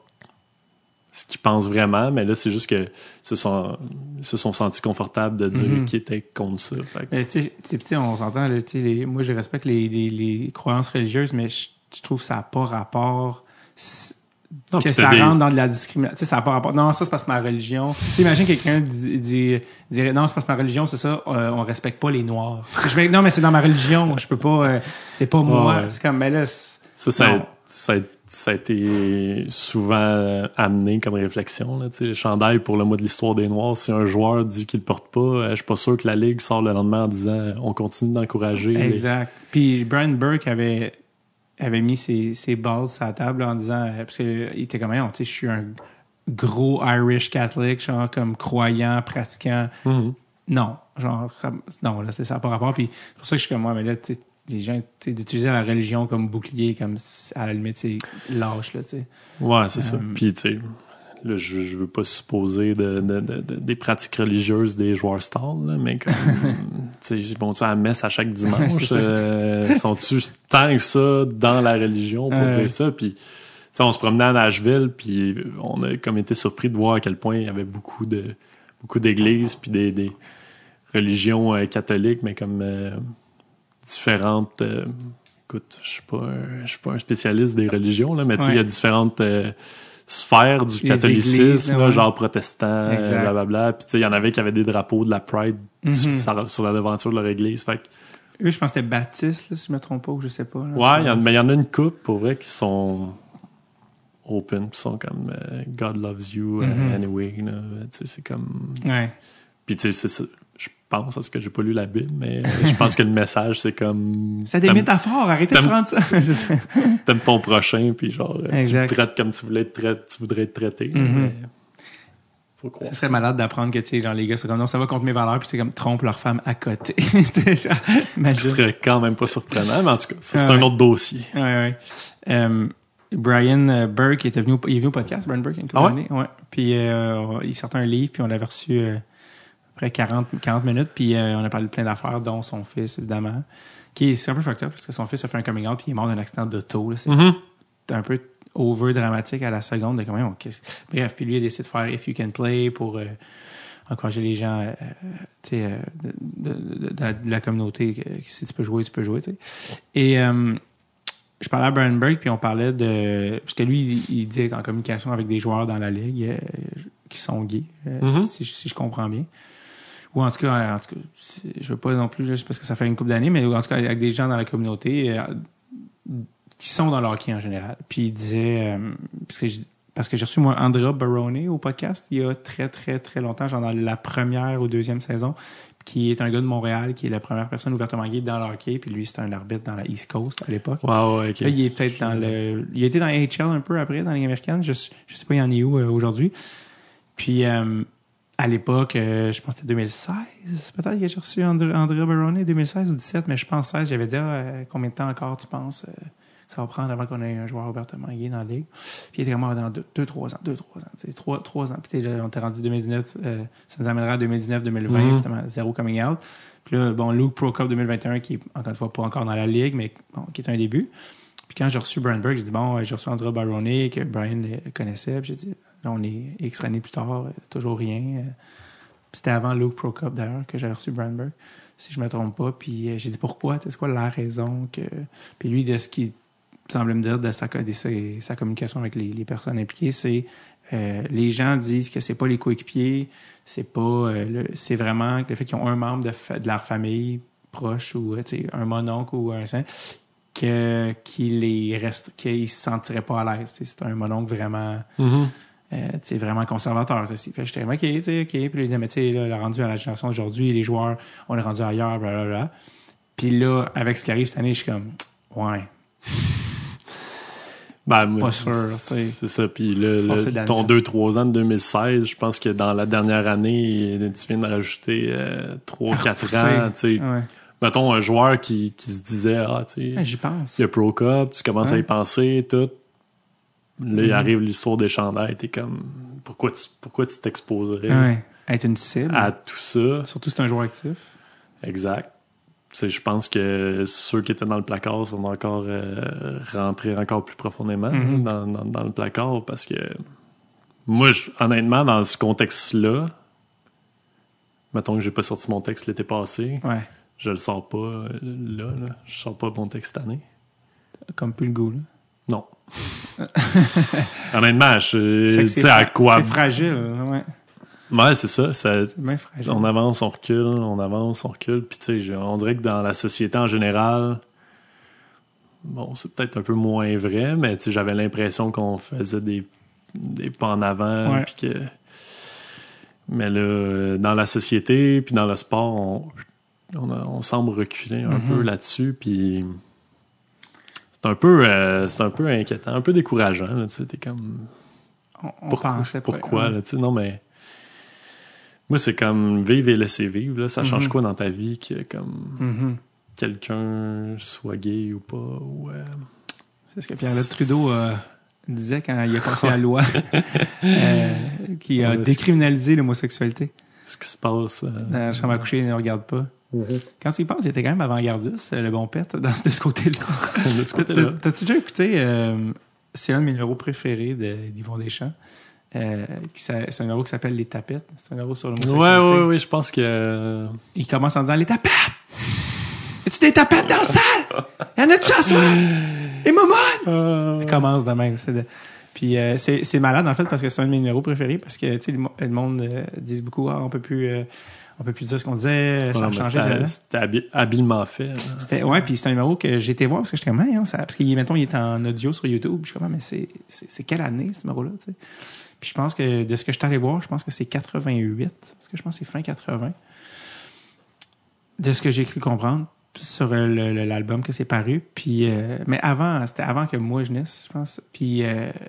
ce qu'ils pensent vraiment, mais là, c'est juste que se sont sentis confortables de dire qu'ils étaient contre ça. Fait que- Mais tu sais, on s'entend, là, tu sais, moi, je respecte les croyances religieuses, mais je trouve que ça n'a pas rapport Non, que puis ça t'as rentre dans de la discrimination. Tu sais, ça n'a pas rapport. Non, ça, c'est parce que ma religion. Tu sais, imagine quelqu'un dirait non, c'est parce que ma religion, c'est ça, on respecte pas les Noirs. Non, mais c'est dans ma religion, je peux pas, c'est pas moi. Ouais. C'est comme, mais là, non. Ça a été souvent amené comme réflexion. Là, le chandail pour le mois de l'histoire des Noirs, si un joueur dit qu'il le porte pas, je suis pas sûr que la Ligue sort le lendemain en disant on continue d'encourager. Exact. Puis Brian Burke avait mis ses balles sur la table en disant, parce qu'il était comme, tu sais, je suis un gros Irish Catholic, genre comme croyant, pratiquant. Mhm. Non, genre, non, là, ça n'a pas rapport. Puis c'est pour ça que je suis comme, moi, mais là, tu sais, les gens, tu sais, d'utiliser la religion comme bouclier, comme à la limite, c'est lâche, là, tu sais. Ouais, c'est ça. Puis, tu sais, là, je veux pas supposer des pratiques religieuses des joueurs stars, là, mais comme, tu sais, vont-tu à la messe à chaque dimanche? Sont-tu tant que ça dans la religion pour dire ça? Puis, tu sais, on se promenait à Nashville, puis on a comme été surpris de voir à quel point il y avait beaucoup d'églises, puis des religions catholiques, mais comme différentes. Écoute, je suis pas un spécialiste des religions, là, mais tu sais, il y a différentes sphères du Les catholicisme, églises, là, ouais. genre protestant, Exact. blablabla. Puis tu sais, il y en avait qui avaient des drapeaux de la Pride sur la devanture de leur église. Fait que, Eux, je pense que c'était Baptiste, là, si je me trompe pas, ou je sais pas. Là, ouais, mais il y en a une couple, pour vrai, qui sont open, qui sont comme God loves you anyway. Là, tu sais, c'est comme... Ouais. Puis tu sais, c'est ça. Je pense, parce que j'ai pas lu la Bible, mais je pense que le message, c'est comme... C'est des métaphores, arrêtez de prendre ça. C'est ça. T'aimes ton prochain, puis genre, tu Exact. le traites comme tu voudrais être traité. Mais faut croire. Ça serait malade d'apprendre que, tu sais, genre, les gars, c'est comme, non, ça va contre mes valeurs, puis c'est comme, trompe leur femme à côté. Tu sais, genre, Ce qui imagine. serait quand même pas surprenant, mais en tout cas, ça, c'est Ouais. un autre dossier. Ouais. Brian Burke il est venu au podcast, Brian Burke, il y a une couple Ah ouais? d'années. Ouais. Puis il sortait un livre, puis on l'avait reçu après 40 minutes, puis on a parlé de plein d'affaires, dont son fils, évidemment. C'est un peu fucked up, parce que son fils a fait un coming out, puis il est mort d'un accident d'auto. Là. C'est un peu over dramatique à la seconde. De comment, bref, puis lui, il a décidé de faire If You Can Play pour encourager les gens tu sais, de la communauté, que si tu peux jouer, tu sais. Et je parlais à Brian Burke, puis on parlait de... Parce que lui, il dit être en communication avec des joueurs dans la ligue qui sont gays, si je comprends bien. Ou en tout cas, je veux pas non plus, là, parce que ça fait une couple d'années, mais en tout cas, avec des gens dans la communauté qui sont dans le hockey en général. Puis il disait... parce que j'ai reçu, moi, Andrea Barone au podcast il y a très, très, très longtemps, genre dans la première ou deuxième saison, qui est un gars de Montréal, qui est la première personne ouvertement gay dans le hockey, puis lui, c'était un arbitre dans la East Coast à l'époque. Ouais, ok. Là, il est peut-être il a été dans la AHL un peu après, dans la Ligue américaine. Je sais pas, il en est où aujourd'hui. Puis, à l'époque, je pense que c'était 2016, peut-être que j'ai reçu Andrea Barone, 2016 ou 2017, mais je pense 16. J'avais dit, combien de temps encore tu penses ça va prendre avant qu'on ait un joueur ouvertement gay dans la ligue. Puis il était comme dans 2-3 ans. 3 ans. Puis là, on était rendu 2019, ça nous amènera à 2019-2020, justement, zéro coming out. Puis là, bon, Luke Pro Cup 2021, qui est encore une fois pas encore dans la ligue, mais bon, qui est un début. Puis quand j'ai reçu Brandberg, j'ai dit, bon, j'ai reçu Andrea Barone, que Brian connaissait. Puis j'ai dit, là, on est X années plus tard, toujours rien. C'était avant Luke Pro Cup, d'ailleurs, que j'avais reçu Brandberg, si je me trompe pas. Puis j'ai dit, pourquoi? C'est quoi la raison que... Puis lui, de ce qu'il semblait me dire de sa communication avec les personnes impliquées, c'est les gens disent que c'est pas les coéquipiers, c'est pas c'est vraiment le fait qu'ils ont un membre de leur famille proche ou un mononcle ou un saint qu'ils se sentiraient pas à l'aise. C'est un mononcle vraiment vraiment conservateur. Fait que j'étais OK. Puis il disait, mais tu sais, là, rendu à la génération d'aujourd'hui, les joueurs, on est rendu ailleurs, blablabla. Puis là, avec ce qui arrive cette année, je suis comme ouais. Ben, pas sûr. C'est ça. Puis là, ton 2-3 ans de 2016, je pense que dans la dernière année, tu viens de rajouter 3-4 ans. Tu sais, mettons un joueur qui se disait, tu sais, j'y pense. Il y a Pro Cup, tu commences à y penser, tout. Là, il arrive l'histoire des chandails, t'es comme, pourquoi tu t'exposerais être une cible à tout ça? Surtout si c'est un joueur actif. Exact. Je pense que ceux qui étaient dans le placard sont encore rentrés encore plus profondément dans le placard parce que moi, honnêtement, dans ce contexte-là, mettons que j'ai pas sorti mon texte l'été passé, je le sors pas là. Je sors pas mon texte cette année. Comme plus le goût, là? Non. Honnêtement, tu sais à quoi... C'est fragile, ouais. Ouais, c'est ça. C'est bien fragile. On avance, on recule. Puis tu sais, on dirait que dans la société en général, bon, c'est peut-être un peu moins vrai, mais tu sais, j'avais l'impression qu'on faisait des pas en avant. Puis que... Mais là, dans la société, puis dans le sport, on semble reculer un peu là-dessus. Puis c'est un peu inquiétant, un peu décourageant. Là, tu sais, t'es comme... Pourquoi là, tu sais, non, mais... Moi, c'est comme vivre et laisser vivre. Là. Ça change quoi dans ta vie que comme quelqu'un soit gay ou pas? Ou, c'est ce que Pierre-Luc Trudeau disait quand il a passé la loi qui a décriminalisé l'homosexualité. Ce qui se passe... Dans la chambre à coucher, il ne regarde pas. Quand tu y penses, il était quand même avant-gardiste, le bon pet, de ce côté-là. T'as-tu déjà écouté... c'est un de mes numéros préférés d'Yvon Deschamps. C'est un numéro qui s'appelle Les Tapettes. C'est un numéro sur l'homosexualité. Oui, je pense que... Il commence en disant « Les tapettes! Y-tu des tapettes dans la salle? Y en a-tu à soir? Les momons! » Ça commence de même. Puis c'est malade, en fait, parce que c'est un de mes numéros préférés, parce que, tu sais, le monde dit beaucoup « on peut plus dire ce qu'on disait, ça a changé. » C'était habilement fait. Puis c'est un numéro que j'ai été voir, parce que j'étais comme « parce qu'il mettons, il est en audio sur YouTube. » Je suis comme « mais c'est quelle année, ce numéro-là? » Puis je pense que, de ce que je suis allé voir, je pense que c'est 88. Parce que je pense que c'est fin 80. De ce que j'ai cru comprendre sur l'album que c'est paru. Puis, mais c'était avant que moi je naisse, je pense. Puis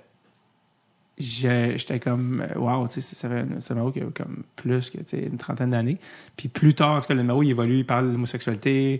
j'étais comme, wow, tu sais, c'est un numéro qui a comme plus que une trentaine d'années. Puis plus tard, en tout cas, le numéro, il évolue, il parle de l'homosexualité.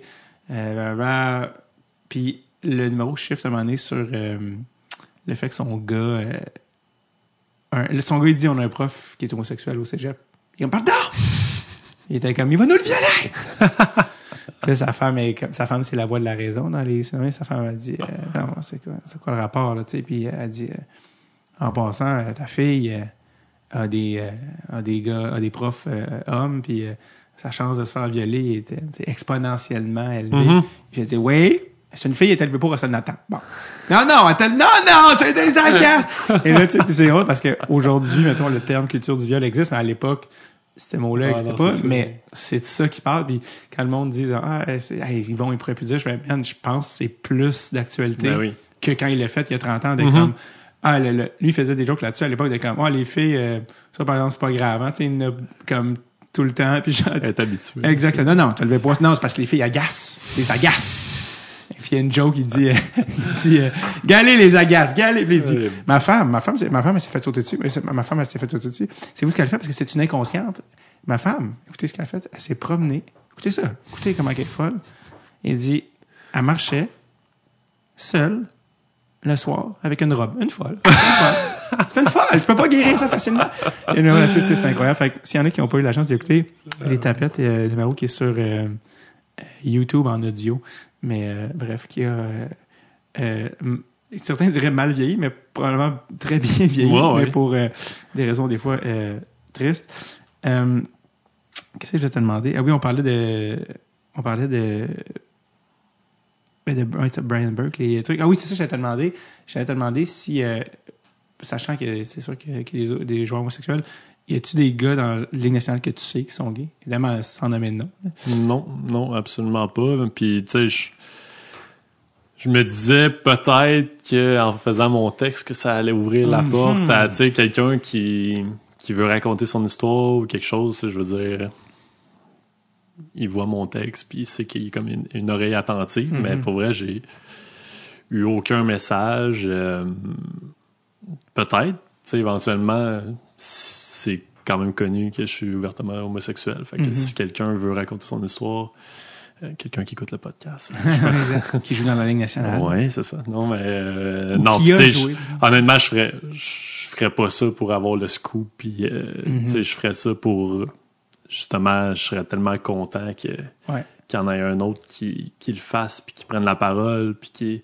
Puis le numéro shift à un moment donné sur le fait que son gars... son gars, il dit, on a un prof qui est homosexuel au cégep. Il est comme, pardon! Il était comme, il va nous le violer! Puis là, sa femme, c'est la voix de la raison dans les cinémas. Sa femme a dit, non, c'est quoi le rapport, là, tu sais? Puis elle a dit, en passant, ta fille a des profs hommes, puis sa chance de se faire violer était exponentiellement élevée. J'ai dit, oui! C'est une fille, elle est élevée pour Nathan. Bon. Non, c'est des agaces! Et là, tu sais, c'est drôle parce qu'aujourd'hui, mettons, le terme culture du viol existe, mais à l'époque, ce mot-là n'existait pas. Mais c'est de ça qu'il parle. Puis quand le monde dit, ils pourraient plus dire, je pense que c'est plus d'actualité que quand il l'a fait il y a 30 ans. Comme, lui, il faisait des jokes là-dessus à l'époque de comme, les filles, ça, par exemple, c'est pas grave. Hein, il y en a comme tout le temps. Puis elle est habituée. Exactement. Non, tu le pas. Non, c'est parce que les filles agacent. Les agacent. Puis il y a une joke, il dit galez les agaces, galez. Puis il dit, ma femme, elle s'est fait sauter dessus. Ma femme, elle s'est fait sauter dessus. C'est vous ce qu'elle fait parce que c'est une inconsciente. Ma femme, écoutez ce qu'elle a fait. Elle s'est promenée. Écoutez ça. Écoutez comment elle est folle. Il dit, elle marchait seule le soir avec une robe. Une folle. C'est une folle. Tu peux pas guérir ça facilement. Et là, c'est incroyable. Fait que s'il y en a qui n'ont pas eu la chance d'écouter Les Tapettes, numéro qui est sur YouTube en audio. Mais bref, qui a... certains diraient mal vieilli, mais probablement très bien vieilli, mais pour des raisons des fois tristes. Qu'est-ce que je vais te demander? Ah oui, on parlait de Brian Burke, les trucs. Ah oui, c'est ça, j'allais te demander si, sachant que c'est sûr qu'il y a des joueurs homosexuels, y a-tu des gars dans la Ligue nationale que tu sais qui sont gays? Évidemment, sans nommer de nom. Non, absolument pas. Puis, tu sais, je me disais peut-être qu'en faisant mon texte, que ça allait ouvrir la porte à, tu sais, quelqu'un qui veut raconter son histoire ou quelque chose, je veux dire, il voit mon texte puis il sait qu'il est comme une oreille attentive, mais pour vrai, j'ai eu aucun message. Peut-être, tu sais, éventuellement, c'est quand même connu que je suis ouvertement homosexuel. Fait que si quelqu'un veut raconter son histoire, quelqu'un qui écoute le podcast. Qui joue dans la Ligue nationale. Oui, c'est ça. Non, mais non, tu sais, honnêtement, je ferais pas ça pour avoir le scoop, puis tu sais, je ferais ça pour justement, je serais tellement content qu'il y en ait un autre qui le fasse, puis qui prenne la parole, puis qui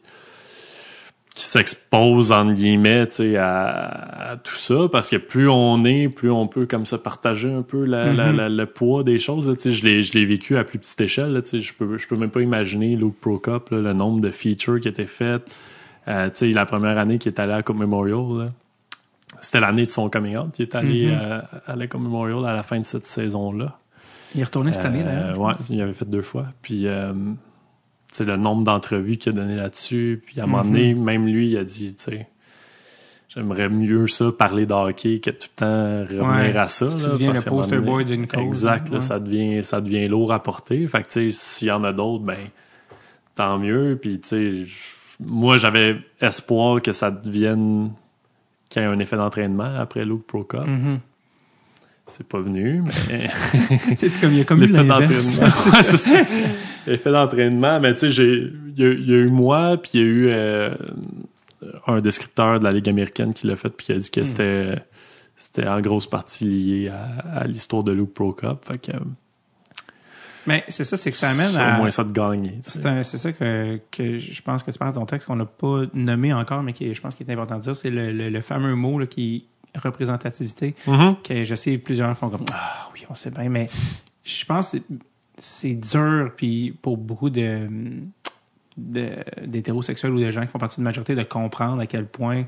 s'expose entre guillemets, tu sais, à tout ça, parce que plus on peut comme ça partager un peu le poids des choses, tu sais. Je l'ai vécu à plus petite échelle, là, tu sais. Je peux même pas imaginer Luke Prokop, là, le nombre de features qui étaient faites. Tu sais, la première année qu'il est allé à la Coupe Memorial, là, c'était l'année de son coming out. Il est allé à la Coupe Memorial à la fin de cette saison-là. Il est retourné cette année, d'ailleurs. Ouais, il avait fait 2 fois. Puis c'est le nombre d'entrevues qu'il a donné là-dessus. Puis à un moment donné, même lui, il a dit, tu sais, j'aimerais mieux ça, parler de hockey, que tout le temps revenir à ça. Tu là, deviens le poster boy d'une cause. Exact, là, ça devient lourd à porter. Fait que, tu sais, s'il y en a d'autres, ben, tant mieux. Puis, tu sais, moi, j'avais espoir que ça devienne, qu'il y ait un effet d'entraînement après Luke Prokop. C'est pas venu, mais... c'est comme il y a comme l'effet d'entraînement. Ouais, c'est ça. L'effet d'entraînement, mais tu sais, il y a eu moi, puis il y a eu un descripteur de la Ligue américaine qui l'a fait, puis qui a dit que c'était en grosse partie lié à l'histoire de Luke Prokop. Fait que... Mais c'est ça, c'est que ça amène à... au moins ça de gagner. C'est ça que je pense que tu parles dans ton texte qu'on n'a pas nommé encore, mais je pense qu'il est important de dire, c'est le fameux mot là, qui représentativité, que je sais plusieurs font comme ah oui, on sait bien, mais je pense que c'est dur, puis pour beaucoup d'hétérosexuels ou de gens qui font partie de la majorité, de comprendre à quel point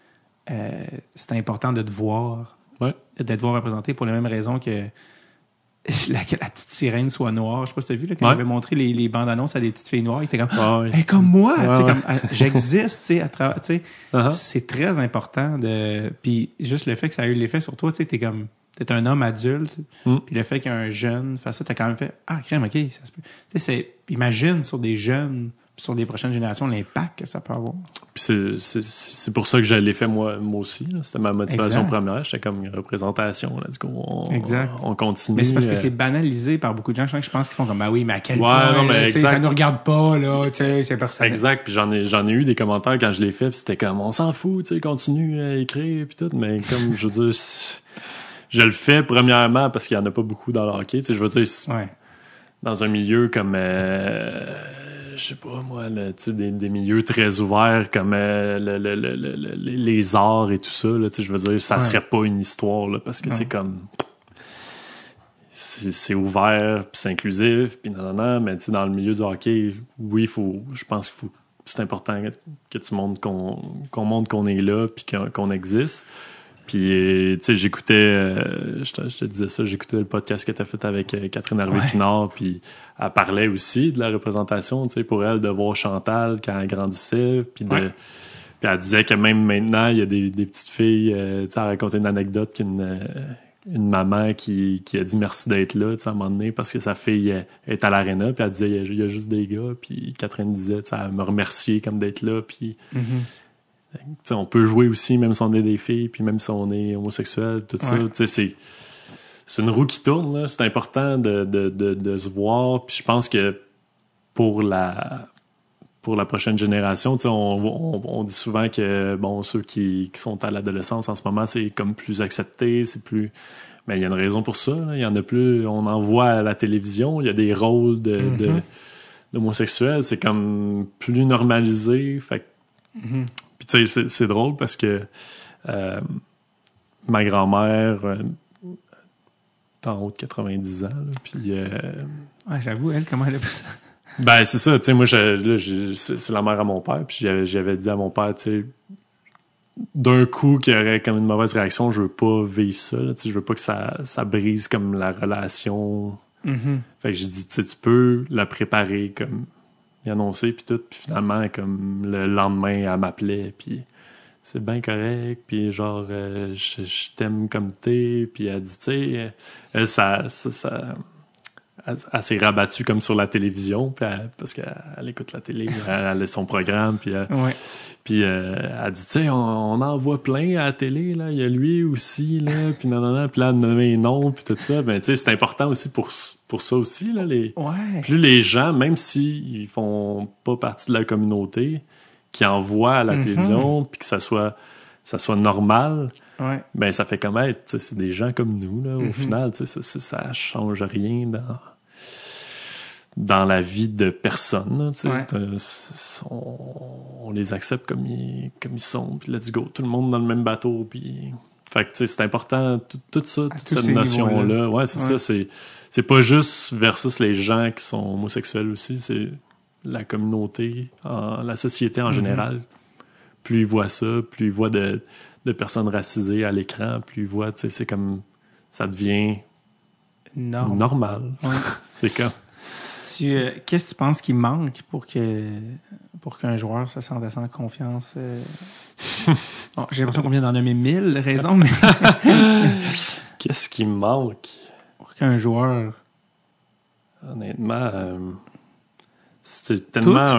c'est important de te voir, d'être voir représenté pour les mêmes raisons que la petite sirène soit noire. Je sais pas si t'as vu, là, quand j'avais montré les bandes annonces à des petites filles noires, ils étaient comme hey, comme moi, comme j'existe, tu sais, à travers, tu sais, c'est très important de, puis juste le fait que ça a eu l'effet sur toi, tu sais, t'es un homme adulte, puis le fait qu'un jeune fasse ça, t'as quand même fait crème, ok, ça se peut. Tu sais, imagine sur des jeunes, sur des prochaines générations, l'impact que ça peut avoir. Puis c'est pour ça que je l'ai fait moi aussi. Là. C'était ma motivation première. J'étais comme une représentation. Là. Du coup, on continue. Mais c'est parce que c'est banalisé par beaucoup de gens. Je pense qu'ils font comme oui, mais à quel point ça nous regarde pas, là, tu sais, c'est personnel. Exact. Puis j'en ai eu des commentaires quand je l'ai fait, puis c'était comme on s'en fout, tu sais, continue à écrire puis tout. Mais comme je veux dire, je le fais premièrement parce qu'il y en a pas beaucoup dans le hockey. Tu sais, je veux dire, dans un milieu comme je sais pas moi, des milieux très ouverts comme les arts et tout ça, là, je veux dire, ça serait pas une histoire là, parce que c'est comme c'est ouvert puis c'est inclusif puis non, mais dans le milieu du hockey, oui, je pense qu'il faut, c'est important que tu montres qu'on montre qu'on est là puis qu'on existe. Puis, tu sais, j'écoutais, je te disais ça, j'écoutais le podcast que tu as fait avec Catherine Harvey-Pinard, puis elle parlait aussi de la représentation, tu sais, pour elle, de voir Chantal quand elle grandissait, puis puis elle disait que même maintenant, il y a des petites filles, tu sais, elle racontait une anecdote qu'une maman qui a dit merci d'être là, tu sais, à un moment donné, parce que sa fille est à l'aréna, puis elle disait, il y a juste des gars, puis Catherine disait, tu sais, elle me remercier comme d'être là, puis... T'sais, on peut jouer aussi, même si on est des filles, puis même si on est homosexuel, tout ça. C'est une roue qui tourne, là. C'est important de se voir. Puis je pense que pour pour la prochaine génération. Tu sais, on dit souvent que bon, ceux qui sont à l'adolescence en ce moment, c'est comme plus accepté, c'est plus. Mais il y a une raison pour ça. Là. Il y en a plus. On en voit à la télévision. Il y a des rôles d'homosexuels. C'est comme plus normalisé. Fait que, puis tu sais, c'est drôle parce que ma grand-mère est en haut de 90 ans. Là, puis ouais, j'avoue, elle, comment elle a fait ça? Ben, c'est ça, tu sais, moi, c'est la mère à mon père, puis j'avais dit à mon père, tu sais, d'un coup, qu'il y aurait comme une mauvaise réaction, je veux pas vivre ça, tu sais, je veux pas que ça brise comme la relation. Fait que j'ai dit, tu sais, tu peux la préparer, comme, y annoncer, puis tout, puis finalement, comme, le lendemain, elle m'appelait, puis c'est bien correct, puis genre, je t'aime comme t'es, puis elle dit, tu sais, elle, elle s'est rabattue comme sur la télévision puis parce qu'elle écoute la télé, elle a son programme puis elle dit, tu sais, on en voit plein à la télé, là, il y a lui aussi, là, puis non, puis là, elle nommait les noms puis tout ça. Ben, tu sais, c'est important aussi pour ça aussi, là, plus les gens, même s'ils font pas partie de la communauté, qui en voient à la télévision puis que ça soit normal, ben ça fait comme être, c'est des gens comme nous, là, au final, tu sais, ça change rien dans la vie de personne, tu sais. On les accepte comme ils sont, puis let's go, tout le monde dans le même bateau, puis fait que tu sais, c'est important tout ça, toute cette notion-là. Ouais, c'est ça, c'est pas juste versus les gens qui sont homosexuels aussi, c'est la communauté, la société en général. Plus ils voient ça, plus ils voient de personnes racisées à l'écran, plus ils voient, tu sais, c'est comme ça devient normal. Ouais. C'est comme qu'est-ce que tu penses qu'il manque pour qu'un joueur se sente assez en confiance? Bon, j'ai l'impression qu'on vient d'en nommer 1000 raisons, mais qu'est-ce qui manque pour qu'un joueur? Honnêtement, c'est tellement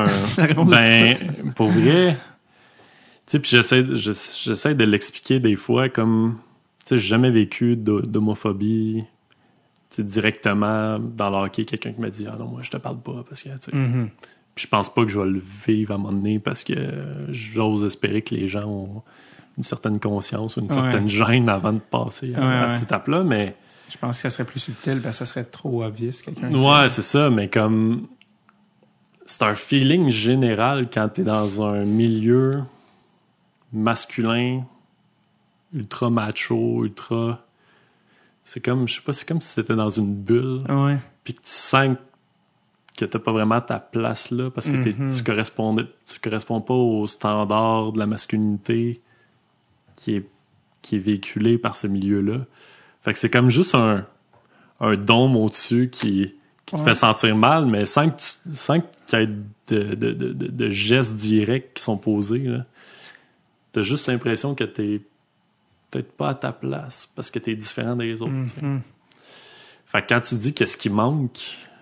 pour vrai. Tu sais, puis j'essaie de l'expliquer des fois comme, tu sais, j'ai jamais vécu d'homophobie, tu sais, directement dans le hockey, quelqu'un qui m'a dit, ah non, moi, je te parle pas, parce que, tu sais, puis je pense pas que je vais le vivre à un moment donné, parce que j'ose espérer que les gens ont une certaine conscience, une certaine gêne avant de passer à cette étape-là, mais... Je pense que ça serait plus subtil, parce que ça serait trop obvious, quelqu'un. Ouais, c'est ça, mais comme... C'est un feeling général quand t'es dans un milieu masculin, ultra macho, ultra... C'est comme, je sais pas, c'est comme si c'était dans une bulle. Ouais. Puis que tu sens que t'as pas vraiment ta place là, parce que tu corresponds pas au standard de la masculinité qui est véhiculé par ce milieu-là. Fait que c'est comme juste un dôme au-dessus qui te fait sentir mal, mais sans qu'il y ait de gestes directs qui sont posés, là. T'as juste l'impression que t'es peut-être pas à ta place parce que t'es différent des autres. Fait que quand tu dis qu'est-ce qui manque,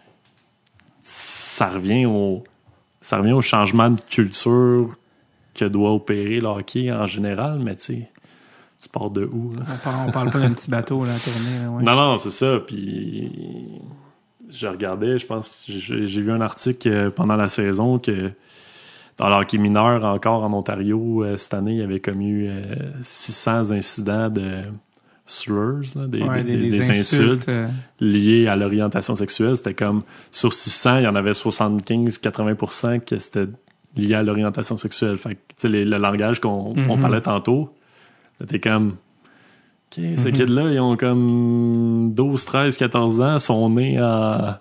ça revient au changement de culture que doit opérer le hockey en général, mais tu sais, tu pars de où, là? On parle pas d'un petit bateau là, à tourner. Là, ouais. Non, c'est ça. Puis je regardais, je pense, j'ai vu un article pendant la saison que dans le hockey mineur, encore en Ontario, cette année, il y avait comme eu 600 incidents de slurs, là, des insultes liées à l'orientation sexuelle. C'était comme, sur 600, il y en avait 75-80% que c'était lié à l'orientation sexuelle. Fait que, tu sais, le langage qu'on parlait tantôt, t'es comme, OK, ces kids-là, ils ont comme 12, 13, 14 ans, sont nés en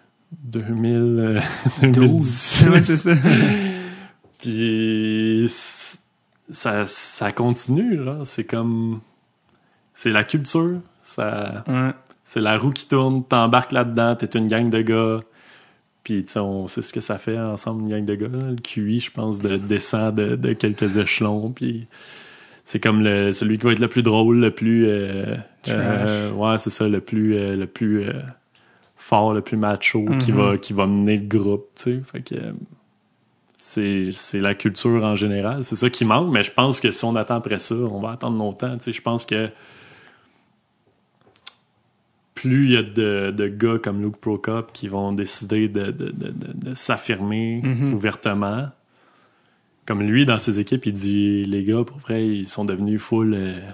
2010. Ouais, c'est ça. Puis ça continue, là. C'est comme... C'est la culture. C'est la roue qui tourne. T'embarques là-dedans. T'es une gang de gars. Puis, tu sais, on sait ce que ça fait ensemble, une gang de gars. Là. Le QI, je pense, descend de quelques échelons. Puis, c'est comme celui qui va être le plus drôle, le plus... ouais, c'est ça, le plus fort, le plus macho, qui va mener le groupe, tu sais. Fait que... C'est la culture en général. C'est ça qui manque, mais je pense que si on attend après ça, on va attendre longtemps. Tu sais, je pense que plus il y a de gars comme Luke Prokop qui vont décider de s'affirmer ouvertement. Comme lui, dans ses équipes, il dit, les gars, pour vrai, ils sont devenus full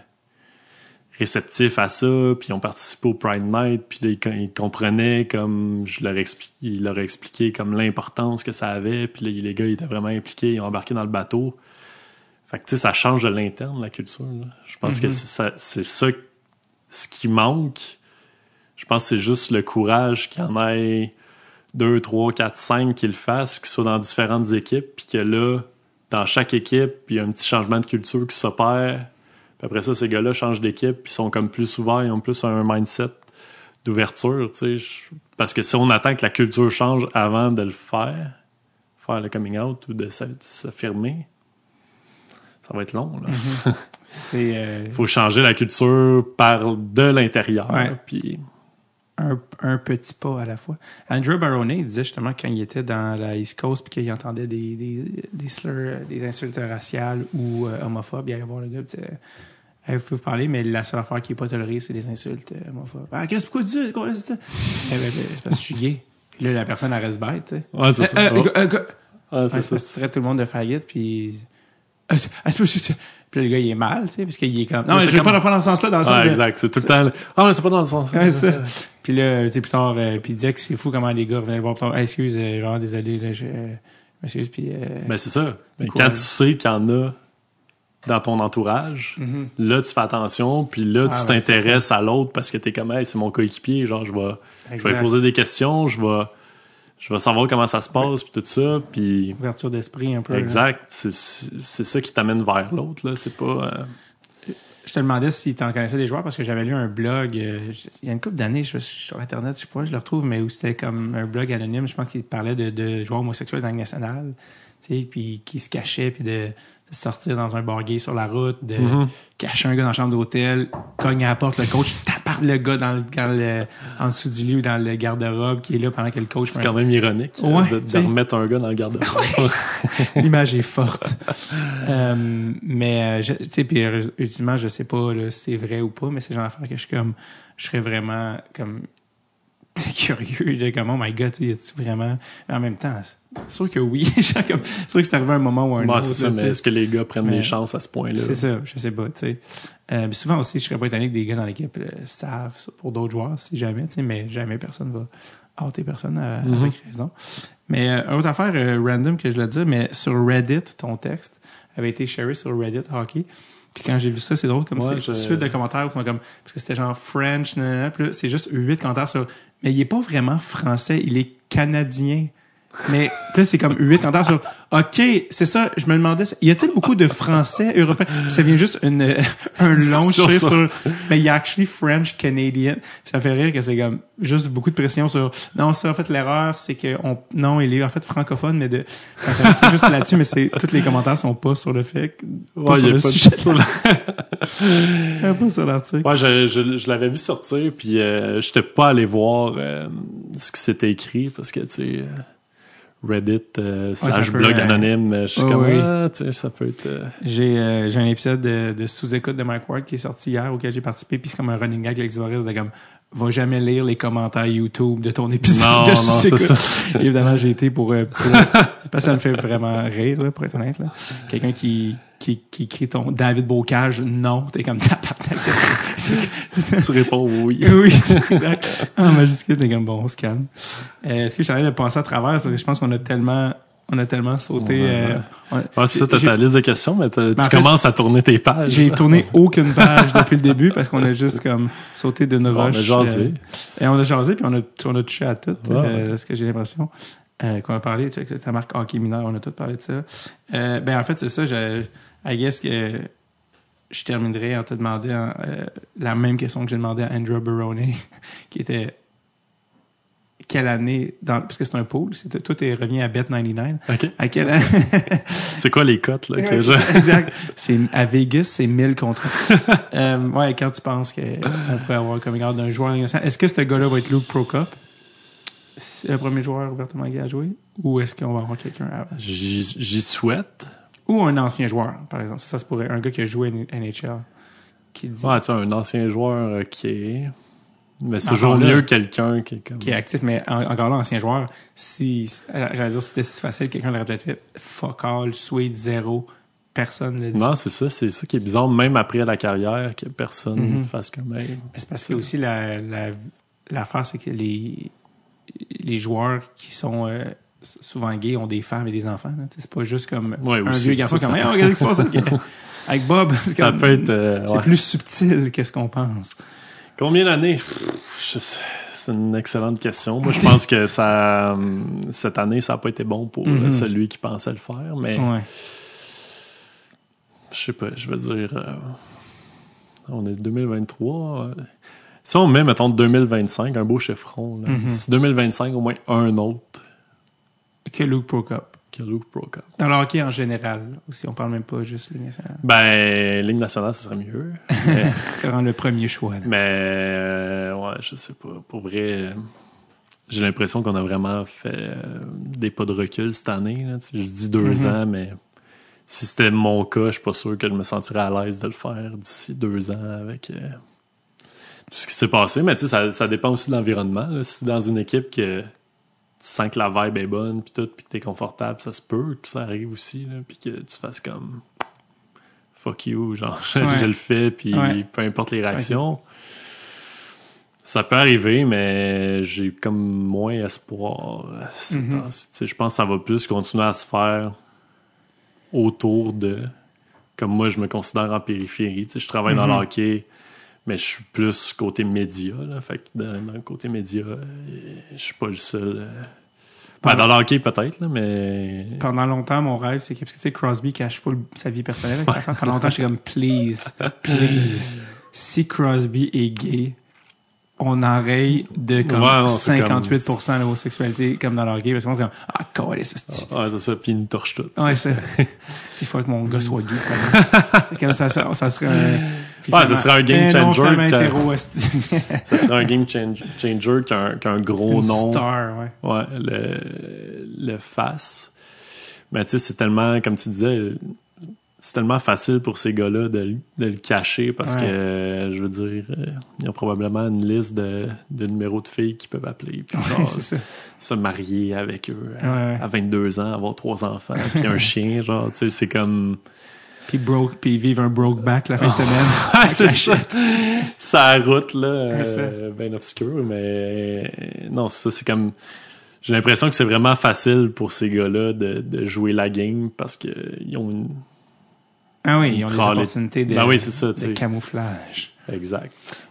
réceptifs à ça, puis ils ont participé au Pride Night, puis là, ils comprenaient, comme il leur a expliqué comme l'importance que ça avait, puis là, les gars, ils étaient vraiment impliqués, ils ont embarqué dans le bateau. Fait que, tu sais, ça change de l'interne, la culture. Là. Je pense que c'est ça, ce qui manque. Je pense que c'est juste le courage qu'il y en ait 2, 3, 4, 5 qui le fassent, qu'ils soient dans différentes équipes, puis que là, dans chaque équipe, il y a un petit changement de culture qui s'opère. Puis après ça, ces gars-là changent d'équipe, puis ils sont comme plus ouverts, ils ont plus un mindset d'ouverture, tu sais. Parce que si on attend que la culture change avant de le faire le coming out ou de s'affirmer, ça va être long, là. Faut changer la culture par de l'intérieur, puis... Un petit pas à la fois. Andrew Barone disait justement quand il était dans la East Coast puis qu'il entendait des slurs, des insultes raciales ou homophobes, il allait voir le gars et disait vous pouvez parler, mais la seule affaire qui n'est pas tolérée, c'est les insultes homophobes. Ah, qu'est-ce que tu dis? Quoi, c'est ça? C'est parce que je suis gay. Puis là, la personne, elle reste bête, tu sais. Ouais, c'est ça. C'est ça. Tu traites tout le monde de faggot, puis... Puis le gars, il est mal, tu sais, parce qu'il est comme... Non, mais je vais pas reprendre dans ce sens-là, dans le sens de... exact. C'est tout le temps... Ah, mais c'est pas dans le sens. Ouais, ça. Puis là, tu sais, plus tard, puis il disait que c'est fou comment les gars revenaient le voir. Puis excuse, vraiment désolé, là, m'excuse, puis... Ben, c'est ça. Mais quand tu sais qu'il y en a dans ton entourage, là, tu fais attention, puis là, tu t'intéresses à l'autre parce que t'es comme, hey, c'est mon coéquipier, genre, je vais lui poser des questions, je vais savoir comment ça se passe, puis tout ça, puis... Ouverture d'esprit, un peu. Exact. C'est ça qui t'amène vers l'autre, là. C'est pas... Je te demandais si tu en connaissais des joueurs, parce que j'avais lu un blog, il y a une couple d'années, sur Internet, je sais pas, je le retrouve, mais où c'était comme un blog anonyme, je pense qu'il parlait de joueurs homosexuels dans le national, tu sais, puis qui se cachaient, puis de sortir dans un bar gay sur la route, de cacher un gars dans la chambre d'hôtel, cogne à la porte, le coach tape le gars en dessous du lit ou dans le garde-robe qui est là pendant que le coach... C'est quand même ironique de remettre un gars dans le garde-robe. L'image est forte. Mais, tu sais, puis ultimement, je sais pas là, si c'est vrai ou pas, mais c'est genre d'affaire que je serais vraiment comme curieux de comme, oh my god, tu sais, vraiment... Mais en même temps... C'est sûr que oui. C'est sûr que c'est arrivé un moment ou un autre. C'est ça, mais est-ce que les gars prennent des chances à ce point-là? C'est ça, je sais pas, tu sais. Souvent aussi, je serais pas étonné que des gars dans l'équipe savent ça pour d'autres joueurs, si jamais, tu sais, mais jamais personne va hâter personne avec raison. Mais autre affaire random que je voulais dire, mais sur Reddit, ton texte avait été sharé sur Reddit Hockey. Puis quand j'ai vu ça, c'est drôle, comme c'est une suite de commentaires où comme, parce que c'était genre French, nanana, puis là, c'est juste 8 commentaires sur, mais il est pas vraiment français, il est canadien. Mais là, c'est comme 8 commentaires sur OK, c'est ça, je me demandais, y a-t-il beaucoup de Français européens? Puis ça vient juste un long chiffre sur mais il y a actually French Canadian. Ça fait rire que c'est comme juste beaucoup de pression sur non, ça en fait l'erreur, c'est que non, il est en fait francophone, mais ça fait c'est juste là-dessus, mais tous les commentaires sont pas sur le fait pas sur le sujet. Pas sur l'article. Ouais, je l'avais vu sortir puis j'étais pas allé voir ce qui s'était écrit parce que tu sais Reddit / blog anonyme, je suis comme tu sais, ça peut être j'ai un épisode de sous-écoute de Mike Ward qui est sorti hier auquel j'ai participé, puis c'est comme un running gag avec Zoris de comme va jamais lire les commentaires YouTube de ton épisode de sous-écoute. Évidemment, j'ai été pour parce que ça me fait vraiment rire là, pour être honnête là. Quelqu'un qui écrit ton David Bocage, non, t'es comme tu réponds oui. Oui, exact. En majuscule, t'es comme bon, on se calme. Est-ce que j'arrête de passer à travers parce que je pense qu'on a tellement sauté. C'est ça, t'as ta liste de questions, mais tu commences à tourner tes pages. J'ai tourné aucune page depuis le début parce qu'on a juste comme sauté d'une roche. On a jasé. Et on a jasé, puis on a touché à tout, ce que j'ai l'impression. Qu'on a parlé, tu sais, ta marque hockey mineur, on a tout parlé de ça. En fait, c'est ça, I guess que je terminerai en te demandant la même question que j'ai demandé à Andrew Barone, qui était quelle année, parce que c'est un pool, tout est revenu à Bet99. Okay. À quelle année? C'est quoi les cotes, là? Exact. À Vegas, c'est 1000 contrats. Quand tu penses qu'on pourrait avoir comme garde d'un joueur innocent, est-ce que ce gars-là va être Luke Prokop? C'est le premier joueur ouvertement gay à jouer? Ou est-ce qu'on va avoir quelqu'un avant? J'y souhaite. Ou un ancien joueur, par exemple. Ça se pourrait. Un gars qui a joué NHL. Qui dit... Ouais, tu sais, un ancien joueur qui est... Mais c'est toujours Encore là, mieux quelqu'un qui est comme... qui est actif, mais encore là, ancien joueur, j'allais dire, si c'était si facile, quelqu'un l'aurait peut-être fait fuck all, sweet, zéro, personne l'a dit. Non, c'est ça qui est bizarre, même après la carrière, que personne fasse comme elle. Mais c'est parce que aussi, l'affaire, c'est que les joueurs qui sont souvent gays ont des femmes et des enfants. Là. C'est pas juste comme Ouais, un aussi, vieux garçon ça, comme, ça. hey, regarde ce qui se passe avec Bob. Ça peut être... C'est plus subtil que ce qu'on pense. Combien d'années? C'est une excellente question. Moi, je pense que cette année, ça n'a pas été bon pour celui qui pensait le faire, mais Ouais. je sais pas, je veux dire, on est 2023. Si on met, mettons, 2025, un beau chiffron, là, d'ici 2025, au moins un autre Que Luke Prokop. que Luke Prokop. Dans le hockey en général, aussi, on parle même pas juste Ligue nationale. Ben, Ligue nationale, ce serait mieux. Mais, C'est vraiment le premier choix. Là. ouais, je sais pas. Pour vrai, j'ai l'impression qu'on a vraiment fait des pas de recul cette année. Là. Je dis 2 ans, mais si c'était mon cas, je suis pas sûr que je me sentirais à l'aise de le faire d'ici 2 ans avec tout ce qui s'est passé. Mais tu sais, ça dépend aussi de l'environnement. Là. Si t'es dans une équipe que tu sens que la vibe est bonne, puis tout, puis que t'es confortable, ça se peut que ça arrive aussi, là, puis que tu fasses comme fuck you, genre je le fais, puis peu importe les réactions. Ça peut arriver, mais j'ai comme moins espoir ces temps-ci. Tu sais, je pense que ça va plus continuer à se faire autour de... Comme moi, je me considère en périphérie. Tu sais, je travaille dans le hockey, mais je suis plus côté média. Là, fait que dans le côté média, je suis pas le seul... dans le hockey, peut-être, là, mais... Pendant longtemps, mon rêve, c'est que, parce que tu sais, Crosby cache full sa vie personnelle avec sa femme. Pendant longtemps, j'étais comme, please, si Crosby est gay, on enraye de comme 58% d'homosexualité comme dans leur gay. Parce que moi, c'est comme, quoi, c'est ouais, c'est ça, puis il nous torche tout. Ouais, c'est. Il faudrait que mon gars soit gay. C'est comme ça serait un. Ouais, ça serait un game changer. Ça serait un game changer qui a un gros nom. Star, ouais. Ouais, le face. Mais tu sais, c'est tellement, comme tu disais, c'est tellement facile pour ces gars-là de le cacher parce que, je veux dire, il y a probablement une liste de numéros de filles qui peuvent appeler. Puis genre, se marier avec eux à 22 ans, avoir 3 enfants, puis un chien, genre, tu sais, c'est comme... Puis vivre un broke back la fin de semaine. C'est ça. Sa route, là, bien obscure, mais non, c'est ça, c'est comme... J'ai l'impression que c'est vraiment facile pour ces gars-là de jouer la game parce qu'ils ont une... Ah oui, ils ont des opportunités de camouflage. Exact.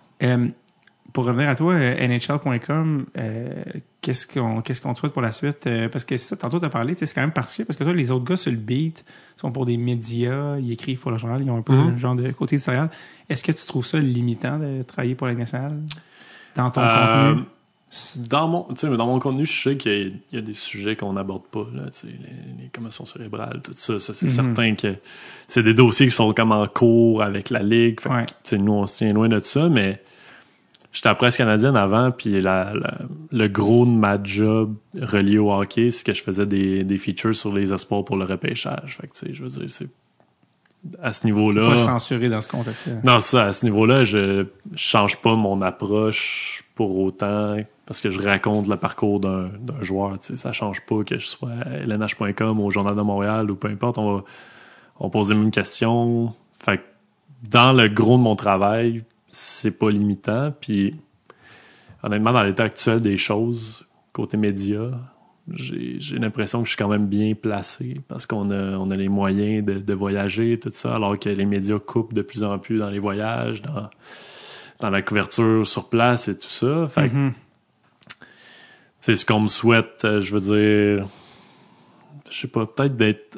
Pour revenir à toi, NHL.com, qu'est-ce qu'on te souhaite pour la suite? Parce que ça, tantôt tu as parlé, c'est quand même particulier parce que toi, les autres gars sur le beat sont pour des médias, ils écrivent pour le journal, ils ont un peu le genre de côté éditorial. Est-ce que tu trouves ça limitant de travailler pour la Ligue nationale dans ton contenu? Dans mon contenu, je sais qu'il y a des sujets qu'on n'aborde pas, là, les commotions cérébrales, tout ça. Ça c'est certain que c'est des dossiers qui sont comme en cours avec la Ligue. Fait que, nous, on se tient loin de ça, mais j'étais à la Presse canadienne avant, puis le gros de ma job relié au hockey, c'est que je faisais des features sur les espoirs pour le repêchage. Fait que, je veux dire, c'est à ce niveau-là... Pas censuré dans ce contexte-là. Non, ça, à ce niveau-là, je change pas mon approche pour autant parce que je raconte le parcours d'un joueur. Ça change pas que je sois à LNH.com ou au Journal de Montréal ou peu importe. On pose les mêmes questions. Fait que dans le gros de mon travail, c'est pas limitant. Puis honnêtement, dans l'état actuel des choses, côté médias, j'ai l'impression que je suis quand même bien placé parce qu'on a les moyens de voyager, tout ça, alors que les médias coupent de plus en plus dans les voyages, dans la couverture sur place et tout ça. Fait que, c'est ce qu'on me souhaite, je veux dire, je sais pas, peut-être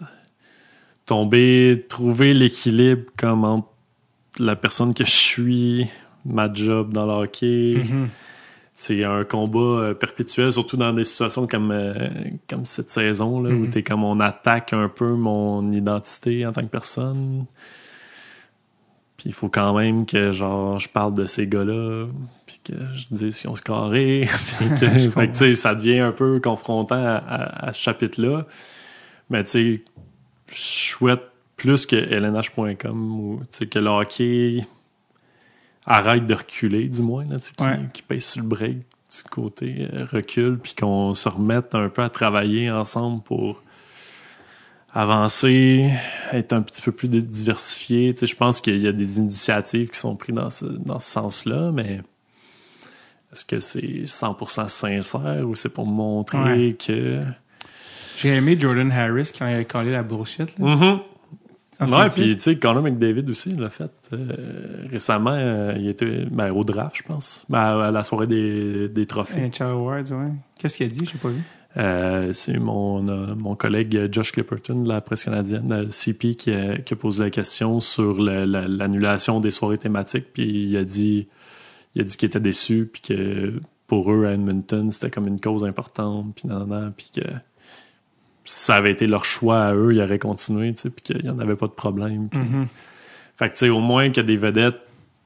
trouver l'équilibre comme entre la personne que je suis, ma job dans le hockey. C'est un combat perpétuel, surtout dans des situations comme cette saison, là, où t'es comme on attaque un peu mon identité en tant que personne. Puis il faut quand même que genre je parle de ces gars-là, puis que je dise si on se carré. Fait que tu sais, ça devient un peu confrontant à ce chapitre-là. Mais tu sais, je souhaite plus que LNH.com ou tu sais que le hockey arrête de reculer, du moins, là, Ouais. qui pèse sur le break du côté recul, puis qu'on se remette un peu à travailler ensemble pour avancer, être un petit peu plus diversifié. Je pense qu'il y a des initiatives qui sont prises dans ce sens-là, mais est-ce que c'est 100% sincère ou c'est pour montrer que... J'ai aimé Jordan Harris quand il a collé la bullshit. Là. Mm-hmm. Ouais, senti? puis tu sais, Connor McDavid aussi l'a fait. Récemment, il était au draft, je pense. À la soirée des trophées. NHL Awards, ouais. Qu'est-ce qu'il a dit? J'ai pas vu. C'est mon collègue Josh Clipperton de la presse canadienne, CP, qui a posé la question sur l'annulation des soirées thématiques, puis il a dit qu'il était déçu, puis que pour eux, à Edmonton, c'était comme une cause importante, puis puis que si ça avait été leur choix à eux, ils auraient continué, tu sais, puis qu'il n'y en avait pas de problème. Puis... Fait que, tu sais, au moins que des vedettes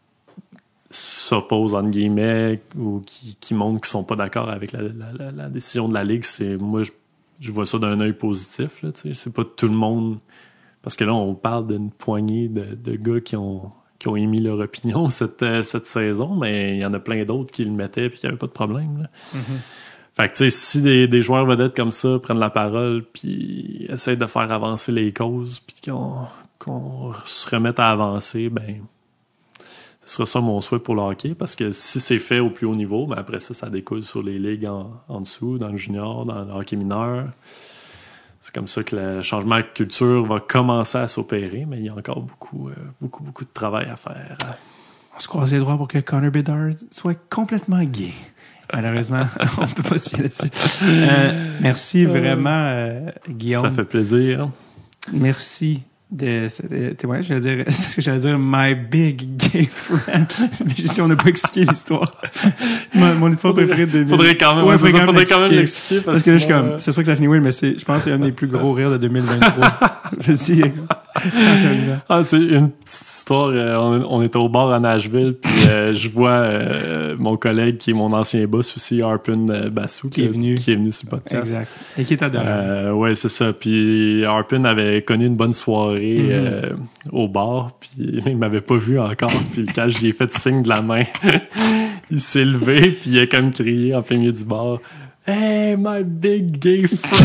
s'opposent, entre guillemets, ou qui montrent qu'ils sont pas d'accord avec la décision de la Ligue, moi, je vois ça d'un œil positif, là, tu sais. C'est pas tout le monde... Parce que là, on parle d'une poignée de gars qui ont émis leur opinion cette saison, mais il y en a plein d'autres qui le mettaient puis qui n'avaient pas de problème, là. Fait que, tu sais, si des joueurs vedettes comme ça prennent la parole puis essayent de faire avancer les causes puis qu'on se remette à avancer, ben, ce sera ça mon souhait pour le hockey, parce que si c'est fait au plus haut niveau, ben après ça découle sur les ligues en dessous, dans le junior, dans le hockey mineur. C'est comme ça que le changement de culture va commencer à s'opérer, mais il y a encore beaucoup de travail à faire. On se croise les doigts pour que Connor Bedard soit complètement gay. Malheureusement, on ne peut pas se fier là-dessus. Merci vraiment, Guillaume. Ça fait plaisir. Merci de témoignage. J'allais dire my big gay friend. Mais si on n'a pas expliqué l'histoire. Mon histoire préférée de 2000. Faudrait quand même, faudrait quand même l'expliquer. Parce que là, je suis comme, c'est sûr que ça finit oui, mais je pense que c'est un des plus gros rires de 2023. Vas-y. C'est une petite histoire. On était au bar à Nashville, puis je vois mon collègue qui est mon ancien boss aussi, Arpin Bassou, qui est venu sur le podcast. Exact. Et qui est adorable. Ouais, c'est ça. Puis Arpin avait connu une bonne soirée au bar, puis il m'avait pas vu encore. Puis quand j'y ai fait signe de la main, il s'est levé, puis il a comme crié en plein milieu du bar, « Hey, my big gay friend! »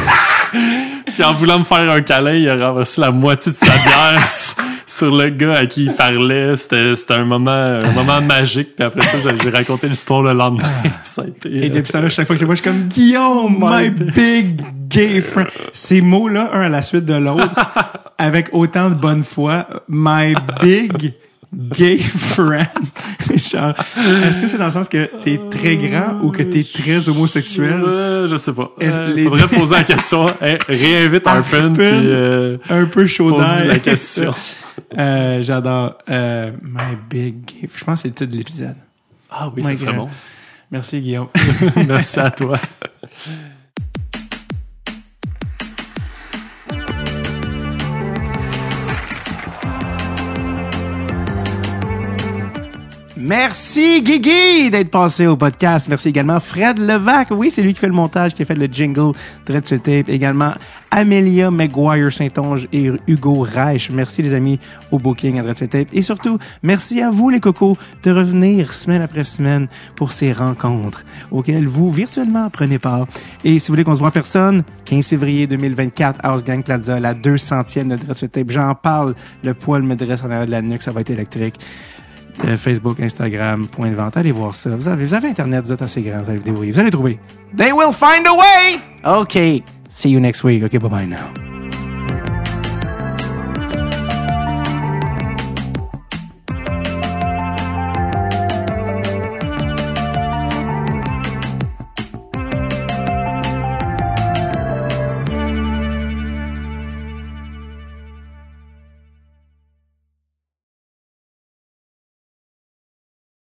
Puis en voulant me faire un câlin, il a renversé la moitié de sa bière sur le gars à qui il parlait. C'était un moment magique. Puis après ça, j'ai raconté l'histoire le lendemain. Ça a été, et depuis ça, là, chaque fois que je le vois, je suis comme Guillaume, my big gay friend. Ces mots-là, un à la suite de l'autre, avec autant de bonne foi, my big gay friend. Genre, est-ce que c'est dans le sens que t'es très grand ou que t'es très homosexuel? Je sais pas. Faudrait poser la question. Réinvite Arpin puis un peu chaud d'air. Pose la question. J'adore. My big gay. Je pense que c'est le titre de l'épisode. Ah oui, ça serait bon. Merci Guillaume. Merci à toi. Merci Guigui d'être passé au podcast. Merci également Fred Levac. Oui, c'est lui qui fait le montage, qui a fait le jingle Dread sur le tape. Également Amélia McGuire Saint-Onge et Hugo Reich. Merci les amis au booking à Dread sur le tape. Et surtout, merci à vous les cocos de revenir semaine après semaine pour ces rencontres auxquelles vous virtuellement prenez part. Et si vous voulez qu'on se voit en personne, 15 février 2024, House Gang Plaza, la 200e de Dread sur le tape. J'en parle, le poil me dresse en arrière de la nuque, ça va être électrique. Facebook, Instagram, point de vente. Allez voir ça. Vous avez Internet, vous êtes assez grand, vous allez vous débrouiller. Vous allez trouver. They will find a way! Okay. See you next week. Okay, bye-bye now.